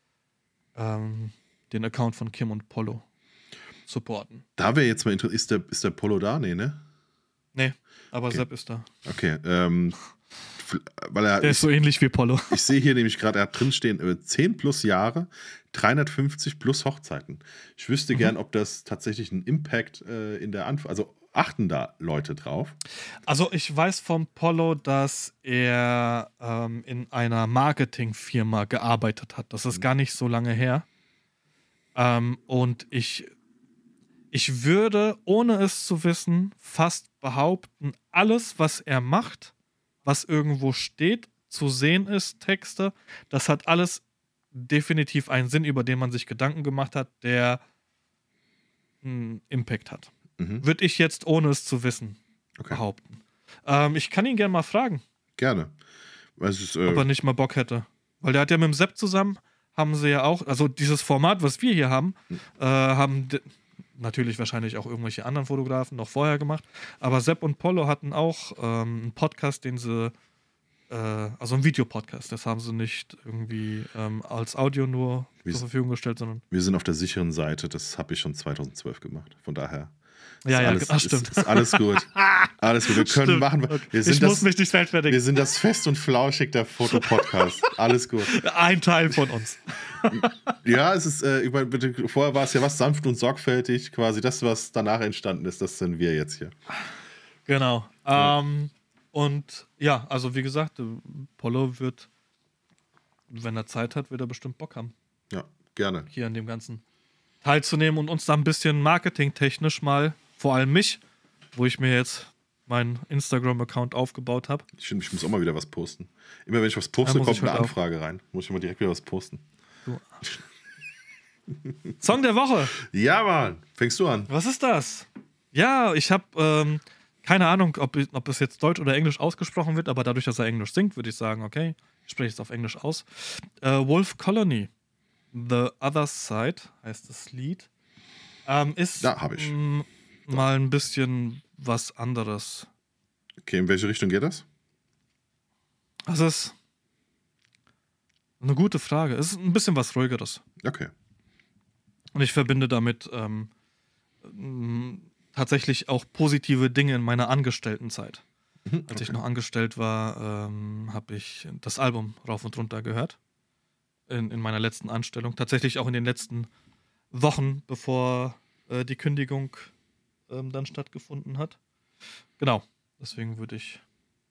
ähm, den Account von Kim und Polo, supporten. Da wäre jetzt mal interessant, ist der, ist der Polo da? Nee, ne? Nee, aber Okay. Sepp ist da. Okay, ähm, f- weil er, Der ist ich, so ähnlich wie Polo. ich sehe hier nämlich gerade, er hat drinstehen, äh, zehn plus Jahre, dreihundertfünfzig plus Hochzeiten. Ich wüsste Mhm. gern, ob das tatsächlich einen Impact äh, in der Anfang, also achten da Leute drauf? Also ich weiß vom Polo, dass er ähm, in einer Marketingfirma gearbeitet hat. Das ist gar nicht so lange her. Ähm, und ich, ich würde, ohne es zu wissen, fast behaupten, alles, was er macht, was irgendwo steht, zu sehen ist, Texte, das hat alles definitiv einen Sinn, über den man sich Gedanken gemacht hat, der einen Impact hat. Mhm. Würde ich jetzt, ohne es zu wissen, Okay, behaupten. Ähm, ich kann ihn gerne mal fragen, gerne. Es ist, ob er äh, nicht mal Bock hätte. Weil der hat ja mit dem Sepp zusammen, haben sie ja auch, also dieses Format, was wir hier haben, äh, haben de- natürlich wahrscheinlich auch irgendwelche anderen Fotografen noch vorher gemacht, aber Sepp und Polo hatten auch ähm, einen Podcast, den sie, äh, also einen Videopodcast, das haben sie nicht irgendwie ähm, als Audio nur Wie zur s- Verfügung gestellt, sondern wir sind auf der sicheren Seite, das habe ich schon zweitausendzwölf gemacht. Von daher ist ja, ja, alles, das stimmt. Ist, ist alles gut. Alles gut, wir können Stimmt. machen. Okay. Wir sind, Ich muss das, mich nicht rechtfertigen. wir sind das Fest und Flauschig der Fotopodcast. Alles gut. Ein Teil von uns. Ja, es ist, äh, ich meine, bitte, vorher war es ja was sanft und sorgfältig, quasi das, was danach entstanden ist, das sind wir jetzt hier. Genau. Ja. Ähm, und ja, also wie gesagt, äh, Polo wird, wenn er Zeit hat, wird er bestimmt Bock haben, Ja, gerne. hier an dem Ganzen teilzunehmen und uns da ein bisschen marketingtechnisch mal, vor allem mich, wo ich mir jetzt meinen Instagram-Account aufgebaut habe. Ich finde, ich muss auch mal wieder was posten. Immer wenn ich was poste, Ja, muss kommt ich eine heute auch. Anfrage rein. Muss ich immer direkt wieder was posten. Song der Woche. Ja, Mann. Fängst du an? Was ist das? Ja, ich habe ähm, keine Ahnung, ob, ob es jetzt Deutsch oder Englisch ausgesprochen wird, aber dadurch, dass er Englisch singt, würde ich sagen, okay, ich spreche es auf Englisch aus. Äh, Wolf Colony, The Other Side heißt das Lied. Ähm, ist Ja, hab ich. m, mal ein bisschen was anderes. Okay, in welche Richtung geht das? Das ist eine gute Frage. Es ist ein bisschen was Ruhigeres. Okay. Und ich verbinde damit ähm, m, tatsächlich auch positive Dinge in meiner Angestelltenzeit. Mhm, Als ich okay. noch angestellt war, ähm, habe ich das Album rauf und runter gehört. In, in meiner letzten Anstellung. Tatsächlich auch in den letzten Wochen, bevor äh, die Kündigung ähm, dann stattgefunden hat. Genau. Deswegen würde ich,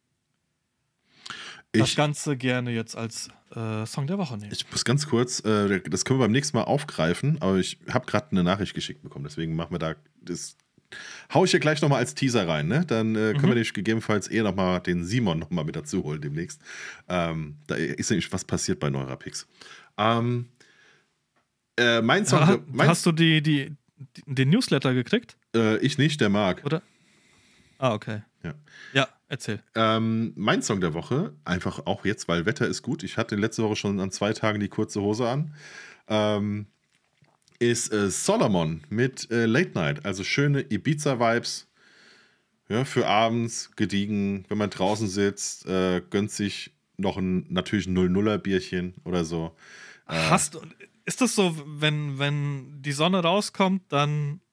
das Ich, Ganze gerne jetzt als äh, Song der Woche nehmen. ich muss ganz kurz, äh, das können wir beim nächsten Mal aufgreifen, aber ich habe gerade eine Nachricht geschickt bekommen, deswegen machen wir da, das hau ich hier gleich nochmal als Teaser rein, ne? Dann äh, können Mhm. wir nämlich gegebenenfalls eher nochmal den Simon nochmal mit dazu holen demnächst. Ähm, da ist nämlich was passiert bei Neurapix. Ähm, äh, mein Song, Ha, mein, hast du die, die, die, den Newsletter gekriegt? äh, ich nicht, der Marc. Oder? Ah, okay. Ja. Ja, erzähl. Ähm, mein Song der Woche, einfach auch jetzt, weil Wetter ist gut. Ich hatte letzte Woche schon an zwei Tagen die kurze Hose an. Ähm, ist äh, Solomon mit äh, Late Night. Also schöne Ibiza-Vibes. Ja, für abends, gediegen, wenn man draußen sitzt, äh, gönnt sich noch ein natürlich ein null-nuller-Bierchen oder so. Äh, Hast du, ist das so, wenn, wenn die Sonne rauskommt, dann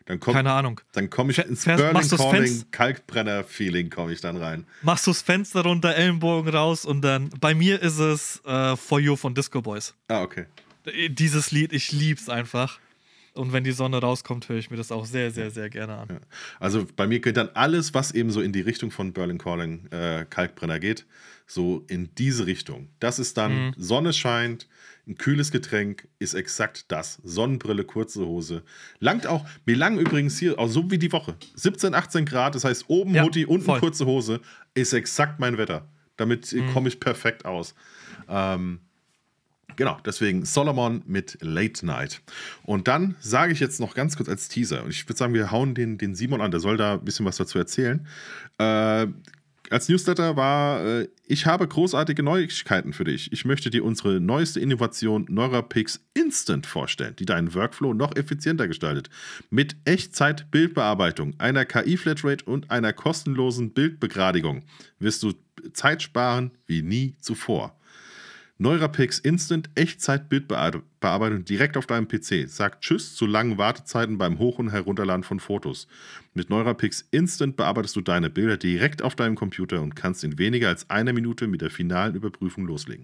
Dann komm, Keine Ahnung. Dann komme ich Fähr- ins fährst- Berlin machst du's Calling Fenst- Kalkbrenner-Feeling komme ich dann rein. Machst du das Fenster runter, Ellenbogen raus und dann, bei mir ist es äh, For You von Disco Boys. Ah, okay. Dieses Lied, ich lieb's einfach. Und wenn die Sonne rauskommt, höre ich mir das auch sehr, sehr, sehr gerne an. Ja. Also bei mir geht dann alles, was eben so in die Richtung von Berlin Calling äh, Kalkbrenner geht, so in diese Richtung. Das ist dann, Mhm. Sonne scheint, ein kühles Getränk ist exakt das. Sonnenbrille, kurze Hose. Langt auch, mir lang übrigens hier, auch so wie die Woche, siebzehn, achtzehn Grad, das heißt oben Ja, Hoodie, unten voll. kurze Hose, ist exakt mein Wetter. Damit Mhm. komme ich perfekt aus. Ähm, Genau, deswegen Solomon mit Late Night. Und dann sage ich jetzt noch ganz kurz als Teaser, und ich würde sagen, wir hauen den, den Simon an, der soll da ein bisschen was dazu erzählen. Äh, als Newsletter war, äh, ich habe großartige Neuigkeiten für dich. Ich möchte dir unsere neueste Innovation NeuraPix Instant vorstellen, die deinen Workflow noch effizienter gestaltet. Mit Echtzeit-Bildbearbeitung, einer K I-Flatrate und einer kostenlosen Bildbegradigung wirst du Zeit sparen wie nie zuvor. NeuraPix Instant Echtzeit-Bildbearbeitung direkt auf deinem P C. Sagt Tschüss zu langen Wartezeiten beim Hoch- und Herunterladen von Fotos. Mit NeuraPix Instant bearbeitest du deine Bilder direkt auf deinem Computer und kannst in weniger als einer Minute mit der finalen Überprüfung loslegen.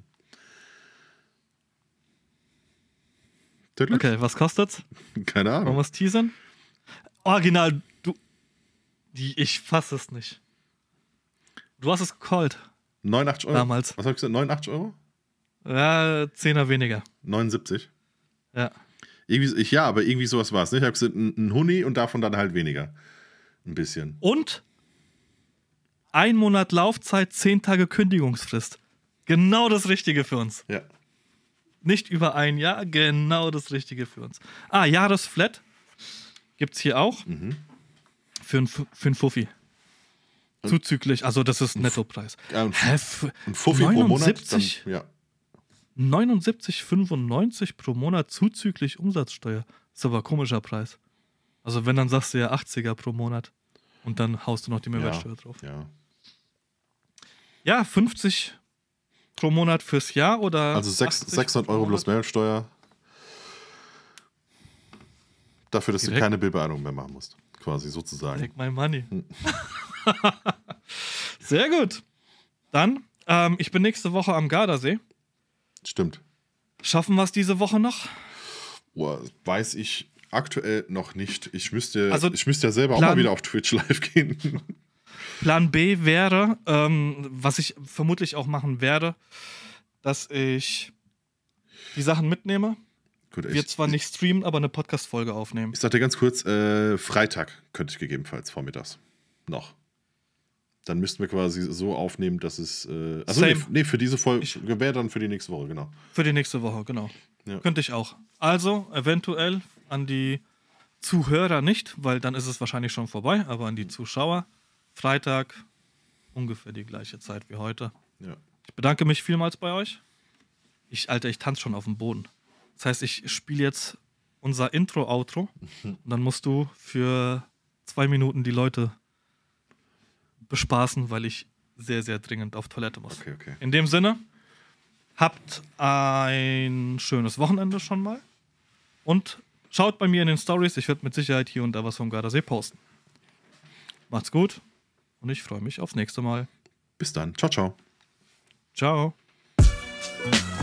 Okay, was kostet's? Keine Wollen Ahnung. wir es teasern? Original, du. Die, ich fasse es nicht. Du hast es gecallt. neunundachtzig Euro? Damals. Was habe ich gesagt? neunundachtzig Euro? Ja, Zehner weniger. neunundsiebzig? Ja. Irgendwie, ich, ja, aber irgendwie sowas war es. Ich habe gesagt, ein, ein Huni und davon dann halt weniger. Ein bisschen. Und ein Monat Laufzeit, zehn Tage Kündigungsfrist. Genau das Richtige für uns. Ja. Nicht über ein Jahr, genau das Richtige für uns. Ah, Jahresflat gibt's hier auch. Mhm. Für ein, für ein Fuffi. Zuzüglich, also das ist Nettopreis. Ja, und, Hä? F- und Fuffi pro Monat? neunundsiebzig? Dann, ja. neunundsiebzig fünfundneunzig pro Monat zuzüglich Umsatzsteuer. Ist aber ein komischer Preis. Also wenn, dann sagst du ja achtziger pro Monat. Und dann haust du noch die Mehrwertsteuer drauf. Ja. Ja, fünfzig pro Monat fürs Jahr oder Also sechs- achtzig sechshundert pro Euro Monat? plus Mehrwertsteuer. Dafür, dass Direkt. du keine Bildbearbeitung mehr machen musst. Quasi sozusagen. Take my money. Hm. Sehr gut. Dann, ähm, ich bin nächste Woche am Gardasee. Stimmt. Schaffen wir es diese Woche noch? Boah, weiß ich aktuell noch nicht. Ich müsste, Also, ich müsste ja selber auch Plan- mal wieder auf Twitch live gehen. Plan B wäre, ähm, was ich vermutlich auch machen werde, dass ich die Sachen mitnehme. Gut, Wir ich, zwar nicht streamen, aber eine Podcast-Folge aufnehmen. ich sag dir ganz kurz, äh, Freitag könnte ich gegebenenfalls vormittags noch. Dann müssten wir quasi so aufnehmen, dass es. Äh, also nee, Same. nee, für diese Folge Ich- wäre dann für die nächste Woche, genau. Für die nächste Woche, genau. Ja. Könnte ich auch. Also, eventuell an die Zuhörer nicht, weil dann ist es wahrscheinlich schon vorbei, aber an die Zuschauer. Freitag, ungefähr die gleiche Zeit wie heute. Ja. Ich bedanke mich vielmals bei euch. Ich, Alter, ich tanze schon auf dem Boden. Das heißt, ich spiele jetzt unser Intro-Outro und dann musst du für zwei Minuten die Leute bespaßen, weil ich sehr, sehr dringend auf Toilette muss. Okay, okay. In dem Sinne, habt ein schönes Wochenende schon mal und schaut bei mir in den Stories. Ich werde mit Sicherheit hier und da was vom Gardasee posten. Macht's gut und ich freue mich aufs nächste Mal. Bis dann. Ciao, ciao. Ciao.